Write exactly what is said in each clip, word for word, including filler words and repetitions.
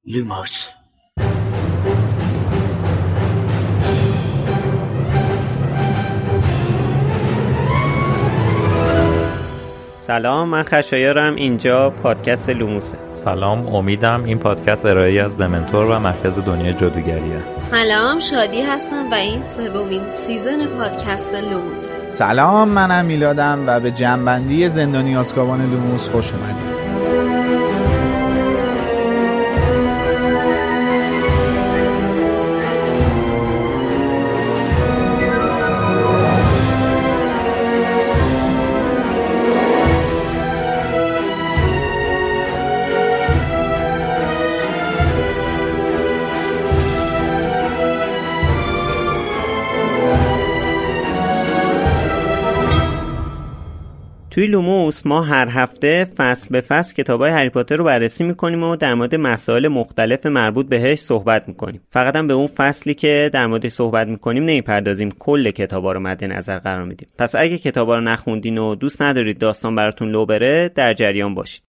لوموس. سلام، من خشایارم، اینجا پادکست لوموسه. سلام، امیدم. این پادکست ارائه‌ای از دمنتور و مرکز دنیای جادوگریه. سلام، شادی هستم و این سومین سیزن پادکست لوموسه. سلام، منم میلادم و به جمع‌بندی زندانی آزکابان لوموس خوش اومدید. توی لوموس ما هر هفته فصل به فصل کتابای هری پاتر رو بررسی میکنیم و در مورد مسائل مختلف مربوط بهش صحبت میکنیم. فقط هم به اون فصلی که در موردش صحبت میکنیم نمیپردازیم، کل کتابا رو مد نظر قرار میدیم. پس اگه کتابا رو نخوندین و دوست ندارید داستان براتون لو بره، در جریان باشید.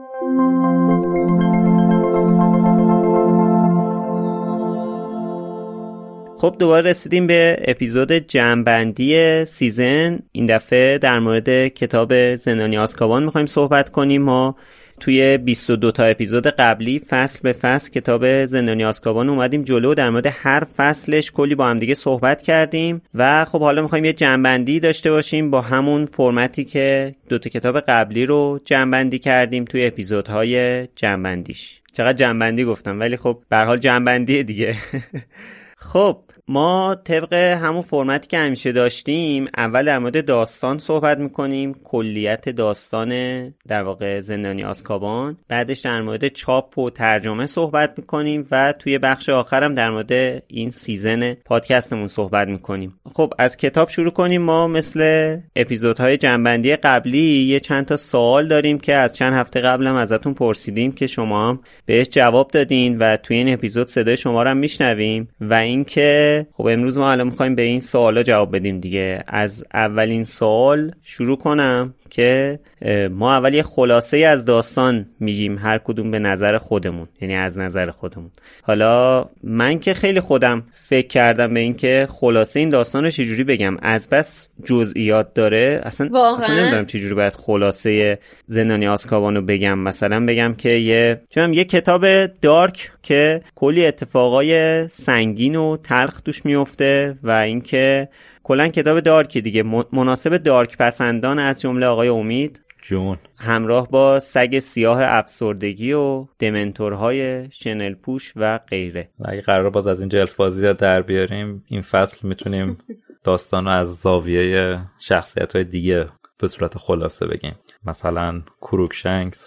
خب دوباره رسیدیم به اپیزود جمع‌بندی سیزن. این دفعه در مورد کتاب زندانی آزکابان میخوایم صحبت کنیم. ما توی بیست و دو تا اپیزود قبلی فصل به فصل کتاب زندانی آزکابان اومدیم جلو، در مورد هر فصلش کلی با هم دیگه صحبت کردیم و خب حالا میخوایم یه جمع‌بندی داشته باشیم با همون فرمتی که دو تا کتاب قبلی رو جمع‌بندی کردیم توی اپیزودهای جمع‌بندیش. چقدر جمع‌بندی گفتم، ولی خب به هر حال جمع‌بندی دیگه. خب ما طبق همون فرمتی که همیشه داشتیم اول در مورد داستان صحبت میکنیم، کلیت داستان در واقع زندانی آزکابان، بعدش در مورد چاپ و ترجمه صحبت میکنیم و توی بخش آخرم در مورد این سیزن پادکستمون صحبت میکنیم. خب از کتاب شروع کنیم. ما مثل اپیزودهای جمع‌بندی قبلی یه چند تا سوال داریم که از چند هفته قبلم ازتون پرسیدیم که شما هم بهش جواب دادین و توی این اپیزود صدای شما رو هم میشنویم و اینکه خب امروز ما الان میخوایم به این سوالا جواب بدیم دیگه. از اولین سوال شروع کنم که ما اول یه خلاصه از داستان میگیم هر کدوم به نظر خودمون، یعنی از نظر خودمون. حالا من که خیلی خودم فکر کردم به این که خلاصه این داستان رو چجوری بگم، از بس جزئیات داره اصلا اصلا نمیدونم چجوری باید خلاصه زندانی آزکابان رو بگم. مثلا بگم که یه چون یه کتاب دارک که کلی اتفاقای سنگین و تلخ توش میفته و اینکه کلا کتاب دارک دیگه، مناسب دارک پسندان از جمله آقای امید جون، همراه با سگ سیاه افسردگی و دمنتورهای شنل پوش و غیره. و اگه قرار باز از این جلف بازی در بیاریم، این فصل میتونیم داستان رو از زاویه شخصیت‌های دیگه به صورت خلاصه بگیم. مثلا کروکشنکس.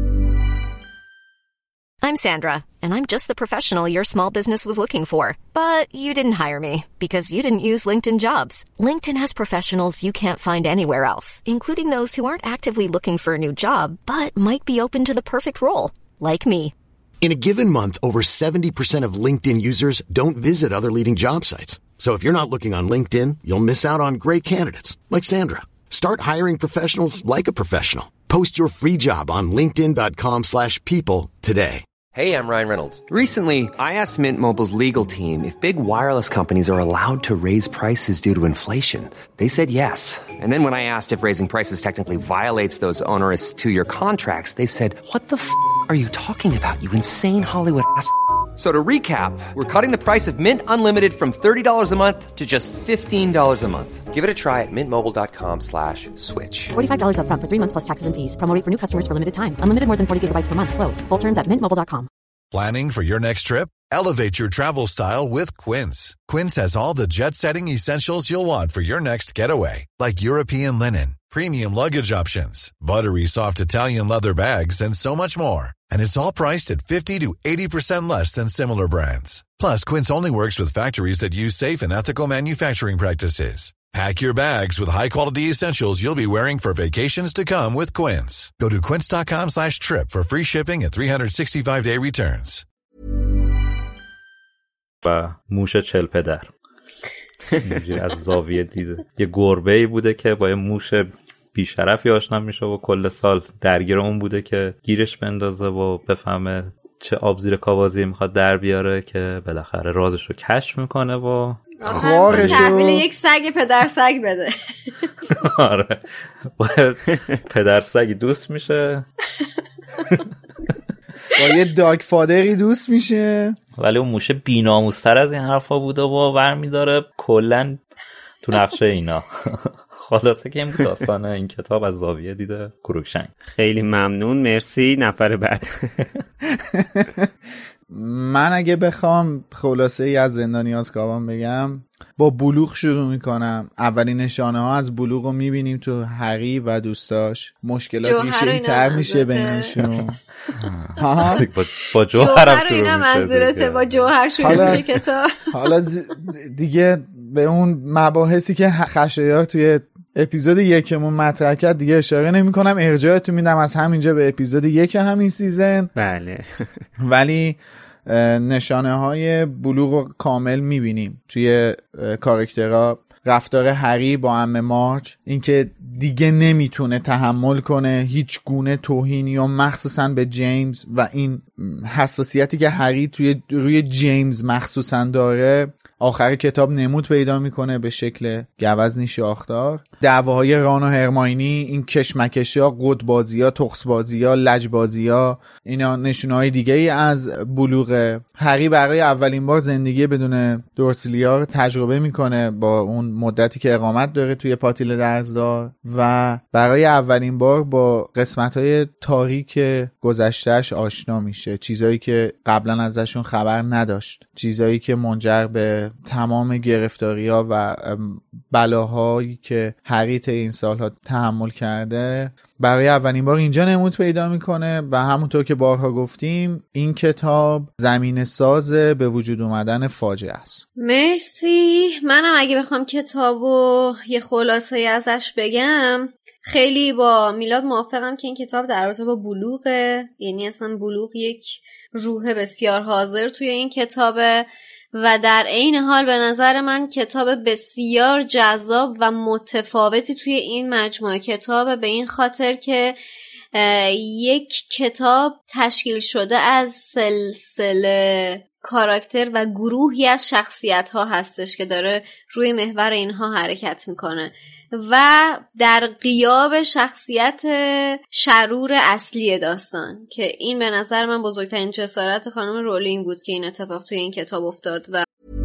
I'm Sandra, and I'm just the professional your small business was looking for. But you didn't hire me because you didn't use LinkedIn Jobs. LinkedIn has professionals you can't find anywhere else, including those who aren't actively looking for a new job, but might be open to the perfect role, like me. In a given month, over seventy percent of LinkedIn users don't visit other leading job sites. So if you're not looking on LinkedIn, you'll miss out on great candidates, like Sandra. Start hiring professionals like a professional. Post your free job on linkedin.com slash people today. Hey, I'm Ryan Reynolds. Recently, I asked Mint Mobile's legal team if big wireless companies are allowed to raise prices due to inflation. They said yes. And then when I asked if raising prices technically violates those onerous two-year contracts, they said, what the f*** are you talking about, you insane Hollywood ass f- So to recap, we're cutting the price of Mint Unlimited from thirty dollars a month to just fifteen dollars a month. Give it a try at mintmobile.com slash switch. forty-five dollars up front for three months plus taxes and fees. Promo rate for new customers for limited time. Unlimited more than forty gigabytes per month. Slows full terms at mint mobile dot com. Planning for your next trip? Elevate your travel style with Quince. Quince has all the jet-setting essentials you'll want for your next getaway, like European linen, premium luggage options, buttery soft Italian leather bags, and so much more. And it's all priced at fifty to eighty percent less than similar brands. Plus, Quince only works with factories that use safe and ethical manufacturing practices. Pack your bags with high-quality essentials you'll be wearing for vacations to come with Quince. Go to quince.com slash trip for free shipping and three sixty-five day returns. و موش چل پدر اینجوری از زاویه دیده. یه گربه‌ای بوده که با یه موش بیشرفی آشنا میشه و کل سال درگیر اون بوده که گیرش بندازه و بفهمه چه آب زیر کاوازی میخواد در بیاره که بالاخره رازش رو کشف میکنه و خارشو تحویل یک سگ پدر سگ بده. آره باید پدر سگی دوست میشه با یه داگ فادری دوست میشه، ولی اون موشه بی‌ناموس‌تر از این حرفا بوده و برمیداره کلن تو نقشه اینا. خلاصه که این داستان این کتاب از زاویه دیده کروکشنگ. خیلی ممنون، مرسی. نفر بعد. من اگه بخوام خلاصه ای از زندانی آزکابان بگم، با بلوغ شروع میکنم. اولین نشانه ها از بلوغ رو میبینیم تو هری و دوستاش، مشکلات ریشه تر میشه بینشون. با جوهر اینا منظورته، با جوهر شروع میشه کتاب. حالا دیگه به اون مباحثی که خشایار توی اپیزود یکمون مطرح کرد دیگه اشاره نمی کنم، ارجاعتون میدم از همینجا به اپیزود یک همین سیزن. بله. ولی نشانه های بلوغ رو کامل میبینیم توی کاراکترها. رفتار هری با عمه مارچ، اینکه دیگه نمیتونه تحمل کنه هیچ گونه توهینی و مخصوصا به جیمز، و این حساسیتی که هری توی روی جیمز مخصوصا داره آخر کتاب نمود پیدا میکنه به شکل گوزنی شاخدار. دعواهای ران و هرماینی، این کشمکش‌ها، قطب‌بازی‌ها، تخس‌بازی‌ها، لجبازی‌ها، اینا نشونه‌های دیگه ای از بلوغ. هری برای اولین بار زندگی بدون دورسلیا رو تجربه میکنه با اون مدتی که اقامت داره توی پاتیل درزدار، و برای اولین بار با قسمت‌های تاریک گذشته‌اش آشنا میشه، چیزایی که قبلا ازشون خبر نداشت، چیزایی که منجر به تمام گرفتاری‌ها و بلاهایی که هری طی این سالها تحمل کرده برای اولین بار اینجا نمود پیدا میکنه. و همونطور که بارها گفتیم این کتاب زمین ساز به وجود اومدن فاجعه است. مرسی. منم اگه بخوام کتابو یه خلاصه‌ای ازش بگم، خیلی با میلاد موافقم که این کتاب در رابطه با بلوغه، یعنی اصلا بلوغ یک روح بسیار حاضر توی این کتابه، و در عین حال به نظر من کتاب بسیار جذاب و متفاوتی توی این مجموعه کتابه، به این خاطر که یک کتاب تشکیل شده از سلسله کاراکتر و گروهی از شخصیت ها هستش که داره روی محور اینها حرکت میکنه، و در غیاب شخصیت شرور اصلی داستان، که این به نظر من بزرگترین جسارت خانم رولینگ بود که این اتفاق توی این کتاب افتاد. و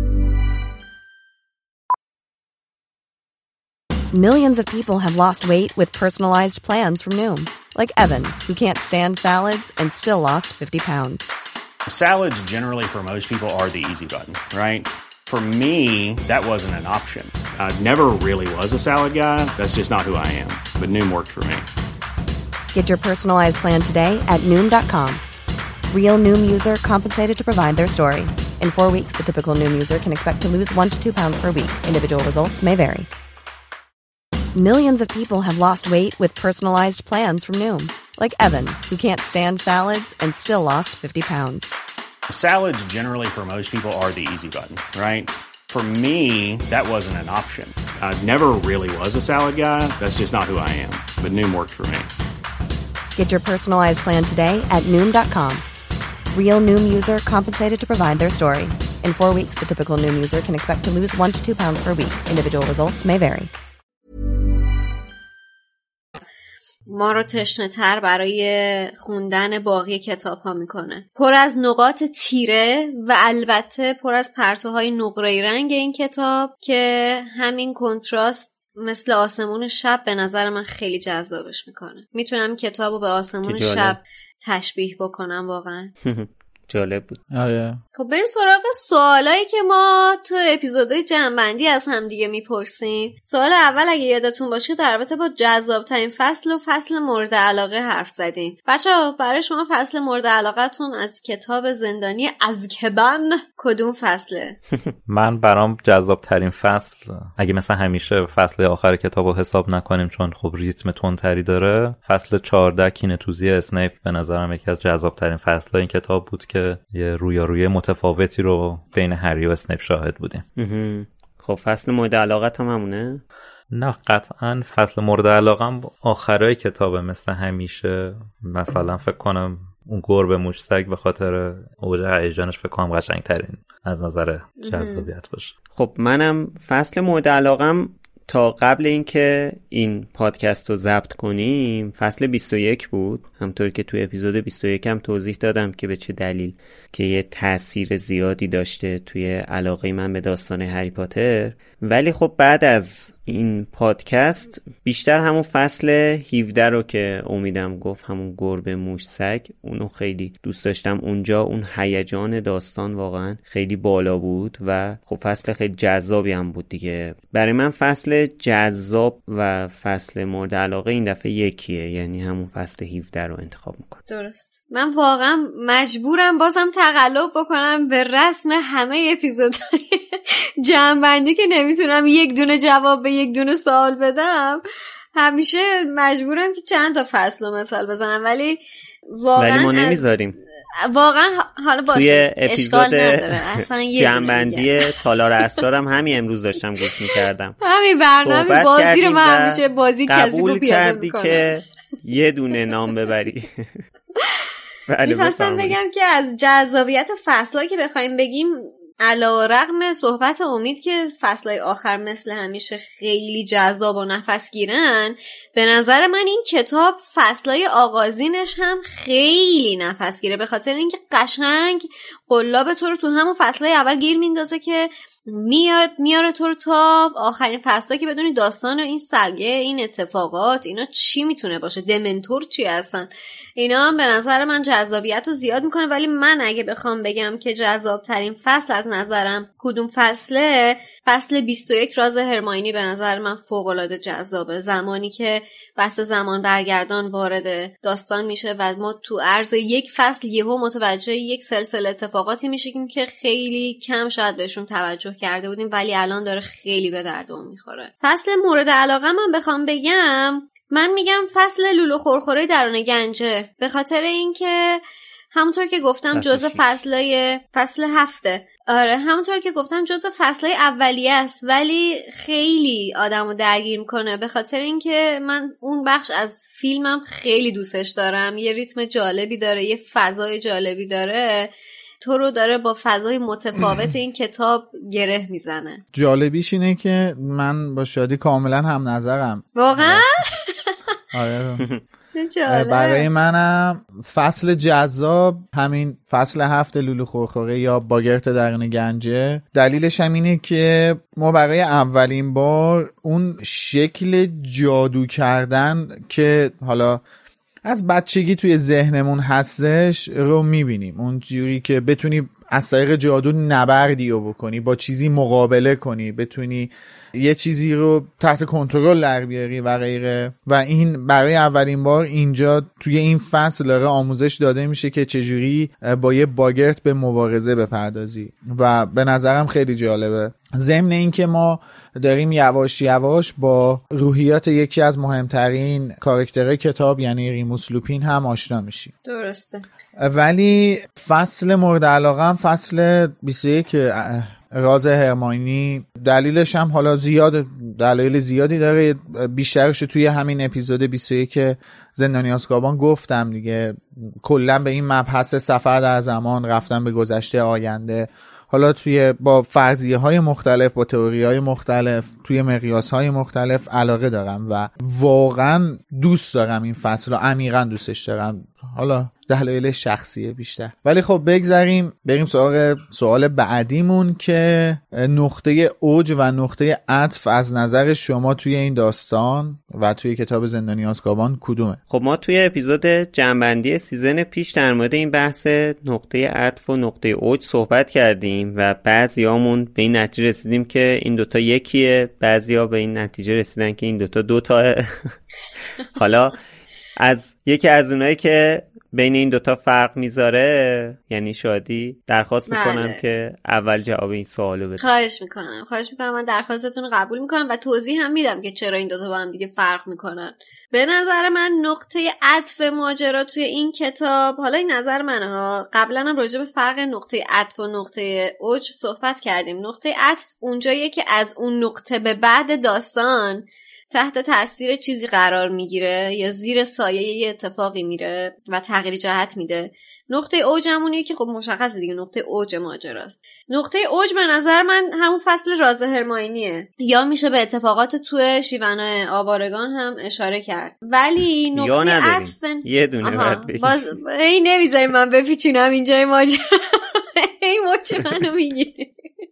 Millions of people have lost weight with personalized plans from Noom, like Evan, who can't stand salads and still lost fifty pounds. Salads generally for most people are the easy button, right? For me, that wasn't an option. I never really was a salad guy. That's just not who I am. But Noom worked for me. Get your personalized plan today at Noom dot com. Real Noom user compensated to provide their story. In four weeks, the typical Noom user can expect to lose one to two pounds per week. Individual results may vary. Millions of people have lost weight with personalized plans from Noom, like Evan, who can't stand salads and still lost fifty pounds. Salads generally for most people are the easy button, right? For me, that wasn't an option. I never really was a salad guy. That's just not who I am. But Noom worked for me. Get your personalized plan today at Noom dot com. Real Noom user compensated to provide their story. In four weeks, the typical Noom user can expect to lose one to two pounds per week. Individual results may vary. ما رو تشنه تر برای خوندن باقی کتاب ها میکنه. پر از نقاط تیره و البته پر از پرتوهای نقره‌ای رنگ این کتاب که همین کنتراست مثل آسمون شب به نظر من خیلی جذابش میکنه. میتونم کتابو به آسمون شب تشبیه بکنم واقعا. جالب بود. آره. خب بریم سراغ سوالایی که ما تو اپیزودهای جمع‌بندی از هم دیگه میپرسیم. سوال اول اگه یادتون باشه در رابطه با جذاب‌ترین فصل و فصل مورد علاقه حرف زدیم. بچه‌ها برای شما فصل مورد علاقه‌تون از کتاب زندانی آزکابان کدوم فصله؟ من برام جذاب‌ترین فصل، اگه مثلا همیشه فصل آخر کتابو حساب نکنیم چون خب ریتم تندتری داره، فصل چهارده کینه‌توزی اسنیپ به نظرم یکی از جذاب‌ترین فصل‌های این کتاب بود که یه رویارویی متفاوتی رو بین هری و اسنیپ شاهد بودیم. خب فصل مورد علاقت هم همونه؟ نه قطعا فصل مورد علاقم آخرای کتابه مثل همیشه. مثلا فکر کنم اون گربه موش سگ به خاطر اوج هیجانش فکر کنم قشنگ‌ترین از نظر جذابیت باشه. خب منم فصل مورد علاقم تا قبل اینکه این پادکست رو ضبط کنیم فصل بیست و یک بود، همطور که توی اپیزود بیست و یک هم توضیح دادم که به چه دلیل که یه تأثیر زیادی داشته توی علاقه من به داستان هری پاتر. ولی خب بعد از این پادکست بیشتر همون فصل هفده رو که امیدم گفت، همون گربه موش سگ، اونو خیلی دوست داشتم. اونجا اون هیجان داستان واقعا خیلی بالا بود و خب فصل خیلی جذابی هم بود دیگه. برای من فصل جذاب و فصل مورد علاقه این دفعه یکیه، یعنی همون فصل هفده رو انتخاب میکنم. درست. من واقعا مجبورم بازم تقلب بکنم به رسم همه اپیزودهای جمع‌بندی که نمیتونم یک دونه جواب به یک دونه سوال بدم، همیشه مجبورم که چند تا فصل رو مثال بزنم، ولی واقعا ولی ما نمیذاریم. واقعا حالا باشه، اشکال نداره. اصلا یه جمع‌بندی تالار اسرار هم همین امروز داشتم گوش میکردم. همین برنامه بازی رو من همیشه بازی کسی رو پیاده میکنم که یه دونه نام ببری. میخواستم بگم که از جذابیت فصل‌ها که بخوایم بگیم، علی‌رغم صحبت امید که فصلهای آخر مثل همیشه خیلی جذاب و نفس گیرن، به نظر من این کتاب فصلهای آغازینش هم خیلی نفس گیره، به خاطر اینکه قشنگ قلاب تو رو تو همون فصلهای اول گیر میندازه که میاد میاره تو رو تا آخرین فصلا که بدونی داستان این سگه، این اتفاقات، اینا چی میتونه باشه، دمنتور چی هستن، اینا هم به نظر من جذابیت رو زیاد میکنه. ولی من اگه بخوام بگم که جذاب ترین فصل از نظرم کدوم فصله، فصل بیست و یک راز هرماینی به نظر من فوق‌العاده جذابه. زمانی که بحث زمان برگردان وارد داستان میشه و ما تو عرض یک فصل یهو متوجه یک سلسله اتفاقاتی میشیم که خیلی کم شاید بهشون توجه کرده بودیم، ولی الان داره خیلی به دردمون میخوره. فصل مورد علاقه من بخوام بگم، من میگم فصل لولو خورخوره درون گنجه، به خاطر اینکه همونطور که گفتم جزء فصلای فصل هفته، آره همونطور که گفتم جزء فصلای اولیه است، ولی خیلی آدمو درگیر میکنه، به خاطر اینکه من اون بخش از فیلمم خیلی دوستش دارم. یه ریتم جالبی داره، یه فضای جالبی داره، تو رو داره با فضای متفاوت این کتاب گره میزنه. جالبیش اینه که من با شادی کاملا هم نظرم. واقعا؟ آره. چه جالب. برای منم فصل جذاب همین فصل هفت لولو خورخوره یا باگرت درون گنجه. دلیلش هم اینه که ما برای اولین بار اون شکل جادو کردن که حالا از بچگی توی ذهنمون هستش رو میبینیم، اون جوری که بتونی از طریق جادو نبردی رو بکنی، با چیزی مقابله کنی، بتونی یه چیزی رو تحت کنترل در بیاری و غیره. و این برای اولین بار اینجا توی این فصل داره آموزش داده میشه که چجوری با یه باگرت به مبارزه بپردازی و به نظرم خیلی جالبه. ضمن این که ما داریم یواش یواش با روحیات یکی از مهمترین کاراکترهای کتاب یعنی ریموس لوپین هم آشنا میشیم. درسته. ولی فصل مورد علاقه هم فصل بیست و یک راز هرماینی. دلیلش هم حالا زیاد دلایل زیادی داره، بیشترش توی همین اپیزود بیست و یک زندانی آزکابان گفتم دیگه. کلا به این مبحث سفر در زمان، رفتن به گذشته آینده، حالا توی با فرضیه های مختلف، با تئوری های مختلف، توی مقیاس های مختلف علاقه دارم و واقعا دوست دارم این فصل رو، عمیقا دوستش دارم. حالا دلایل شخصیه بیشتر. ولی خب بگذاریم بریم سراغ سوال بعدیمون که نقطه اوج و نقطه عطف از نظر شما توی این داستان و توی کتاب زندانی آزکابان کدومه؟ خب ما توی اپیزود جمع‌بندی سیزن پیش در مورد این بحث نقطه عطف و نقطه اوج صحبت کردیم و بعضیامون به این نتیجه رسیدیم که این دوتا یکیه، بعضیا به این نتیجه رسیدن که این دوتا دوتاه. حالا از یکی از اونایی که بین این دوتا فرق میذاره، یعنی شادی، درخواست میکنم بله. که اول جواب این سوالو بده. خواهش میکنم خواهش میکنم من درخواستتون رو قبول میکنم و توضیح هم میدم که چرا این دوتا با هم دیگه فرق میکنن. به نظر من نقطه عطف ماجرا توی این کتاب، حالا این نظر منه ها، قبلا هم راجع به فرق نقطه عطف و نقطه اوج صحبت کردیم. نقطه عطف اونجاییه که از اون نقطه به بعد داستان تحت تاثیر چیزی قرار میگیره یا زیر سایه یه اتفاقی میره و تغییر جهت میده. نقطه اوج همونیه که خب مشخصه دیگه، نقطه اوج ماجراست. نقطه اوج به نظر من همون فصل راز هرماینیه، یا میشه به اتفاقات تو شیون آوارگان هم اشاره کرد. ولی نقطه عطف یه دونه بعد بگیم. باز ای نمیذاری من بپیچونم اینجای ماجرا. ای موچه منو میگیری.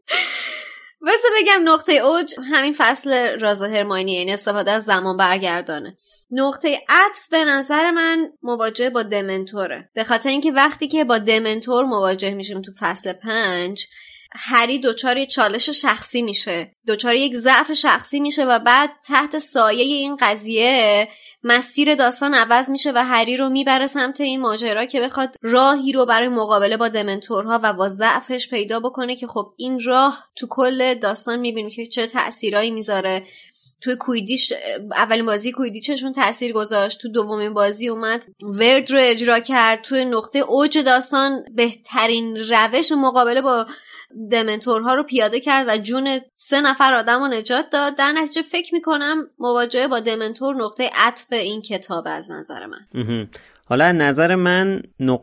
واسه بگم نقطه اوج همین فصل راز هرماینیه، این استفاده از زمان برگردانه. نقطه عطف به نظر من مواجهه با دمنتوره، به خاطر اینکه وقتی که با دمنتور مواجه میشیم تو فصل پنج، هری دوچار یک چالش شخصی میشه، دوچار یک ضعف شخصی میشه و بعد تحت سایه این قضیه مسیر داستان عوض میشه و هری رو میبره سمت این ماجرا که بخواد راهی رو برای مقابله با دمنتورها و با ضعفش پیدا بکنه که خب این راه تو کل داستان میبینیم که چه تأثیرایی میذاره. توی کویدیش اولین بازی کویدیچشون تأثیر گذاشت، تو دومین بازی اومد ورد رو اجرا کرد، توی نقطه اوج داستان بهترین روش مقابله با دمنتورها رو پیاده کرد و جون سه نفر آدم رو نجات داد. در نتیجه فکر میکنم مواجهه با دمنتور نقطه عطف این کتاب از نظر من. حالا نظر من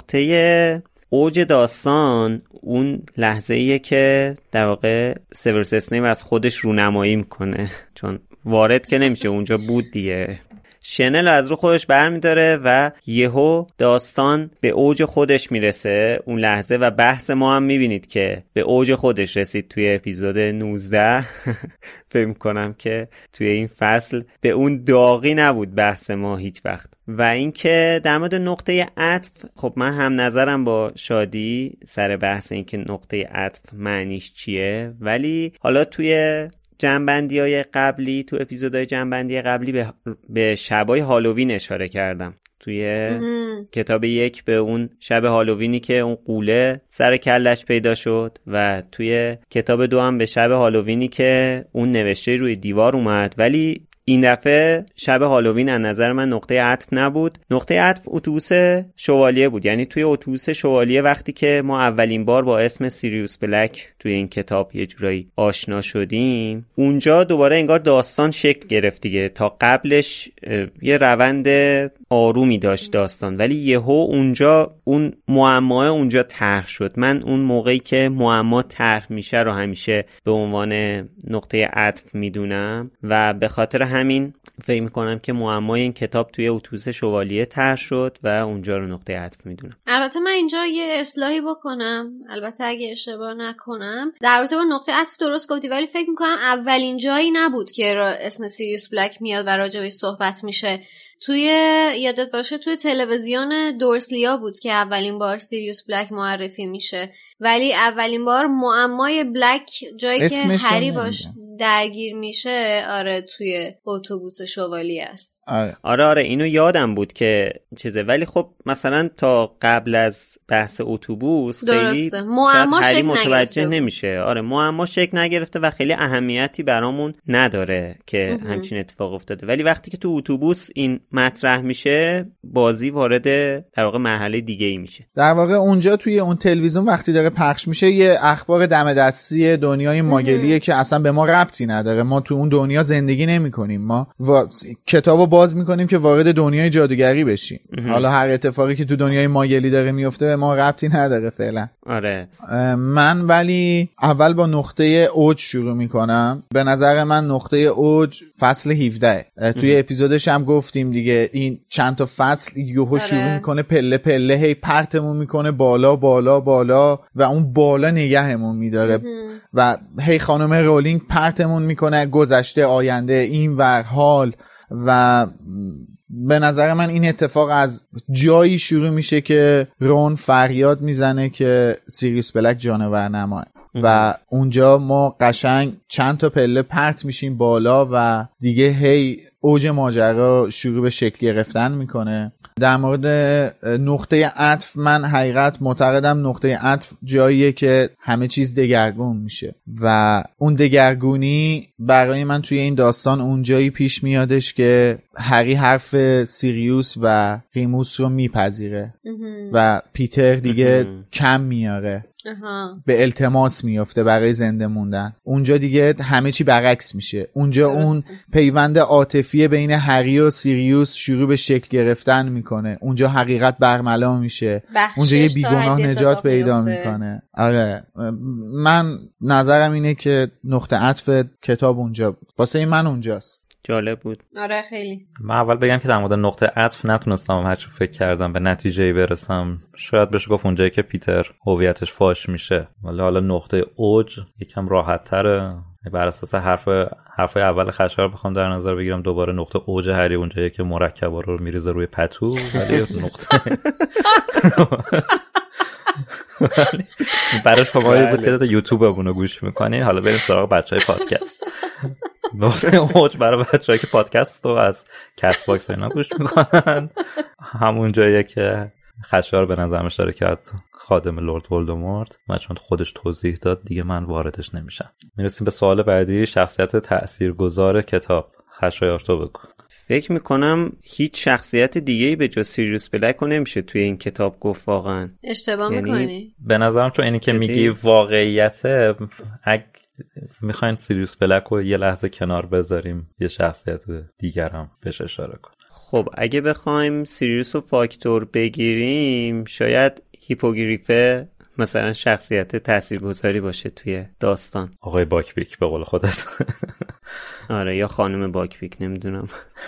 نقطه اوج داستان اون لحظه ایه که در واقع سیوروس اسنیپ از خودش رونمایی میکنه، چون وارد که نمیشه، اونجا بود دیگه. شنل از رو خودش برمیداره و یهو داستان به اوج خودش میرسه اون لحظه و بحث ما هم میبینید که به اوج خودش رسید توی اپیزود نوزده. فکر میکنم که توی این فصل به اون داغی نبود بحث ما هیچ وقت. و اینکه در مورد نقطه عطف، خب من هم نظرم با شادی سر بحث اینکه نقطه عطف معنیش چیه، ولی حالا توی جنبندی‌های قبلی، تو اپیزودهای جنبندی قبلی به, به شبای هالووین اشاره کردم. توی کتاب یک به اون شب هالووینی که اون قوله سر کلش پیدا شد و توی کتاب دو هم به شب هالووینی که اون نوشته روی دیوار اومد. ولی این دفعه شب هالووین از نظر من نقطه عطف نبود. نقطه عطف اتوبوس شوالیه بود. یعنی توی اتوبوس شوالیه وقتی که ما اولین بار با اسم سیریوس بلک توی این کتاب یه جورایی آشنا شدیم، اونجا دوباره انگار داستان شکل گرفت دیگه. تا قبلش یه روند آرومی داشت داستان، ولی یهو اونجا اون معما اونجا طرح شد. من اون موقعی که معما طرح میشه رو همیشه به عنوان نقطه عطف میدونم و به خاطر همین فکر میکنم که معمای این کتاب توی اتوبوس شوالیه طرح شد و اونجا رو نقطه عطف میدونم. البته من اینجا یه اصلاحی بکنم، البته اگه اشتباه نکنم در رابطه با نقطه عطف درست گفتی، ولی فکر میکنم اولین جایی نبود که اسم سیریوس بلک میاد و راجع بهش صحبت میشه. توی یادت باشه توی تلویزیون دورسلیا بود که اولین بار سیریوس بلک معرفی میشه، ولی اولین بار معمای بلک جایی که هری باش درگیر میشه آره توی اتوبوس شوالیه است. آره. آره آره اینو یادم بود که چیزه، ولی خب مثلا تا قبل از بحث اتوبوس خیلی معما شکل متوجه نمیشه. آره معما شکل نگرفته و خیلی اهمیتی برامون نداره که اه. همچین اتفاق افتاده، ولی وقتی که تو اتوبوس این مطرح میشه بازی وارد در واقع مرحله دیگه ای میشه. در واقع اونجا توی اون تلویزیون وقتی داره پخش میشه یه اخبار دم دستی دنیای ماگلیه که اصلا به ما ربطی نداره. ما تو اون دنیا زندگی نمیکنیم، ما و... کتابو باز میکنیم که وارد دنیای جادوگری بشیم. حالا هر اتفاقی که تو دنیای ماگلی داره میفته به ما ربطی نداره فعلا. آره من ولی اول با نقطه اوج شروع میکنم. به نظر من نقطه اوج فصل هفده. توی اپیزودش هم گفتیم دیگه، این چند تا فصل یهو شروع میکنه پله پله هی پرتمون میکنه بالا بالا بالا و اون بالا نگهمون میداره و هی خانم رولینگ پرتمون میکنه گذشته آینده این ور حال. و به نظر من این اتفاق از جایی شروع میشه که رون فریاد میزنه که سیریوس بلک جانور نماه و اونجا ما قشنگ چند تا پله پرت میشیم بالا و دیگه هی اوج ماجرا شروع به شکل گرفتن میکنه. در مورد نقطه عطف من حقیقت معتقدم نقطه عطف جاییه که همه چیز دگرگون میشه و اون دگرگونی برای من توی این داستان اون جایی پیش میادش که هری حرف سیریوس و ریموس رو میپذیره و پیتر دیگه کم میاره. اها. به التماس میفته برای زنده موندن. اونجا دیگه همه چی برعکس میشه. اونجا درسته. اون پیوند عاطفی بین هری و سیریوس شروع به شکل گرفتن میکنه. اونجا حقیقت برملا میشه. اونجا یه بیگناه نجات پیدا میکنه. آره من نظرم اینه که نقطه عطف کتاب اونجا بود. واسه من اونجاست. جالب بود. آره خیلی. من اول بگم که در مورد نقطه عطف نتونستم هرچی فکر کردم به نتیجه‌ای برسم. شاید بشه گفت اونجایی که پیتر هویتش فاش میشه، ولی حالا نقطه اوج یکم راحت‌تره. بر اساس حرف حرفای اول خشایار بخوام در نظر بگیرم، دوباره نقطه اوج هری اونجایی که مرکبا رو میریزه روی پتو، ولی نقطه برای شما بود که یوتیوبمون رو گوش میکنین. حالا بریم سراغ بچهای پادکست. نقطه اوج برای بچه‌ای که پادکست رو از کست باکس اینا گوش میکنن همون جاییه که خشایار به نظرم اشاره کرد خادم لرد ولدمورت، و چون خودش توضیح داد دیگه من واردش نمیشم. میرسیم به سوال بعدی، شخصیت تاثیرگذار کتاب. خشایار تو بگو. فکر میکنم هیچ شخصیت دیگه‌ای به جز سیریوس بلک رو نمیشه توی این کتاب گفت. واقعا اشتباه یعنی میکنی. به نظرم چون اینی که میگی واقعیته، اگه میخواین سیریوس بلک رو یه لحظه کنار بذاریم یه شخصیت دیگرم بهش اشاره کن. خب اگه بخوایم سیریوس و فاکتور بگیریم، شاید هیپوگریفه مثلا شخصیت تاثیرگذاری باشه توی داستان. آقای باکپیک به قول خودت. آره یا خانم باکپیک، نمیدونم.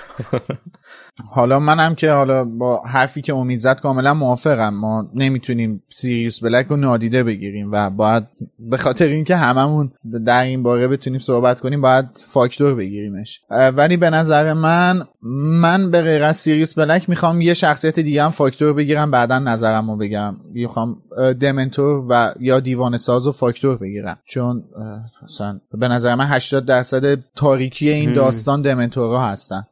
حالا منم که حالا با حرفی که امید زد کاملا موافقم. ما نمیتونیم سیریوس بلک رو نادیده بگیریم و باید به خاطر اینکه هممون در این باره بتونیم صحبت کنیم باید فاکتور بگیریمش. ولی به نظر من من به غیر از سیریوس بلک میخوام یه شخصیت دیگه هم فاکتور بگیرم، بعداً نظرمو بگم. میخوام دمنتور و یا دیوانه ساز و فاکتور بگیرم، چون مثلا به نظر من هشتاد درصد تاریکی این داستان دمنتورها هستن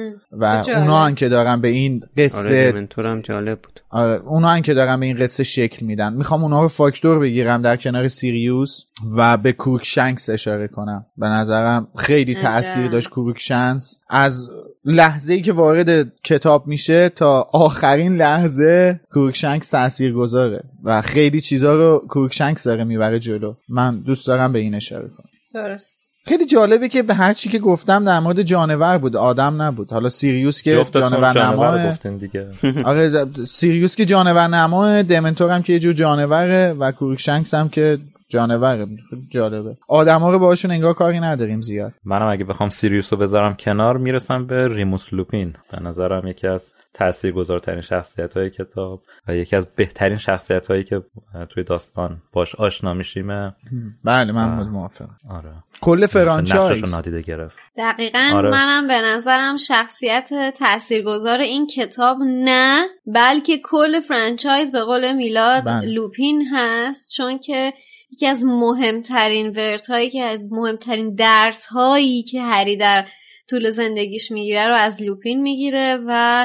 و اونا هن که دارن به این قصه. آره دمنتورم جالب بود. آره اونا هن که دارن به این قصه شکل میدن. میخوام اونا رو فاکتور بگیرم در کنار سیریوس و به کروکشنکس اشاره کنم. به نظرم خیلی تأثیر داشت کروکشنکس، از لحظه‌ای که وارد کتاب میشه تا آخرین لحظه کروکشنکس تاثیرگذاره و خیلی چیزا رو کروکشنکس داره میبره جلو. من دوست دارم به این اشاره کنم. درست. خیلی جالبه که به هر چی که گفتم در مورد جانور بود، آدم نبود. حالا سیریوس که جانور نماه، آره سیریوس که جانور نماه، دمنتور هم که یه جور جانوره و کروکشنکس هم که جانوره. جالبه. آدم‌ها رو باهاشون انگار کاری نداریم زیاد. منم اگه بخوام سیریوس رو بذارم کنار میرسم به ریموس لوپین. به نظرم یکی از تاثیرگذارترین شخصیت‌های کتاب و یکی از بهترین شخصیت‌هایی که توی داستان باش آشنا میشیم. بله من بود موافقم. آره. کل فرانچایز نقششو نادیده گرفت. دقیقاً. آره. منم به نظرم شخصیت تاثیرگذار این کتاب نه، بلکه کل فرانچایز به قول میلاد بله. لوپین هست، چون که یکی از مهمترین ورت‌هایی که مهمترین درس‌هایی که هری در طول زندگیش میگیره رو از لوپین میگیره و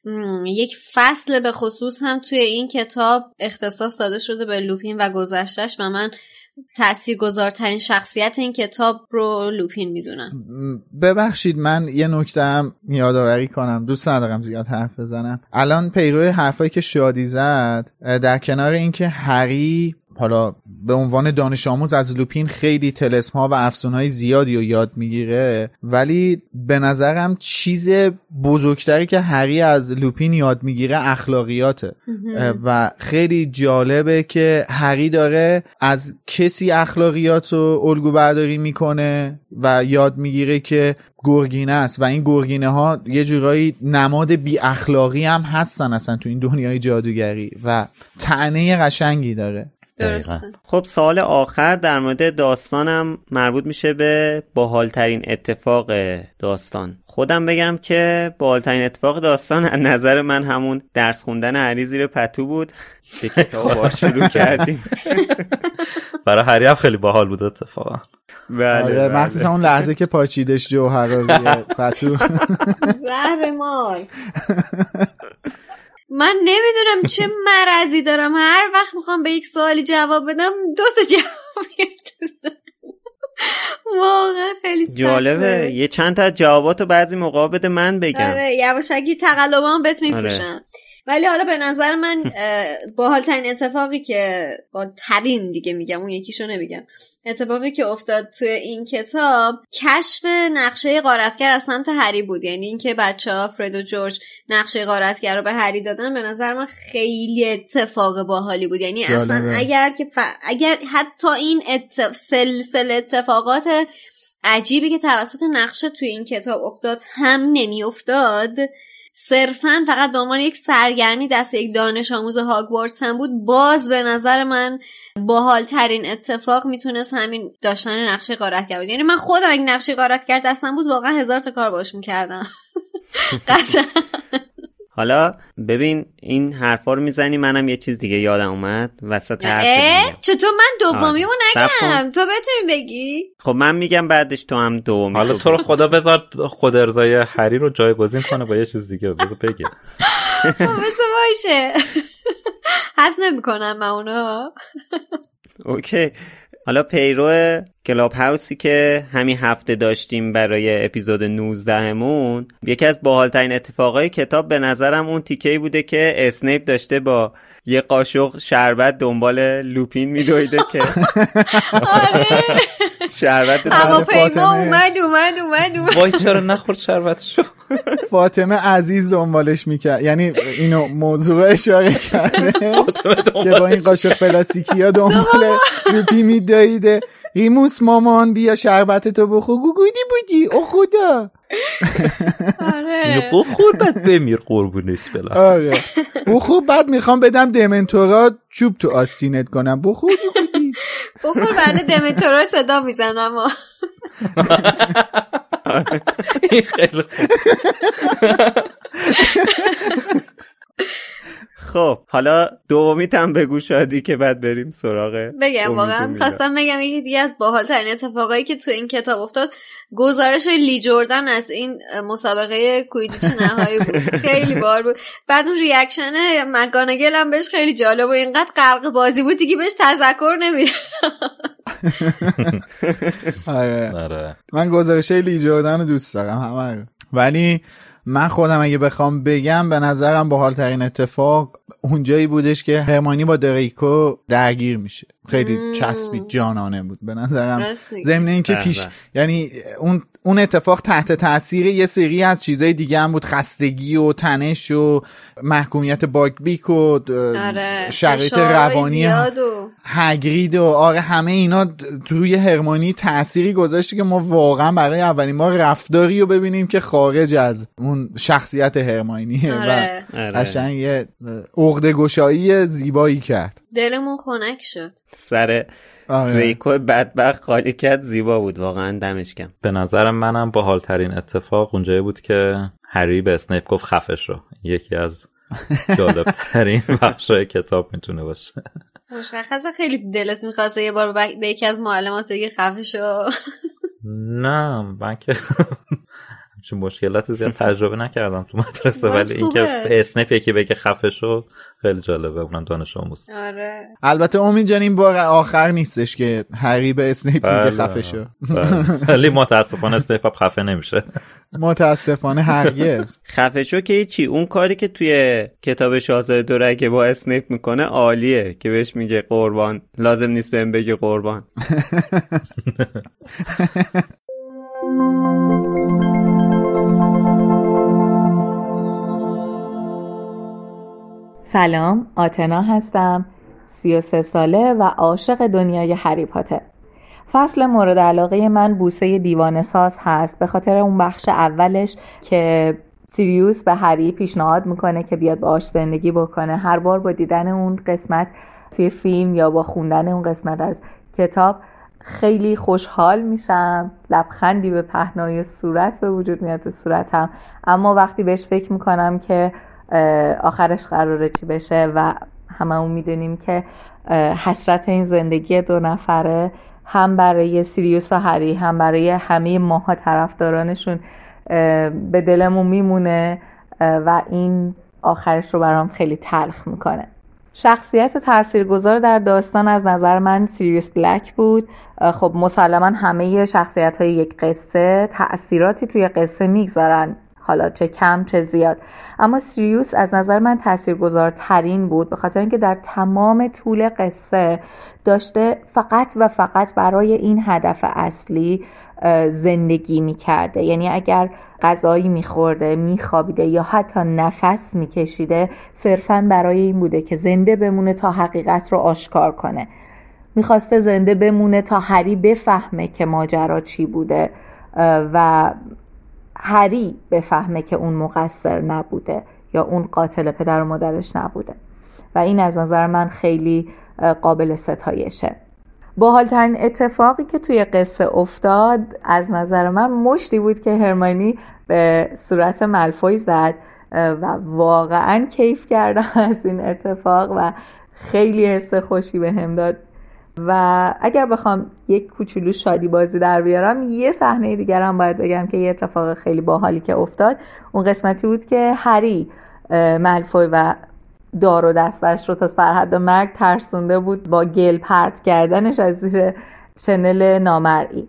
یک فصل به خصوص هم توی این کتاب اختصاص داده شده به لوپین و گذشتهش و من تاثیرگذارترین شخصیت این کتاب رو لوپین میدونم. ببخشید من یه نکته هم یادآوری کنم، دوست ندارم زیاد حرف بزنم. الان پیرو حرفایی که شادی زد، در کنار اینکه هری حالا به عنوان دانش آموز از لوپین خیلی طلسم ها و افسون های زیادی رو یاد میگیره، ولی به نظرم چیز بزرگتری که هری از لوپین یاد میگیره اخلاقیاته و خیلی جالبه که هری داره از کسی اخلاقیات رو الگو برداری میکنه و یاد میگیره که گرگینه است و این گرگینه ها یه جورایی نماد بی اخلاقی هم هستن اصلا تو این دنیای جادوگری و طعنه قشنگی داره. درسته. خب سوال آخر در مورد داستانم مربوط میشه به باحالترین اتفاق داستان. خودم بگم که باحالترین اتفاق داستان از نظر من همون درس خوندن هری زیر پتو بود که کتاب باهاش شروع کردیم. برای هری هم خیلی باحال بود اتفاقا. بله مخصوصا اون لحظه که پاچیدش جوهر رو روی پتو. زهر مار. من نمیدونم چه مرضی دارم، هر وقت میخوام به یک سوالی جواب بدم دو تا جواب میاد. واقعا خیلی سخته. جالبه یه چند تا جواباتو بعضی موقع بده من بگم. آره یواشکی تقلبام بهت میفروشن. ولی حالا به نظر من باحال‌ترین اتفاقی که با ترین دیگه میگم، اون یکیشو نمیگم، اتفاقی که افتاد توی این کتاب کشف نقشه غارتگر از سمت هری بود. یعنی اینکه بچه‌ها فرد و جورج نقشه غارتگر رو به هری دادن به نظر من خیلی اتفاق باحالی بود. یعنی جالبه. اصلا اگر که ف... اگر حتی این اتف... سلسله اتفاقات عجیبی که توسط نقشه توی این کتاب افتاد هم نمی افتاد، صرفاً فقط به عنوان یک سرگرمی دست یک دانش آموز هاگوارتس هم بود، باز به نظر من باحال ترین اتفاق میتونست همین داشتن نقشه غارتگر بود. یعنی من خودم اگه نقشه غارتگر دستم بود واقعا هزار تا کار باش میکردم. قطعا. حالا ببین این حرفا رو میزنی، منم یه چیز دیگه یادم اومد وسط حرف میگم. چطور من دومیمو نگم؟ تو بتونی بگی؟ خب من میگم بعدش تو هم دومی. حالا تو رو خدا بذار خود ارزای هری رو جایگزین کنه با یه چیز دیگه، بذار بگه. خب بذار باشه. حس نمی‌کنم من اونو. اوکی. حالا پیرو کلاب هاوسی که همین هفته داشتیم برای اپیزود نوزده مون، یکی از باحال‌ترین اتفاقای کتاب به نظرم اون تیکه‌ای بوده که اسنیپ داشته با یه قاشق شربت دنبال لوپین میدویده که آره شربت هواپیما اومد اومد اومد اومد وای چرا نخورد شربتشو. فاطمه عزیز دنبالش میکرد، یعنی اینو موضوع اشاره کرده که با این قاشق پلاستیکی ها دنبال لوپی میدویده. ریموس مامان بیا شربتتو بخور، گوگودی بودی او خدا. اینو بخور بعد بمیر قربونش بلا. آره بخور بعد میخوام بدم دمنتورا چوب تو آستینت کنم، بخور گوگودی بخور. بله دمنتورا صدا میزنم. این خیلی خوب. خب حالا دومیت هم بگو شادی که بعد بریم سراغ. بگم واقعا خواستم بگم یکی دیگه از باحال‌ترین اتفاقایی که تو این کتاب افتاد گزارش لی جردن از این مسابقه کویدیچ نهایی بود. خیلی باحال بود. بعد اون ریاکشن مگانگل هم بهش خیلی جالب و اینقدر غرق بازی بود دیگه بهش تذکر نمیده. آره من گزارش لی جردن رو دوست دارم همه، ولی من خودم اگه بخوام بگم به نظرم باحال‌ترین اتفاق اونجایی بودش که هرمانی با دریکو درگیر میشه. خیلی چسبید، جانانه بود به نظرم. ضمن اینکه پیش یعنی اون اون اتفاق تحت تاثیر یه سری از چیزای دیگه هم بود، خستگی و تنش و محکومیت باگبیک و آره. شرایط روانی هگرید و آره همه اینا توی هرمانی تأثیری گذاشته که ما واقعا برای اولین بار رفتاری رو ببینیم که خارج از اون شخصیت هرمانیه. آره. و قشنگ یه عقده گشایی زیبایی کرد، دلمون خنک شد. سر دریکو بدبخت خالی کرد، زیبا بود واقعا، دمش گرم. به نظرم منم باحال‌ترین اتفاق اونجایی بود که هری به اسنیپ گفت خفه شو. یکی از جالب‌ترین بخشای کتاب میتونه باشه. مشخصه خیلی دلت می‌خواسته یه بار به یکی از معلمات بگی خفه شو. نه من که چون مشکلات زیاد تجربه نکردم تو مدرسه، ولی اینکه به اسنیپ یکی بگه خفه شو خیلی جالبه، اونم دانش آموز. آره البته امید جان این بار آخر نیستش که هری به اسنیپ میگه خفه شو، ولی متاسفانه اسنیپ خفه نمیشه. متاسفانه هرگز. خفه شو که چی، اون کاری که توی کتاب شاهزاده دورگه با اسنیپ میکنه عالیه که بهش میگه قربان، لازم نیست بهم بگی قربان. سلام، آتنا هستم، سی و سه ساله و عاشق دنیای هری پاتر. فصل مورد علاقه من بوسه دیوانه ساز هست، به خاطر اون بخش اولش که سیریوس به هری پیشنهاد میکنه که بیاد باهاش زندگی بکنه. هر بار با دیدن اون قسمت توی فیلم یا با خوندن اون قسمت از کتاب خیلی خوشحال میشم، لبخندی به پهنای صورت به وجود میاد تو صورتم. اما وقتی بهش فکر میکنم که آخرش قراره چی بشه و هممون میدونیم که حسرت این زندگی دو نفره هم برای سیریوس و هری هم برای همه ماها طرفدارانشون به دلمون میمونه و این آخرش رو برام خیلی تلخ میکنه. شخصیت تاثیرگذار در داستان از نظر من سیریوس بلک بود. خب مسلما همه شخصیت‌های یک قصه تأثیراتی توی قصه میگذارن، حالا چه کم چه زیاد. اما سیریوس از نظر من تاثیرگذارترین بود به خاطر اینکه در تمام طول قصه داشته فقط و فقط برای این هدف اصلی زندگی میکرده. یعنی اگر غذایی میخورده، میخوابیده یا حتی نفس میکشیده، صرفاً برای این بوده که زنده بمونه تا حقیقت رو آشکار کنه. میخواسته زنده بمونه تا هری بفهمه که ماجرا چی بوده و هری بفهمه که اون مقصر نبوده یا اون قاتل پدر و مادرش نبوده و این از نظر من خیلی قابل ستایشه. باحال‌ترین اتفاقی که توی قصه افتاد از نظر من مشتی بود که هرمیونی به صورت مالفوی زد و واقعا کیف کردم از این اتفاق و خیلی حس خوشی به هم داد. و اگر بخوام یک کوچولو شادی بازی در بیارم، یه صحنه دیگر هم باید بگم که یه اتفاق خیلی باحالی که افتاد اون قسمتی بود که هری مالفوی و دار و دستش رو تا سرحد مرگ ترسونده بود با گل پرت کردنش از زیر شنل نامرئی.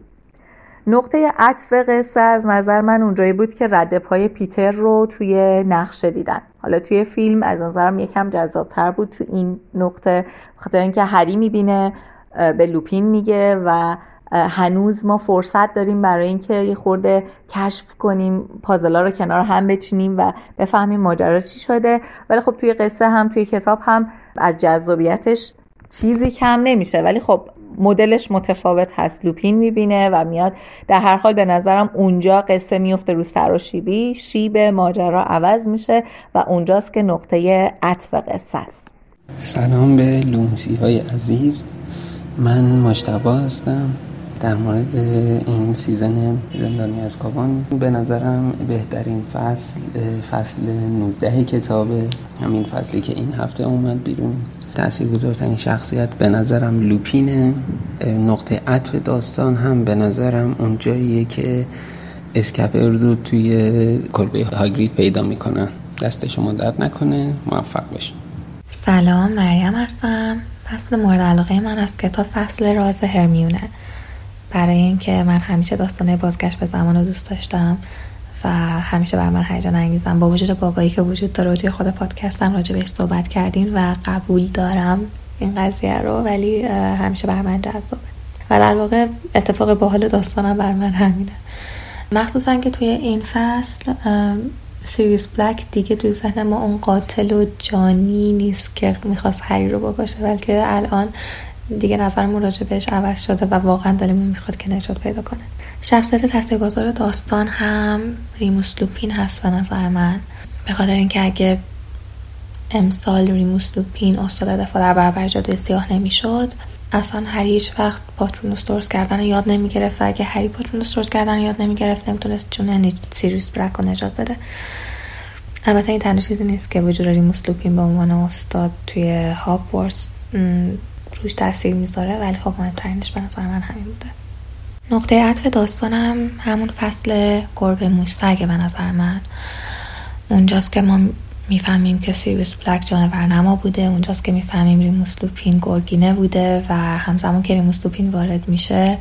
نقطه عطف قصه از نظر من اونجایی بود که رد پای پیتر رو توی نقشه دیدن. حالا توی فیلم از نظرم یکم جذابتر بود تو این نقطه، بخاطر اینکه هری میبینه به لوپین میگه و هنوز ما فرصت داریم برای اینکه یه خورده کشف کنیم، پازلا رو کنار هم بچینیم و بفهمیم ماجرا چی شده. ولی خب توی قصه هم توی کتاب هم از جذابیتش چیزی کم نمیشه، ولی خب مدلش متفاوت هست. لوپین میبینه و میاد. در هر حال به نظرم اونجا قصه میفته رو سر و شیبی، شیب ماجرا عوض میشه و اونجاست که نقطه عطف قصه است. سلام به لوموسی های عزیز، من مجتبی هستم. در مورد این سیزن زندانی آزکابان به نظرم بهترین فصل فصل نوزده کتابه، همین فصلی که این هفته اومد بیرون. تاثیرگذارترین شخصیت به نظرم لوپینه. نقطه عطف داستان هم به نظرم اونجاییه که اسکپرز رو توی کلبه هاگرید پیدا میکنن. دست شما درد نکنه، موفق باشین. سلام، مریم هستم. فصل مورد علاقه من از کتاب فصل راز هرمیونه، برای اینکه من همیشه داستانه بازگشت به زمان رو دوست داشتم و همیشه برای من هیجان انگیزم. با وجود باگایی که وجود داره و توی خود پادکستم راجع بهش صحبت کردین و قبول دارم این قضیه رو، ولی همیشه برای من جذابه و در واقع اتفاق باحال داستانم برای من همینه. مخصوصا که توی این فصل سیریوس بلک دیگه تو ذهن ما اون قاتل و جانی نیست که میخواست هری رو بکشه، بلکه الان دیگه نظرمون راجع بهش عوض شده و واقعا دلمون میخواد که نجات پیدا کنه. شخصیت تاثیرگذار داستان هم ریموس لوپین هست به نظر من، به خاطر اینکه اگه امسال ریموس لوپین استاد دفاع در برابر جادوی سیاه نمیشد، اصلا هری هیچ وقت پاترونوس درست کردن یاد نمیگرفت و اگه هری پاترونوس درست کردن یاد نمیگرفت نمیتونست جون سیریوس بلک رو نجات بده. البته این تنها چیزی نیست که وجود ریموس لوپین به عنوان استاد توی هاگوارتس روش تاثیر میذاره، ولی خب مهمترینش به نظر من همین بوده. نقطه عطف داستانم همون فصل گربه موسیقی به نظر من. اونجاست که ما میفهمیم که سیریوس بلک جانور نما بوده، اونجاست که میفهمیم ریموس لوپین گرگینه بوده و همزمان که ریموس لوپین وارد میشه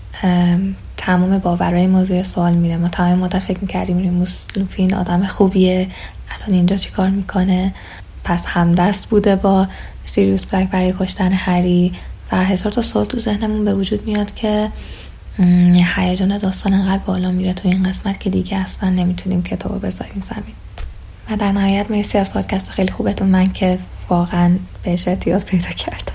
تمام باورهای ما زیر سوال میره. ما تمام مدت فکر میکردیم ریموس لوپین آدم خوبیه، الان اینجا چی کار میکنه؟ پس همدست بوده با سیریوس بلک برای کشتن هری و هزار تا سوال تو ذهنمون به وجود میاد که هیجان داستان انقدر بالا میره تو این قسمت که دیگه اصلا نمیتونیم کتابو بذاریم زمین. و در نهایت مرسی از پادکست خیلی خوبتون، من که واقعا بهش احتیاج پیدا کردم.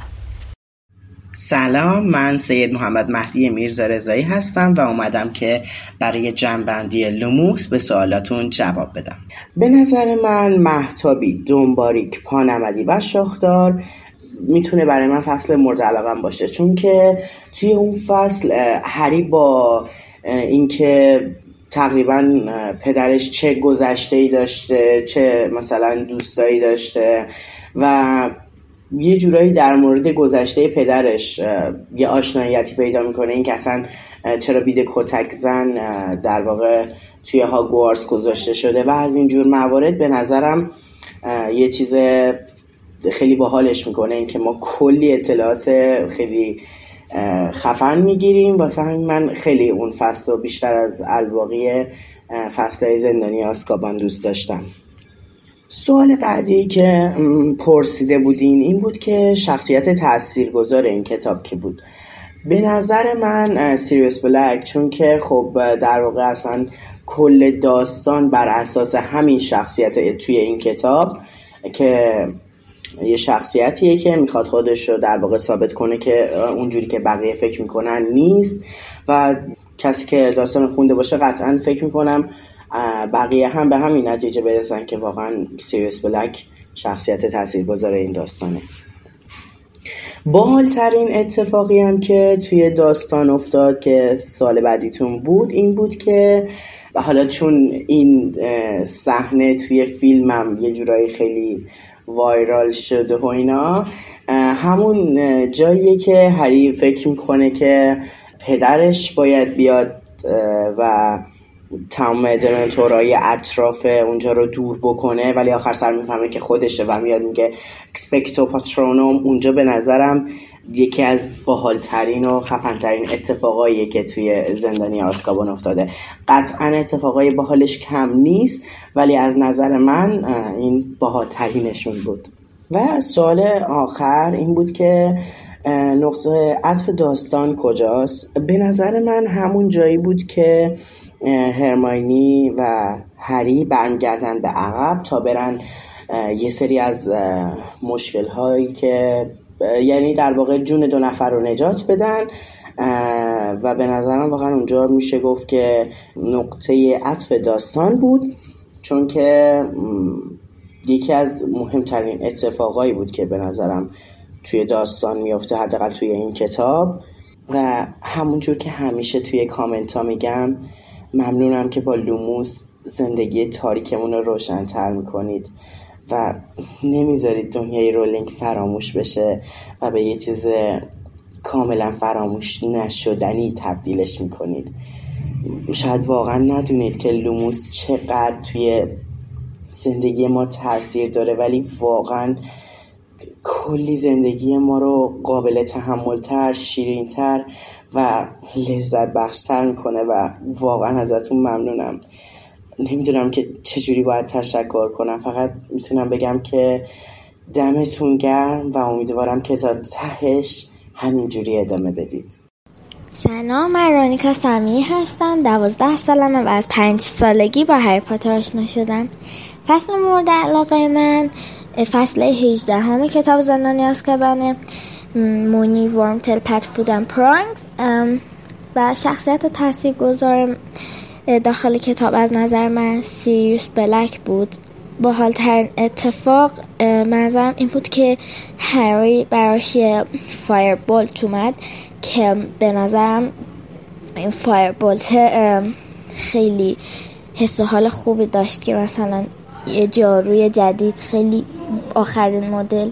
سلام، من سید محمد مهدی میرزا رضایی هستم و اومدم که برای جمع‌بندی لوموس به سوالاتون جواب بدم. به نظر من مهتابی، دنباریک، پانمدی و شاخدار میتونه برای من فصل مورد علاقه‌ام باشه، چون که توی اون فصل هری با اینکه تقریبا پدرش چه گذشته‌ای داشته، چه مثلا دوستایی داشته و یه جورایی در مورد گذشته پدرش یه آشناییتی پیدا میکنه، این که اصلا چرا بید کتک زن در واقع توی هاگوارتس گذاشته شده و از اینجور موارد به نظرم یه چیز خیلی باحالش میکنه، این که ما کلی اطلاعات خیلی خفن میگیریم. واسه همین من خیلی اون فصل رو بیشتر از الباقی فصلهای زندانی آزکابان دوست داشتم. سوال بعدی که پرسیده بودین این بود که شخصیت تاثیرگذار این کتاب کی بود. به نظر من سیریوس بلک، چون که خب در واقع اصلا کل داستان بر اساس همین شخصیت توی این کتاب که یه شخصیتیه که میخواد خودش رو در واقع ثابت کنه که اونجوری که بقیه فکر میکنن نیست و کسی که داستان خونده باشه قطعا فکر میکنم بقیه هم به همین نتیجه برسن که واقعا سیریوس بلک شخصیت تاثیرگذار این داستانه. باحال‌ترین اتفاقی هم که توی داستان افتاد که سال بعدیتون بود این بود که حالا چون این صحنه توی فیلمم یه جورایی خیلی وایرال شده و اینا، همون جاییه که هری فکر میکنه که پدرش باید بیاد و تمام دمنتورای اطراف اونجا رو دور بکنه، ولی آخر سر میفهمه که خودشه و میاد میگه اکسپکتو پاترونوم. اونجا به نظرم یکی از باحالترین و خفنترین اتفاقاییه که توی زندانی آزکابان افتاده. قطعا اتفاقای باحالش کم نیست، ولی از نظر من این باحالترینشون بود. و سوال آخر این بود که نقطه عطف داستان کجاست؟ به نظر من همون جایی بود که هرماینی و هری برمیگردن به عقب تا برن یه سری از مشکل هایی که یعنی در واقع جون دو نفر رو نجات بدن و به نظرم واقعا اونجا میشه گفت که نقطه عطف داستان بود، چون که یکی از مهمترین اتفاقایی بود که به نظرم توی داستان میفته، حداقل توی این کتاب. و همونجور که همیشه توی کامنت ها میگم ممنونم که با لوموس زندگی تاریکمون رو روشن‌تر میکنید و نمیذارید دنیای رولینگ فراموش بشه و به یه چیز کاملا فراموش نشدنی تبدیلش میکنید. شاید واقعا ندونید که لوموس چقدر توی زندگی ما تاثیر داره، ولی واقعا کلی زندگی ما رو قابل تحمل‌تر، شیرین‌تر و لذت بخش‌تر میکنه و واقعا ازتون ممنونم. نمیدونم که چجوری باید تشکر کنم، فقط میتونم بگم که دمتون گرم و امیدوارم که تا تهش همینجوری ادامه بدید. سلام، من رونیکا سمیعی هستم. دوازده سالمه و از پنج سالگی با هری پاتر آشنا شدم. فصل مورد علاقه من فصل هجده همه کتاب زندانی آزکابانه، مونی، ورمتل، پتفود و پرانگز. و شخصیت تاثیرگذار داخل کتاب از نظر من سیریوس بلک بود. باحال‌ترین اتفاق منظرم این بود که هری براش فایر بولت اومد که به نظرم این فایر بولت خیلی حس و حال خوبی داشت که مثلا یه جاروی جدید خیلی آخرین مدل.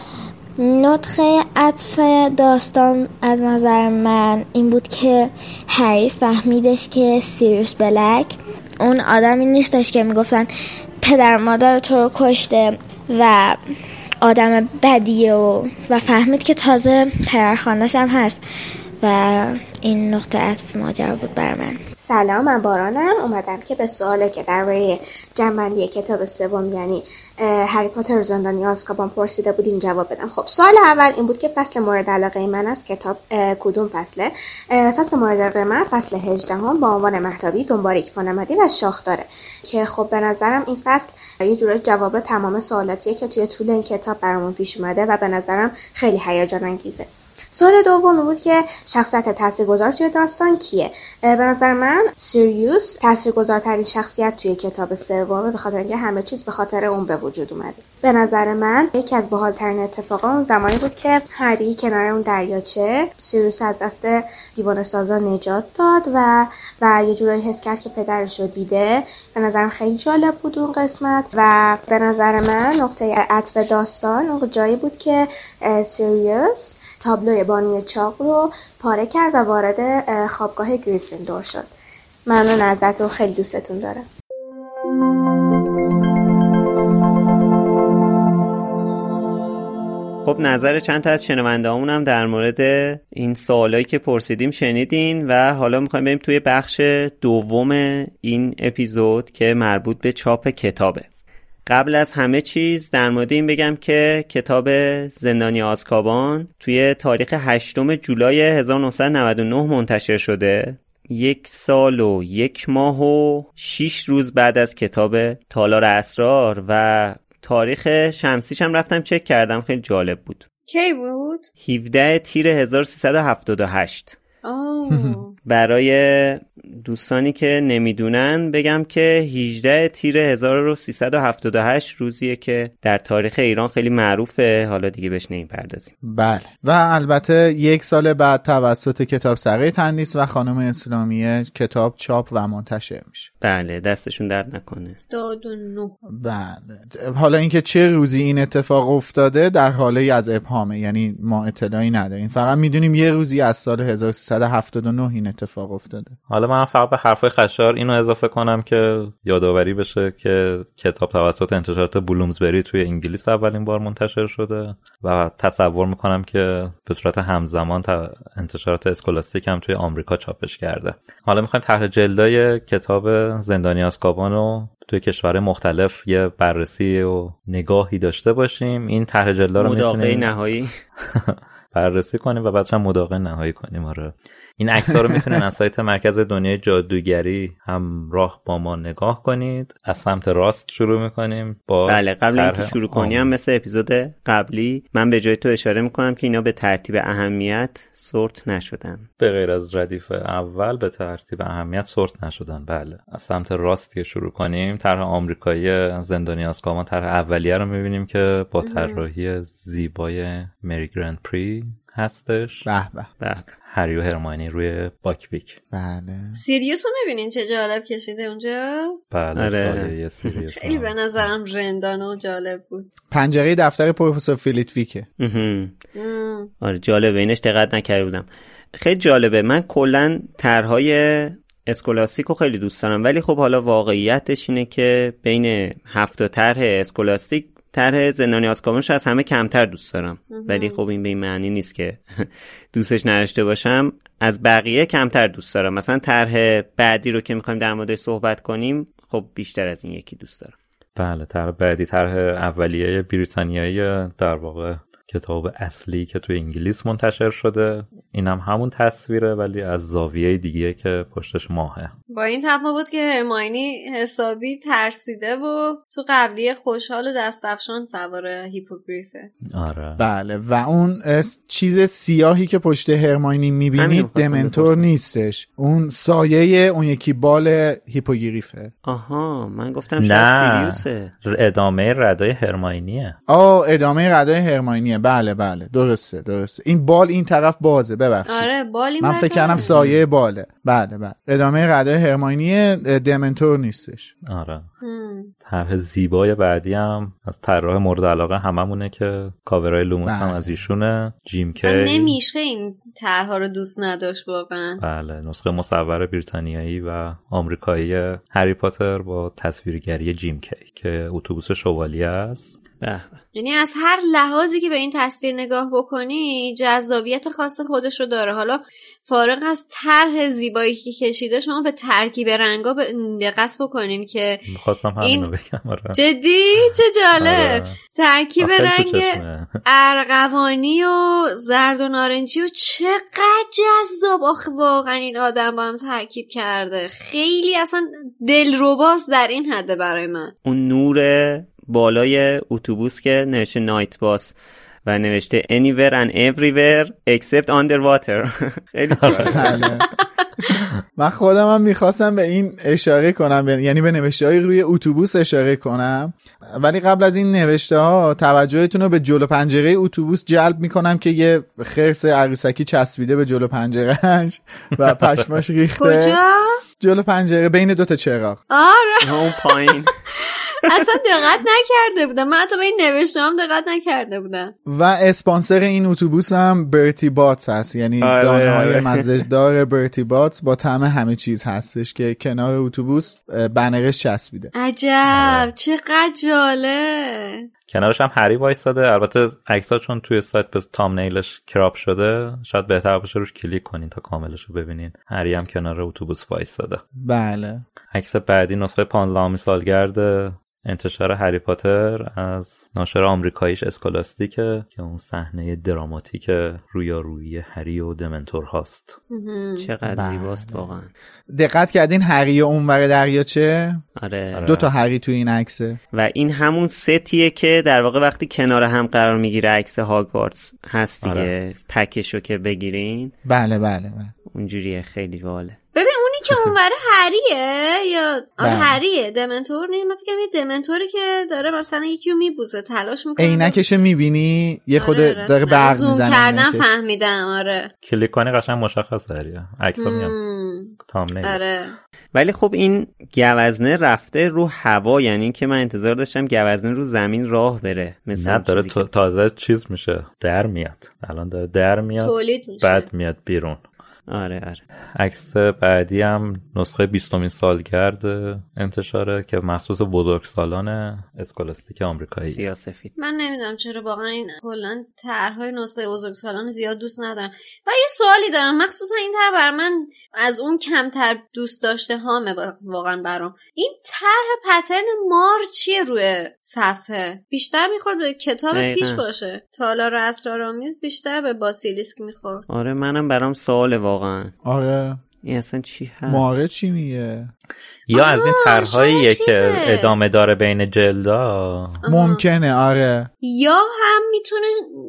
نطقه عطف داستان از نظر من این بود که هری فهمیدش که سیریوس بلک اون آدمی نیستش که میگفتن پدر مادر تو رو کشته و آدم بدیه و, و فهمید که تازه پدرخوانده‌ش هم هست و این نقطه عطف ماجرا بود بر من. سلام، من بارانم. اومدم که به سوالی که درباره جنبندی کتاب سوم یعنی هری پاتر و زندانی آزکابان پرسیده بودین جواب بدم. خب سوال اول این بود که فصل مورد علاقه من از کتاب کدوم فصله؟ فصل مورد علاقه من فصل هجده هم با عنوان مهتابی، دنباریک، پانمدی و شاخ داره که خب به نظرم این فصل یه جوری جواب تمام سوالاتیه که توی طول این کتاب برامون پیش اومده و به نظرم خیلی هیجان انگیزه. سوال دوم بود که شخصیت تاثیرگذار توی داستان کیه؟ به نظر من سیریوس تاثیرگذارترین شخصیت توی کتاب سومه، به خاطر اینکه همه چیز به خاطر اون به وجود اومده. به نظر من یکی از باحال‌ترین اتفاقا اون زمانی بود که هری کنار اون دریاچه سیریوس از دست دیوانه‌سازا نجات داد و و یه جورایی حس کرد که پدرش رو دیده. به نظرم خیلی جالب بود اون قسمت و به نظر من نقطه عطف داستان اون جایی بود که سیریوس تابلوی بانوی چاق رو پاره کرد و وارد خوابگاه گریفیندور شد. ممنون ازتون، خیلی دوستتون دارم. خب نظر چند تا از شنونده‌هامون هم در مورد این سوالایی که پرسیدیم شنیدین و حالا می‌خوایم بریم توی بخش دوم این اپیزود که مربوط به چاپ کتابه. قبل از همه چیز در مورد این بگم که کتاب زندانی آزکابان توی تاریخ هشتم جولای هزار و نهصد و نود و نه منتشر شده، یک سال و یک ماه و شیش روز بعد از کتاب تالار اسرار، و تاریخ شمسیش هم رفتم چک کردم، خیلی جالب بود. کی بود؟ هفده تیر هزار و سیصد و هفتاد و هشت. برای دوستانی که نمیدونن بگم که هجده تیر هزار و سیصد و هفتاد و هشت روزیه که در تاریخ ایران خیلی معروفه، حالا دیگه بهش نمیپردازیم. بله، و البته یک سال بعد توسط کتاب سرای تندیس و خانم اسلامیه کتاب چاپ و منتشر میشه. بله، دستشون درد نکنه. هفتاد و نه. بله، حالا اینکه چه روزی این اتفاق افتاده در حاله از ابهامه، یعنی ما اطلاعی نداریم، فقط میدونیم یه روزی از سال هزار و سیصد و هفتاد و نه این اتفاق افتاده. حالا من فقط به حرفای خشار اینو اضافه کنم که یادآوری بشه که کتاب توسط انتشارات بلومزبری توی انگلیس اولین بار منتشر شده و تصور میکنم که به صورت همزمان انتشارات اسکولاستیک هم توی آمریکا چاپش کرده. حالا میخوایم طرح جلدای کتاب زندانی آزکابان رو توی کشورهای مختلف یه بررسی و نگاهی داشته باشیم. این طرح جلدا رو میتونیم مداقه نهایی بررسی کنیم و بعدش هم مداقه نهایی کنیم. آره، این عکس‌ها رو میتونین از سایت مرکز دنیای جادوگری همراه با ما نگاه کنید. از سمت راست شروع میکنیم با بله، قبل اینکه شروع کنیم مثل اپیزود قبلی من به جای تو اشاره میکنم که اینا به ترتیب اهمیت سورت نشدن، به غیر از ردیف اول به ترتیب اهمیت سورت نشدن. بله، از سمت راست که شروع کنیم، طرح آمریکایی زندانی آزکابان طرح اولیه رو میبینیم که با طراحی زیبای مری گرند پری هستش. به به به هری و هرماینی روی باکپیک. بله، سیریوس رو میبینین چه جالب کشیده اونجا؟ بله، سایه سیریوس خیلی به نظرم رندانه و جالب بود. پنجره دفتر پروفسور فیلیتویکه. آره جالبه، اینش دقت نکرده بودم. خیلی جالبه. من کلا طرحهای اسکولاستیک رو خیلی دوست دارم، ولی خب حالا واقعیتش اینه که بین هفت تا طرح اسکولاستیک طرح زندانی آزکابانش از همه کمتر دوست دارم، ولی خب این به این معنی نیست که دوستش نداشته باشم. از بقیه کمتر دوست دارم. مثلا طرح بعدی رو که میخوایم در موردش صحبت کنیم خب بیشتر از این یکی دوست دارم. بله، طرح بعدی طرح اولیه بریتانیایی، در واقع کتاب اصلی که توی انگلیس منتشر شده. اینم هم همون تصویره ولی از زاویه دیگه که پشتش ماهه. با این تفاوت که هرماینی حسابی ترسیده و تو قبلی خوشحال و دستفشان سوار هیپوگریفه. آره بله، و اون چیز سیاهی که پشت هرماینی میبینید دمنتور نیستش، اون سایه اون یکی بال هیپوگریفه. آها، من گفتم شاید سیریوسه. ادامه ردای هرماینیه. آه، ادامه ردای هرماینیه. بله بله، درسته درسته. این بال این طرف بازه، ببخشید. آره، بال این من فکر کردم سایه باله. بله بله، ادامه ردای هرماینیه، دمنتور نیستش. آره. طرح زیبای بعدی هم از طراح مورد علاقه هممونه که کاورای لوموس هم از ایشونه، جیم کی. نمیشه این طرح‌ها رو دوست نداشت واقعا. بله، نسخه مصور بریتانیایی و آمریکایی هری پاتر با تصویرگری جیم کی که اتوبوس شوالیه است. یعنی از هر لحاظی که به این تصویر نگاه بکنی جذابیت خاص خودش رو داره. حالا فارغ از طرح زیبایی که کشیده، شما به ترکیب رنگا دقت بکنین که می‌خواستم همینو بگم. آره. جدی چه جالب. آره. ترکیب رنگ ارغوانی و زرد و نارنجی و چقدر جذاب. آخه واقعا این آدم با هم ترکیب کرده. خیلی اصلا دلرباست در این حد برای من. اون نور بالای اتوبوس که نوشته نایت باس و نوشته anywhere and everywhere except underwater. خیلی خوبه. من خودم هم میخواستم به این اشاره کنم، یعنی به نوشته های روی اتوبوس اشاره کنم، ولی قبل از این نوشته ها توجهتون رو به جلو پنجره اتوبوس جلب میکنم که یه خرس عروسکی چسبیده به جلو پنجرهش و پشماش ریخته. کجا؟ جلو پنجره بین دوتا چراغ. آره اون پایین. اصلا دقت نکرده بودم. من حتی به این نوشته هم دقت نکرده بودم. و اسپانسر این اتوبوس هم برتی باتس هست، یعنی دانه های مزه‌دار برتی باتس با طعم همه چیز هستش که کنار اتوبوس بنرش چسبیده. عجب، چقدر جالب. کنارش هم هری وایساده. البته عکس‌ها چون توی سایت به تامنیلش کراپ شده شاید بهتر باشه روش کلیک کنین تا کاملش رو ببینین. هری هم کنار اتوبوس وایساده. بله. عکس بعدی نسخه پانزدهمین سالگرد انتشار هری پاتر از ناشر آمریکاییش اسکولاستیکه که اون صحنه دراماتیک رویارویی هری و دمنتور هاست. چقدر زیباست واقعا. دقت کردین هری اونور دریاچه؟ آره. دو تا هری تو این عکسه و این همون ستیه که در واقع وقتی کنار هم قرار میگیره عکس هاگوارتس هست دیگه. آره. پکشو که بگیرین. بله بله بله. اونجوریه، خیلی باله. ببین اونی که اونور هریه یا آره هریه دمنتور نیست. من فکرم یه دمنتوری که داره مثلا یکی رو میبوزه تلاش میکنه. عینکشو میبینی یه خود آره داره برق میزنه. زوم کردم فهمیدم. آره کلیک کنی قشنگ مشخصه هریه. عکسا میام تامنیل. آره. ولی خب این گوزنه رفته رو هوا، یعنی که من انتظار داشتم گوزنه رو زمین راه بره. مثلا نه داره تو... تازه چیز میشه، در میاد. الان داره در میاد تولید میشه، بعد میاد بیرون. آره آره. عکس بعدی هم نسخه بیستمین سالگرد انتشاره که مخصوص بزرگسالان اسکولاستیک آمریکایی. سیاه‌سفید. من نمیدونم چرا واقعا این کلا طرح‌های نسخه بزرگسالان زیاد دوست ندارم. و یه سوالی دارم، مخصوصا این طرح بر من از اون کمتر دوست داشته هامه واقعا برام. این طرح پترن مار چیه روی صفحه؟ بیشتر میخورد به کتاب دقیقا. پیش باشه. تالار اسرارآمیز بیشتر به باسیلیسک میخورد. آره منم برام سوال واقعا. آره این اصلا چی هست؟ ماره چی میگه؟ یا از این طرح‌هاییه که ادامه داره بین جلدا. ممکنه آره. یا هم میتونه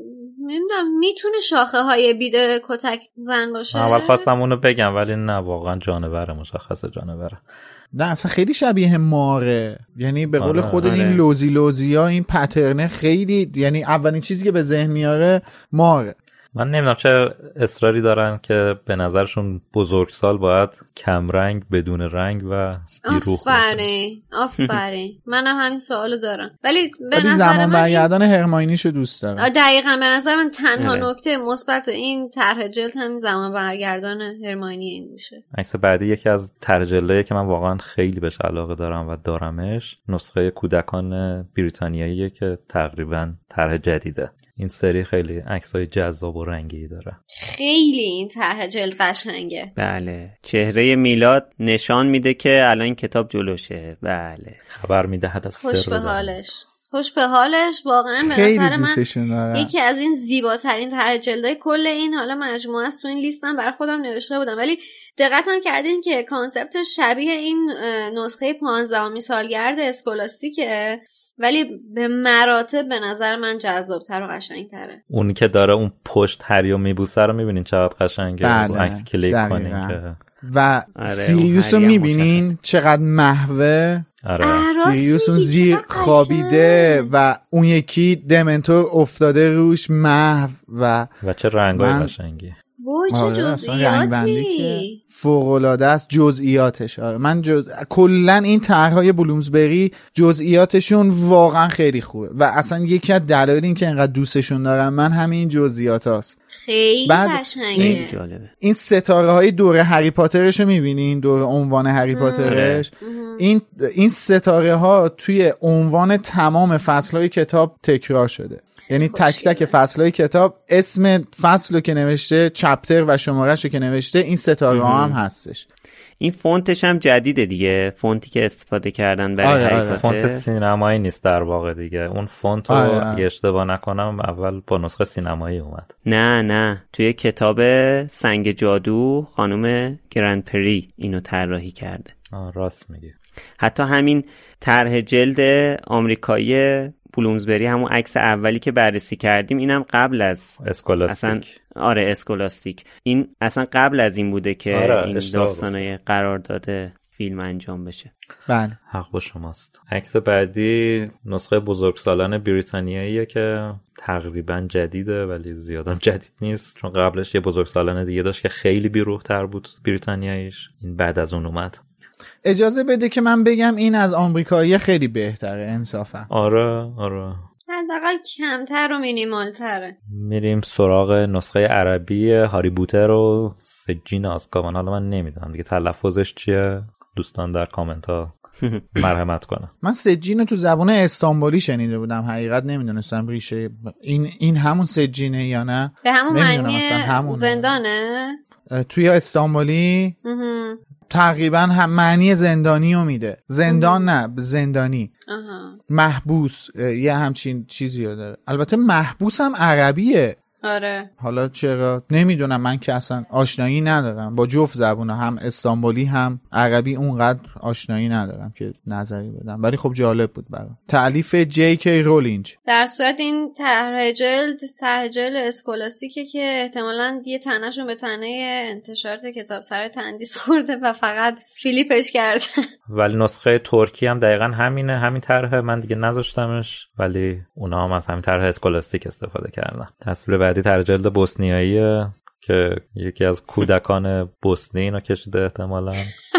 نمیدونم میتونه شاخه های بیده کتک زن باشه. اول خواستم اونو بگم ولی نه واقعا جانوره، مشخصه جانوره. نه اصلا خیلی شبیه ماره، یعنی به قول آره، خود آره. این لوزی لوزی ها این پترنه خیلی، یعنی اولین چیزی که به ذهن میاره ماره. من نمیدونم چه اصراری دارن که به نظرشون بزرگسال باید کمرنگ بدون رنگ و بیروح باشه. آفرین آفرین. منم همین سوالو دارم ولی به نظر زمان من برگردان هرماینیشو دوست دارم. دقیقاً به نظر من تنها اره. نکته مثبت این طرح جلد همین زمان برگردان هرماینی این باشه. عکس بعدی یکی از طرح جلدیه که من واقعا خیلی بهش علاقه دارم و دارمش، نسخه کودکان بریتانیاییه که تقریبا طرح جدیده. این سری خیلی عکسای جذاب و رنگی داره. خیلی این طرح جلد قشنگه. بله. چهره میلاد نشان میده که الان این کتاب جلوشه. بله. خبر میدهد از سر. خوش به حالش. خوش به حالش واقعا. به نظر من یکی از این زیباترین طرح جلدای کل این حالا مجموعه است. تو این لیستم برای خودم نوشته بودم ولی دقتم کردین که کانسپت شبیه این نسخه پانزدهمین سالگرد اسکولاستیکه ولی به مراتب به نظر من جذاب‌تر و قشنگ‌تره. اونی که داره اون پشت هریو میبوسه رو میبینین چقدر قشنگه. بله. عکس کلیک کنین که و سیریوس رو میبینین چقدر محوه. آره. سیریوس اون زیر خوابیده و اون یکی دمنتور افتاده روش محو و و چه رنگای قشنگی. وای چه جزئیاتی فوق‌العاده است جزئیاتش. آره من جز... کلا این طرح‌های بلومزبری جزئیاتشون واقعا خیلی خوبه و اصلا یکی از دلایل این که انقدر دوستشون دارم من همین جزئیاتاست. خیلی قشنگه. این, این ستاره های دور هری پاترش رو میبینین، دور عنوان هری پاترش. این این ستاره ها توی عنوان تمام فصل‌های کتاب تکرار شده. یعنی تک تک فصل‌های کتاب اسم فصل رو که نوشته، چپتر و شماره‌اش رو که نوشته، این ستاره ها هم هستش. این فونتش هم جدیده دیگه، فونتی که استفاده کردن برای آره، هری آره. پاتر. فونت سینمایی نیست در واقع دیگه. اون فونت رو آره، آره. اگه اشتباه نکنم اول با نسخه سینمایی اومد. نه نه توی کتاب سنگ جادو خانم گرندپری اینو طراحی کرده. آه راست میگی. حتی همین طرح جلد آمریکایی بلومزبری، همون عکس اولی که بررسی کردیم، اینم قبل از اسکولاستیک. اصلا آره اسکولاستیک. این اصلا قبل از این بوده که آره، این داستانای قرار داده فیلم انجام بشه. بله حق با شماست. عکس بعدی نسخه بزرگسالان بریتانیاییه که تقریبا جدیده ولی زیادم جدید نیست، چون قبلش یه بزرگسالان دیگه داشت که خیلی بیروح‌تر بود بریتانیاییش. این بعد از اون اومد. اجازه بده که من بگم این از آمریکایی خیلی بهتره انصافا. آره آره. حداقل کمتر و مینیمالتره. میریم سراغ نسخه عربی هاری پاتر و سجین آزکابان. حالا من نمیدونم دیگه تلفظش چیه، دوستان در کامنت ها مرحمت کنم. من سجین تو زبان استانبولی شنیده بودم، حقیقت نمیدونستم ریشه این این همون سجینه یا نه. به همون معنی زندانه توی استانبولی تقریبا هم معنی زندانی رو میده. زندان نه، زندانی. آها. محبوس یه همچین چیزی رو داره. البته محبوس هم عربیه. آره. حالا چرا نمیدونم، من که اصلا آشنایی ندارم با جفت زبونه، هم استانبولی هم عربی اونقدر آشنایی ندارم که نظری بدم، ولی خب جالب بود برام. تألیف جی کی رولینج. در صورت این طرح جلد طرح جلد اسکولاستیکه که احتمالاً یه تنهشون به تنه انتشارات کتاب سر تندیس خورده و فقط فیلیپش کرده. ولی نسخه ترکی هم دقیقاً همینه، همین طرح، من دیگه نذاشتمش، ولی اونا هم از همین طرح اسکولاستیک استفاده کردن. تصویر بعدی طرح جلد بوسنیاییه که یکی از کودکان بوسنی اینو کشیده احتمالاً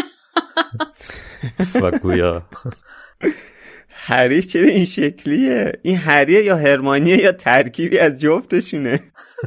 و گویا هری چرا این شکلیه؟ این هریه یا هرمانیه یا ترکیبی از جفتشونه؟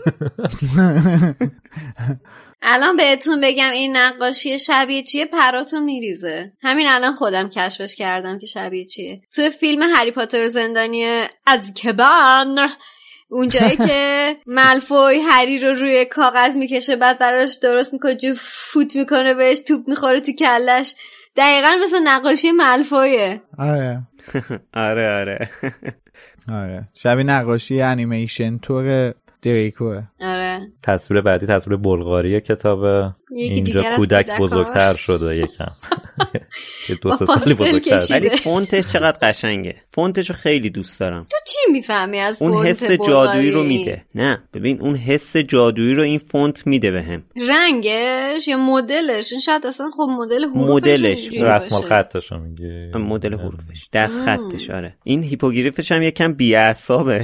الان بهتون بگم این نقاشی شبیه چیه پراتون میریزه. همین الان خودم کشفش کردم که شبیه چیه. توی فیلم هری پاتر زندانی ازکبان، اونجایی که مالفوی هری رو روی کاغذ میکشه بعد براش درست میکنه جو فوت میکنه بهش توپ میخوره تو کلش، دقیقا مثل نقاشی مالفویه. آره آره آره آره شبیه نقاشی انیمیشن تور دریکوه. آره. تصویر بعدی تصویر بلغاری کتابه. اینجا کودک بزرگتر شده یکم. یه دو سه سالی بزرگتر، ولی فونتش چقدر قشنگه. فونتشو خیلی دوست دارم. تو چی میفهمی از فونت اون حس جادویی رو میده. نه ببین اون حس جادویی رو این فونت میده بهم. رنگش یا مدلش؟ این شاید اصلا خب مدل حروفش، مدلش رسم الخطش رو میگه، مدل حروفش، دست خطش. آره این هیپوگریفش هم یکم بی‌اعصابه.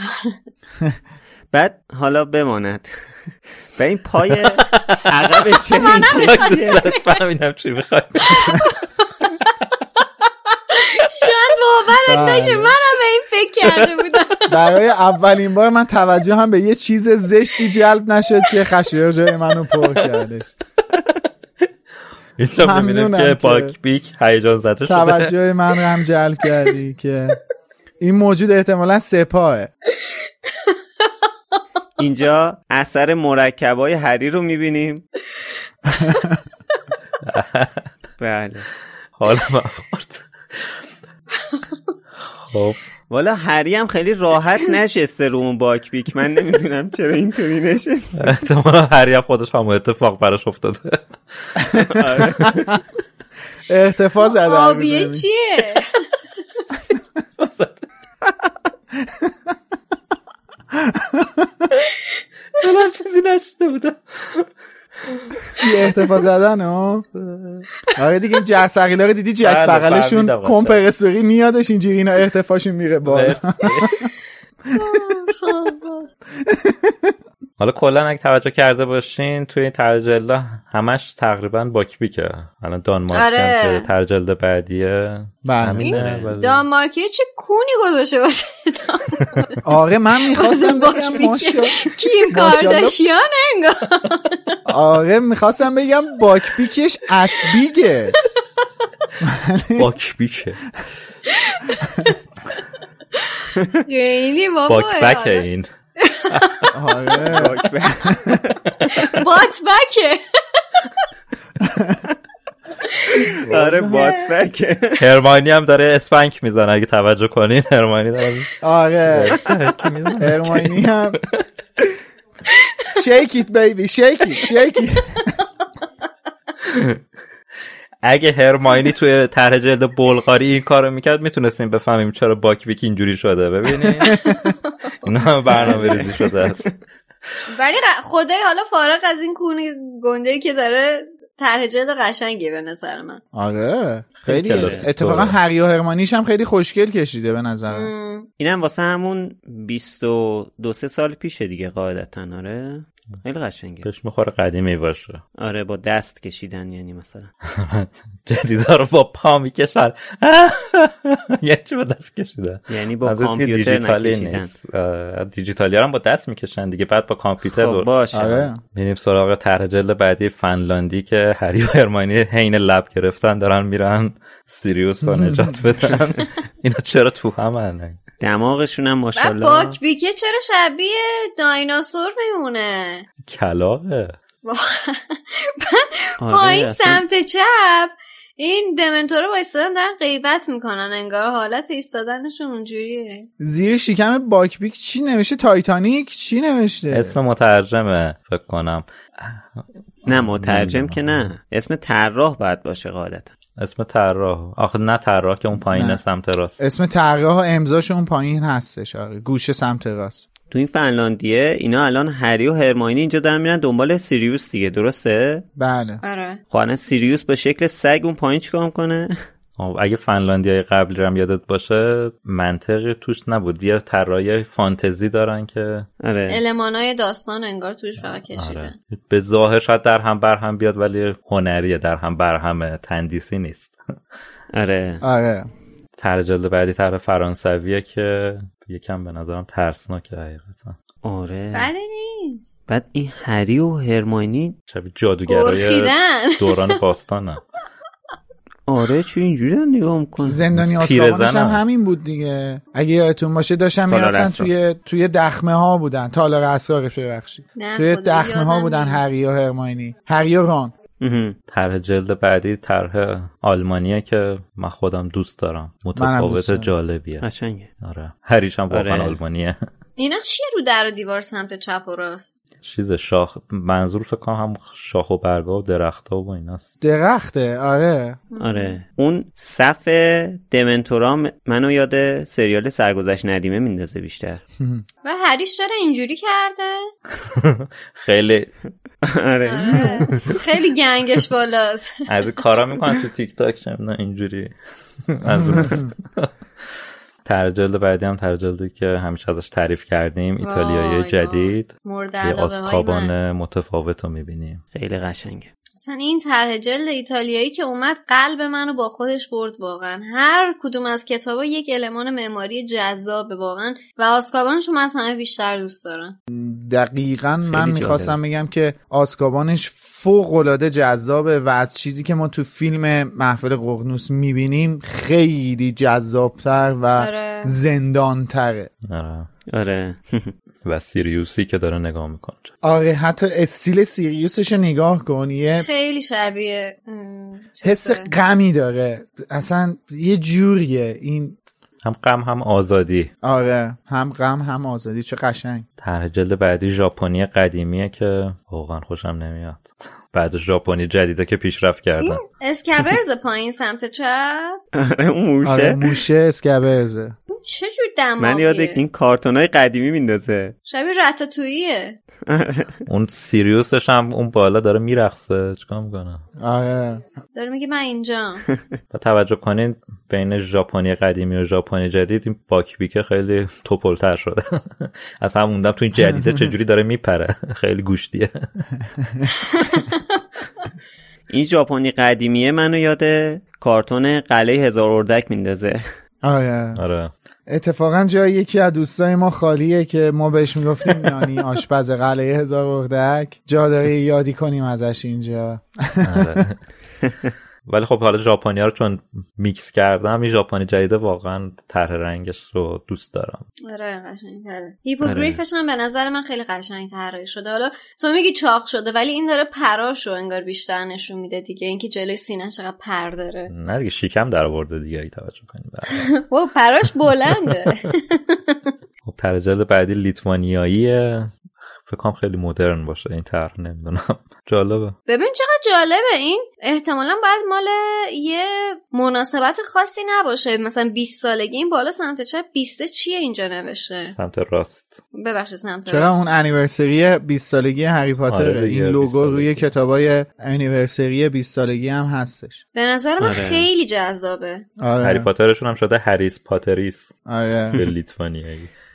بعد حالا بماند و این پای عقبش چه اینطوریه؟ فهمیدم چی میخوای. شاید باورت نشه منم به این فکر کرده بودم. برای اولین بار من توجه هم به یه چیز زشتی جلب نشد که خشایار جای منو پر کردش. اینجا ببینیم که باک بیک هیجان زده شده. توجه من هم جلب کردی که این موجود احتمالاً سپاهه. اینجا اثر مرکبای هری رو میبینیم. بله حالا من خورد. خب والا هری هم خیلی راحت نشسته رو اون باک بیک، من نمیدونم چرا اینطوری نشسته. احتمالا هری هم خودش هم اتفاق براش افتاده. ارتفاع زده. آبیه چیه؟ دلم چیزی نشده بودم. چی ارتفاع زدن ها؟ آره دیگه این جرثقیلا رو دیدی جک بغلشون کمپرسوری میادش اینجوری اینا ارتفاعشون میره بالا. حالا کلا اگه توجه کرده باشین توی این ترجلده همش تقریبا باکبیکه. الان دانمارک آره. هم که ترجلده بعدیه همینه. دانمارکی چه کونی گذاشته باشه. آره من میخواستم بگم ماشاءالله کیم کارداشیان انگار. آره میخواستم بگم باکبیکش اسبیگه. باکبیکه خیلی بابا باکبکه این. آره بات بکه. آره بات بکه. هرماینی هم داره اسپنک میزنه اگه توجه کنین. هرماینی داره آره هرماینی هم shake it baby shake it shake it. اگه هرماینی توی طرح جلد بلغاری این کارو میکرد میتونستیم بفهمیم چرا باکبیک اینجوری شده. ببینین اینا هم برنامه ریزی شده است. ولی خدای حالا فارغ از این کونی گنده‌ای که داره طرح جلد قشنگه به نظر من. آره خیلی اتفاقا هری و هرمانیش هم خیلی خوشگل کشیده به نظرم. اینم واسه همون بیست و دو سه سال پیشه دیگه قاعدتا. آره خیلی قشنگه. بهش میخوره قدیمی باشه. آره با دست کشیدن یعنی مثلا جدیدا رو با پا میکشن یعنی چی با دست کشیدن یعنی با کامپیوتر نکشیدن. دیجیتالی هم با دست میکشن دیگه بعد با کامپیوتر. خب باشه. آره. میریم سراغ طرح جلد بعدی فنلاندی که هری و هرمیونی حین لب گرفتن دارن میرن سیریوس رو نجات بدن. اینا چرا تو همن؟ دماغشون هم ماشاءالله. باک بیکه چرا شبیه دایناسور میمونه؟ کلاغه. پایین سمت چپ این دمنتورا وایسادن دارن غیبت میکنن، انگار حالت ایستادنشون اونجوریه. زیر شکم باک بیک چی نوشته؟ تایتانیک چی نوشته؟ اسم مترجمه فکر کنم. نه مترجم که نه، اسم طراح باید باشه غالبا. اسم طراح آخه نه طراح که اون پایین سمت راست. اسم طراح و امضاش اون پایین هستش. آره گوشه سمت راست. تو این فنلاندیه اینا الان هری و هرمیونی اینجا دارن میرن دنبال سیریوس دیگه، درسته؟ بله. آره. خب سیریوس به شکل سگ اون پایین چیکار میکنه؟ اگه فنلاندیای قبلی رو هم یادت باشه منطقی توش نبود، یه طراحی فانتزی دارن که آره المانای داستان انگار توش فقط کشیدن. آره. به ظاهر شاید در هم بر هم بیاد ولی هنریه، در هم بر هم تندیسی نیست. آره آره. طرح جلد بعدی طرح فرانسویه که یکم به نظرم ترسناکه حقیقتا. آره بده نیست. بعد این هری و هرمیونی شبیه جادوگرای دوران باستانه. آره چون اینجوری نگاه میکنه. زندانی آزکابانش هم همین بود دیگه، اگه یادتون باشه داشتن میرفتن توی توی دخمه ها بودن. تالار اسرارش ببخشید توی دخمه ها بودن هری و هرمیونی، هری و ران. طرح جلد بعدی طرح آلمانیه که من خودم دوست دارم، متفاوت جالبیه، قشنگه. آره هریش هم واقعا آره. آلمانیه. اینا چیه رو در و دیوار سمت چپ و راست؟ چیز شاخ، منظور فکر کنم هم شاخ و برگا و درخت‌ها و ایناست. درخته. آره آره اون صف دمنتورا منو یاد سریال سرگذشت ندیمه میندازه بیشتر. و هریش چرا اینجوری کرده؟ خیلی آره خیلی گنگش بالاست. از این کارا میکنن تو تیک تاک نه اینجوری از اونست. طرح جلد بعدی هم طرح جلدی که همیشه ازش تعریف کردیم، ایتالیایی جدید یه آزکابان متفاوت رو میبینیم. خیلی قشنگه. اصلا این طرح جلد ایتالیایی که اومد قلب منو با خودش برد واقعا. هر کدوم از کتابا یک المان معماری جذابه واقعا و آزکابانشو من از همه بیشتر دوست دارم. دقیقاً من میخواستم بگم که آزکابانش فوق‌العاده جذابه و از چیزی که ما تو فیلم محفل ققنوس میبینیم خیلی جذابتر و آره. زندانتره. آره آره و سیریوسی که داره نگاه میکنه. آره حتی استیل سیریوسش رو نگاه کن، یه خیلی شبیه حس غمی داره اصلا، یه جوریه این، هم غم هم آزادی. آره هم غم هم آزادی. چه قشنگ. طرح جلد بعدی ژاپنی قدیمیه که واقعا خوشم نمیاد. بعد ژاپنی جدیده که پیشرفت کردن. این اسکابرز پایین سمت چپ. آره موشه. آره موشه اسکابرزه. چه جور دماغیه؟ من یاد این کارتونای قدیمی میندازه. شبیه راتاتوییه. اون سیریوسش هم اون بالا داره میرقصه، چیکار میکنه؟ آره داره میگه من اینجام. با توجه کنین بین ژاپنی قدیمی و ژاپنی جدید این باک بیکه خیلی توپلتر شده. اصلا موندم تو این جدیده چجوری داره میپره، خیلی گوشتیه. این ژاپنی قدیمیه منو یاد کارتون قلعه هزار اردک میندازه. آره آره اتفاقا جای یکی از دوستای ما خالیه که ما بهش میگفتیم نانی آشپز قلعه هزار اردک، جا داره یادی کنیم ازش اینجا. آره. ولی خب حالا ژاپنی ها رو چون میکس کردم، این ژاپنی جدیده واقعا طرح رنگش رو دوست دارم. آره قشنگه. هیپوگریفش هم به نظر من خیلی قشنگ طراحی شده. حالا تو میگی چاق شده ولی این داره پراشو انگار بیشتر نشون میده دیگه، اینکه جلوی سینه چقدر پر داره. نه دیگه شیکم در آورده دیگه اگه توجه کنیم. و پراش بلنده. خب طرح جلد بعدی لیتوانیاییه، فکر کنم خیلی مدرن باشه این طرح، نمیدونم. جالبه. ببین چقدر جالبه این. احتمالاً باید مال یه مناسبت خاصی نباشه، مثلا بیست سالگی این بالا سمت چپ بیست چیه اینجا نوشته؟ سمت راست. ببخشید سمت راست. چرا اون انیورسری بیست سالگی هری پاتر. آره این لوگو روی کتابای انیورسری بیست سالگی هم هستش. به نظر من آره. خیلی جذابه. آره. هری پاترشون هم شده هریس پاتریس. آره. به لیتوانیایی.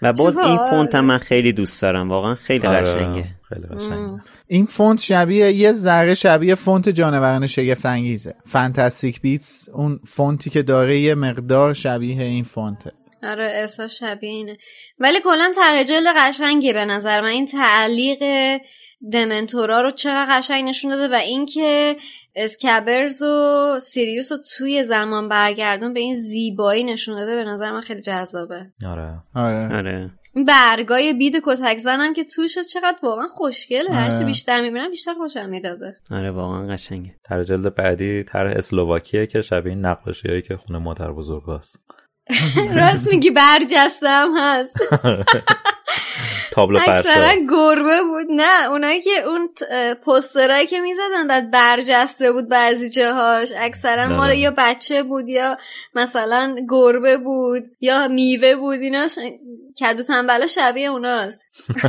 و باز این فونت هم من خیلی دوست دارم، واقعا خیلی قشنگه. خیلی قشنگه. این فونت شبیه یه ذره شبیه فونت جانوران شگفت انگیزه. فانتاستیک بیتس اون فونتی که داره یه مقدار شبیه این فونته. آره احساس شبیه اینه. ولی کلا طرح جلد قشنگه به نظر من. این تعلیق دمنتورا رو چقدر قشنگ نشون داده و اینکه اسکابرز و سیریوس رو توی زمان برگردون به این زیبایی نشون داده به نظر من خیلی جذابه. آره آره آره. برگای بید کتک زنم که توش چقدر واقعا خوشگله. هرچی بیشتر میبینم بیشتر خوشم میاد ازش. آره واقعا قشنگه. طرح جلد بعدی طرح اسلوواکیه که شبیه نقاشیایی که خونه مادر بزرگاست. راست میگی، برجسته هم هست. تابلو فرشا اکثرا گربه بود. نه اونایی که اون پوسترایی که میزدن بعد برجسته بود بعضی جاهاش، اکثرا مال یا بچه بود یا مثلا گربه بود یا میوه بود. ایناش کدو تنبلا شبیه اوناست.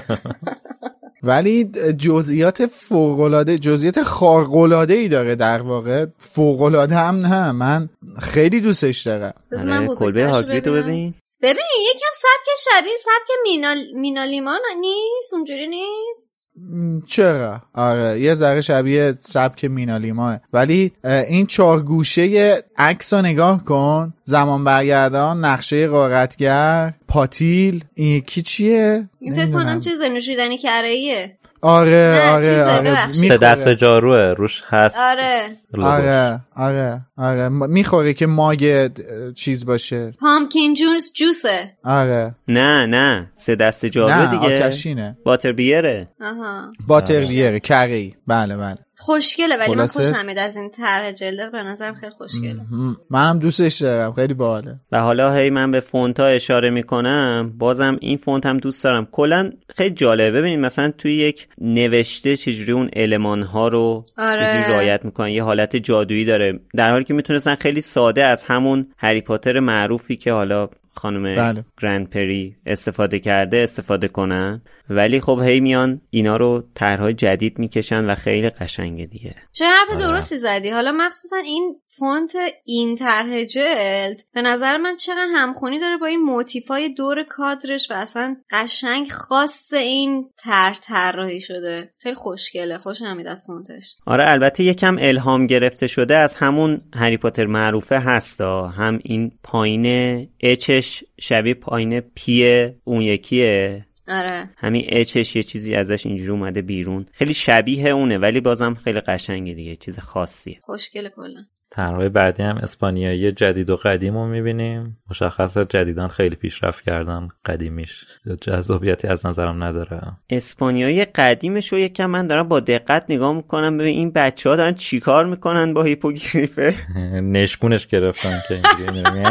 ولی جزئیات فوق‌العاده، جزئیات خارق‌العاده‌ای داره در واقع. فوق‌العاده هم نه، من خیلی دوستش دارم. آره کلبه هاگرید رو ببین. ببین یکم سبک شبیه سبک مینال مینالیمان نیست؟ اونجوری نیست؟ چرا؟ آره یه ذره شبیه سبک مینالیماه. ولی این چهار گوشه عکس رو نگاه کن، زمان برگردان، نقشه غارتگر، پاتیل، این یکی چیه؟ این فکر کنم چیز نوشیدنی کره‌ایه. آره آره آره سه دست جاروه روش هست. آره آره آره آره میخوره که ماگ چیز باشه. پامکین جوس جوسه. آره نه نه سه دست جارو دیگه. نه آتشینه. باتر بیره. آها باتر بیره کری. بله بله خوشگله. ولی من خوشم میاد از این طرح جلد، به نظرم خیلی خوشگله. منم دوستش دارم، خیلی باحاله. و حالا هی من به فونت ها اشاره میکنم، بازم این فونت هم دوست دارم. کلا خیلی جالبه. ببینید مثلا توی یک نوشته چجوری اون المان ها رو آره. چجوری رعایت میکنن. یه حالت جادویی داره، در حالی که میتونستن خیلی ساده از همون هری پاتر معروفی که حالا خانم بله. گرند پری استفاده کرده استفاده کنن، ولی خب هی میان اینا رو طرح‌های جدید میکشن و خیلی قشنگه دیگه. چه حرف درستی زدی. حالا مخصوصا این فونت این طرح جلد به نظر من چقدر همخونی داره با این موتیفای دور کادرش و اصلا قشنگ خاص این طرح طراحی شده. خیلی خوشگله، خوشم میاد از فونتش. آره البته یکم الهام گرفته شده از همون هری پاتر معروفه هستا. هم این پایین اچش شبیه پایین پی اون یکیه. آره همین اچش یه چیزی ازش اینجوری اومده بیرون، خیلی شبیه اونه ولی بازم خیلی قشنگه دیگه، چیز خاصیه. خوشگله کلا. طرح‌های بعدی هم اسپانیایی جدید و قدیم رو میبینیم. مشخصه جدیدان خیلی پیشرفت کردن، قدیمیش جذابیتی از نظرم نداره. اسپانیایی قدیمش رو یکم من دارم با دقت نگاه میکنم ببین این بچه‌ها دارن چیکار میکنن با هیپوگریفه. نشکونش گرفتن که اینجوری.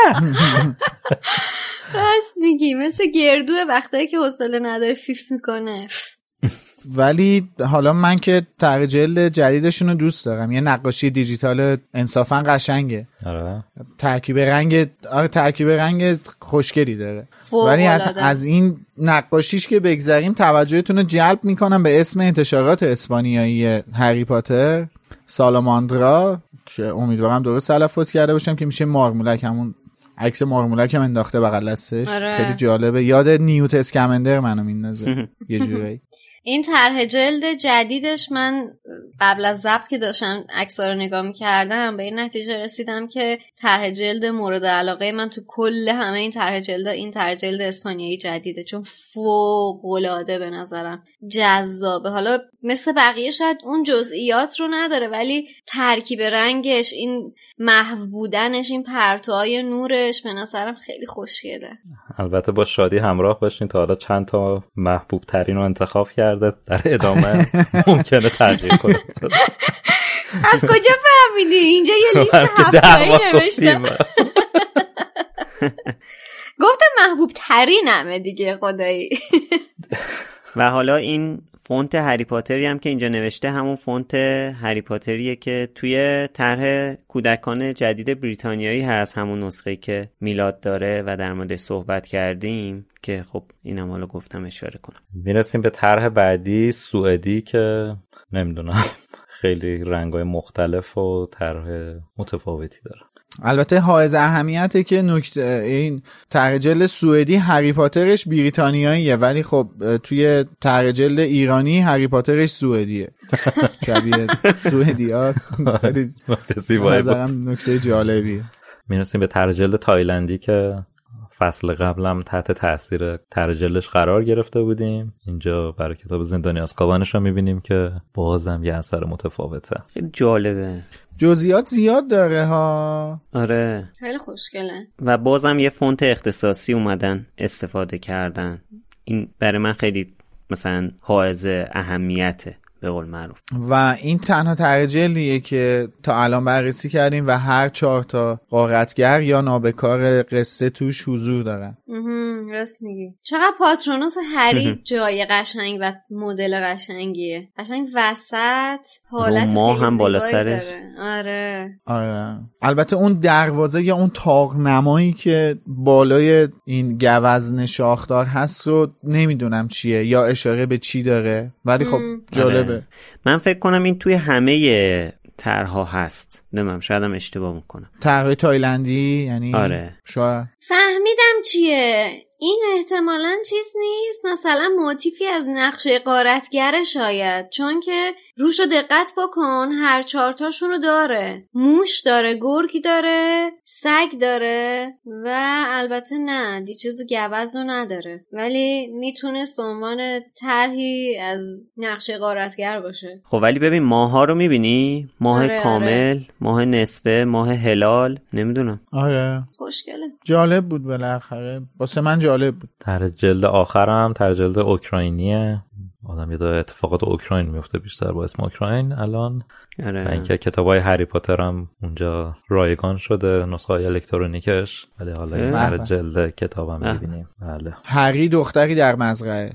راست میگی، مثل گردو وقتایی که حوصله نداره فیف میکنه. ولی حالا من که طرح جلد جدیدشون رو دوست دارم. یه نقاشی دیجیتال انصافا قشنگه. آره ترکیب رنگ آره ترکیب رنگ خوشگلی داره. ولی از, از این نقاشیش که بگذریم توجهتون رو جلب میکنم به اسم انتشارات اسپانیایی هری پاتر، سالاماندرا، که امیدوارم درست تلفظ کرده باشم، که میشه مارمولک، همون عکس مارمولک هم انداخته بغل دستش. آره. خیلی جالبه، یاد نیوت اسکمندر منو میندازه یه جوری. این طرح جلد جدیدش من قبل از ضبط که داشتم عکس‌ها رو نگاه می‌کردم به این نتیجه رسیدم که طرح جلد مورد علاقه من تو کل همه این طرح جلد این طرح جلد اسپانیایی جدیده، چون فوق‌العاده به نظرم جذابه. حالا مثل بقیه شاید اون جزئیات رو نداره ولی ترکیب رنگش، این محو بودنش، این پرتوهای نورش به نظرم خیلی خوشگله. البته با شادی همراه باشین تا حالا چند تا محبوب ترین رو انتخاب کرده، در ادامه ممکنه تغییر کنه. از کجا فهمیدی؟ اینجا یه لیست هفتایی نوشتم. گفتم محبوب ترینمه دیگه خدایی. و حالا این فونت هری پاتری هم که اینجا نوشته همون فونت هری پاتریه که توی طرح کودکان جدید بریتانیایی هست، همون نسخه‌ای که میلاد داره و در موردش صحبت کردیم که خب اینم حالا گفتم اشاره کنم. میرسیم به طرح بعدی، سوئدی، که نمیدونم خیلی رنگای مختلف و طرح متفاوتی داره. البته حائز اهمیته که نکته این طرح جلد سوئدی هری پاترش بریتانیاییه، ولی خب توی طرح جلد ایرانی هری پاترش سوئدیه. شبیه سوئدیاست. نکته جالبیه. میرسیم به طرح جلد تایلندی که فصل قبلم تحت تاثیر طرح جلدش قرار گرفته بودیم. اینجا برای کتاب زندانی آزکابانش رو میبینیم که بازم یه اثر متفاوته. خیلی جالبه، جزئیات زیاد داره ها. آره خیلی خوشگله و بازم یه فونت اختصاصی اومدن استفاده کردن. این برای من خیلی مثلا حائز اهمیته به قول معروف. و این تنها طرح جلدیه که تا الان بررسی کردیم و هر چهار تا قارتگر یا نابکار قصه توش حضور دارن. راست میگی. چقدر پاترونوس هری جای قشنگ و مدل قشنگیه. قشنگ وسط حالت ما خیلی هم بالا زیبایی سرش داره. آره. آره. البته اون دروازه یا اون طاق نمایی که بالای این گوزن شاخدار هست رو نمیدونم چیه یا اشاره به چی داره، ولی خب جالبه. من فکر کنم این توی همه طرح‌ها هست. نمیدونم، شاید هم اشتباه میکنم. طرح تایلندی یعنی آره شاید. فهمیدم چیه. این احتمالاً چیز نیست، مثلا موتیفی از نقشه غارتگره شاید، چون که روشو دقت بکن هر چهارتاشونو داره. موش داره، گرگی داره، سگ داره و البته نه دی چیز گوزنو نداره، ولی میتونست به عنوان طرحی از نقشه غارتگر باشه. خب ولی ببین ماها رو میبینی؟ ماه آره، کامل، آره. ماه نصفه، ماه هلال، نمیدونم. آره خوشگله. جالب بود بالاخره. واسه من جالب بود. طرح جلد آخرم طرح جلد اوکراینیه. آدم یه داره اتفاقات اوکراین میفته بیشتر با اسم اوکراین الان. آره. و اینکه کتابای هری پاتر هم اونجا رایگان شده، نسخه الکترونیکش، ولی حالا این طرح جلد کتابم میبینیم. بله. هری دختری در مزرعه.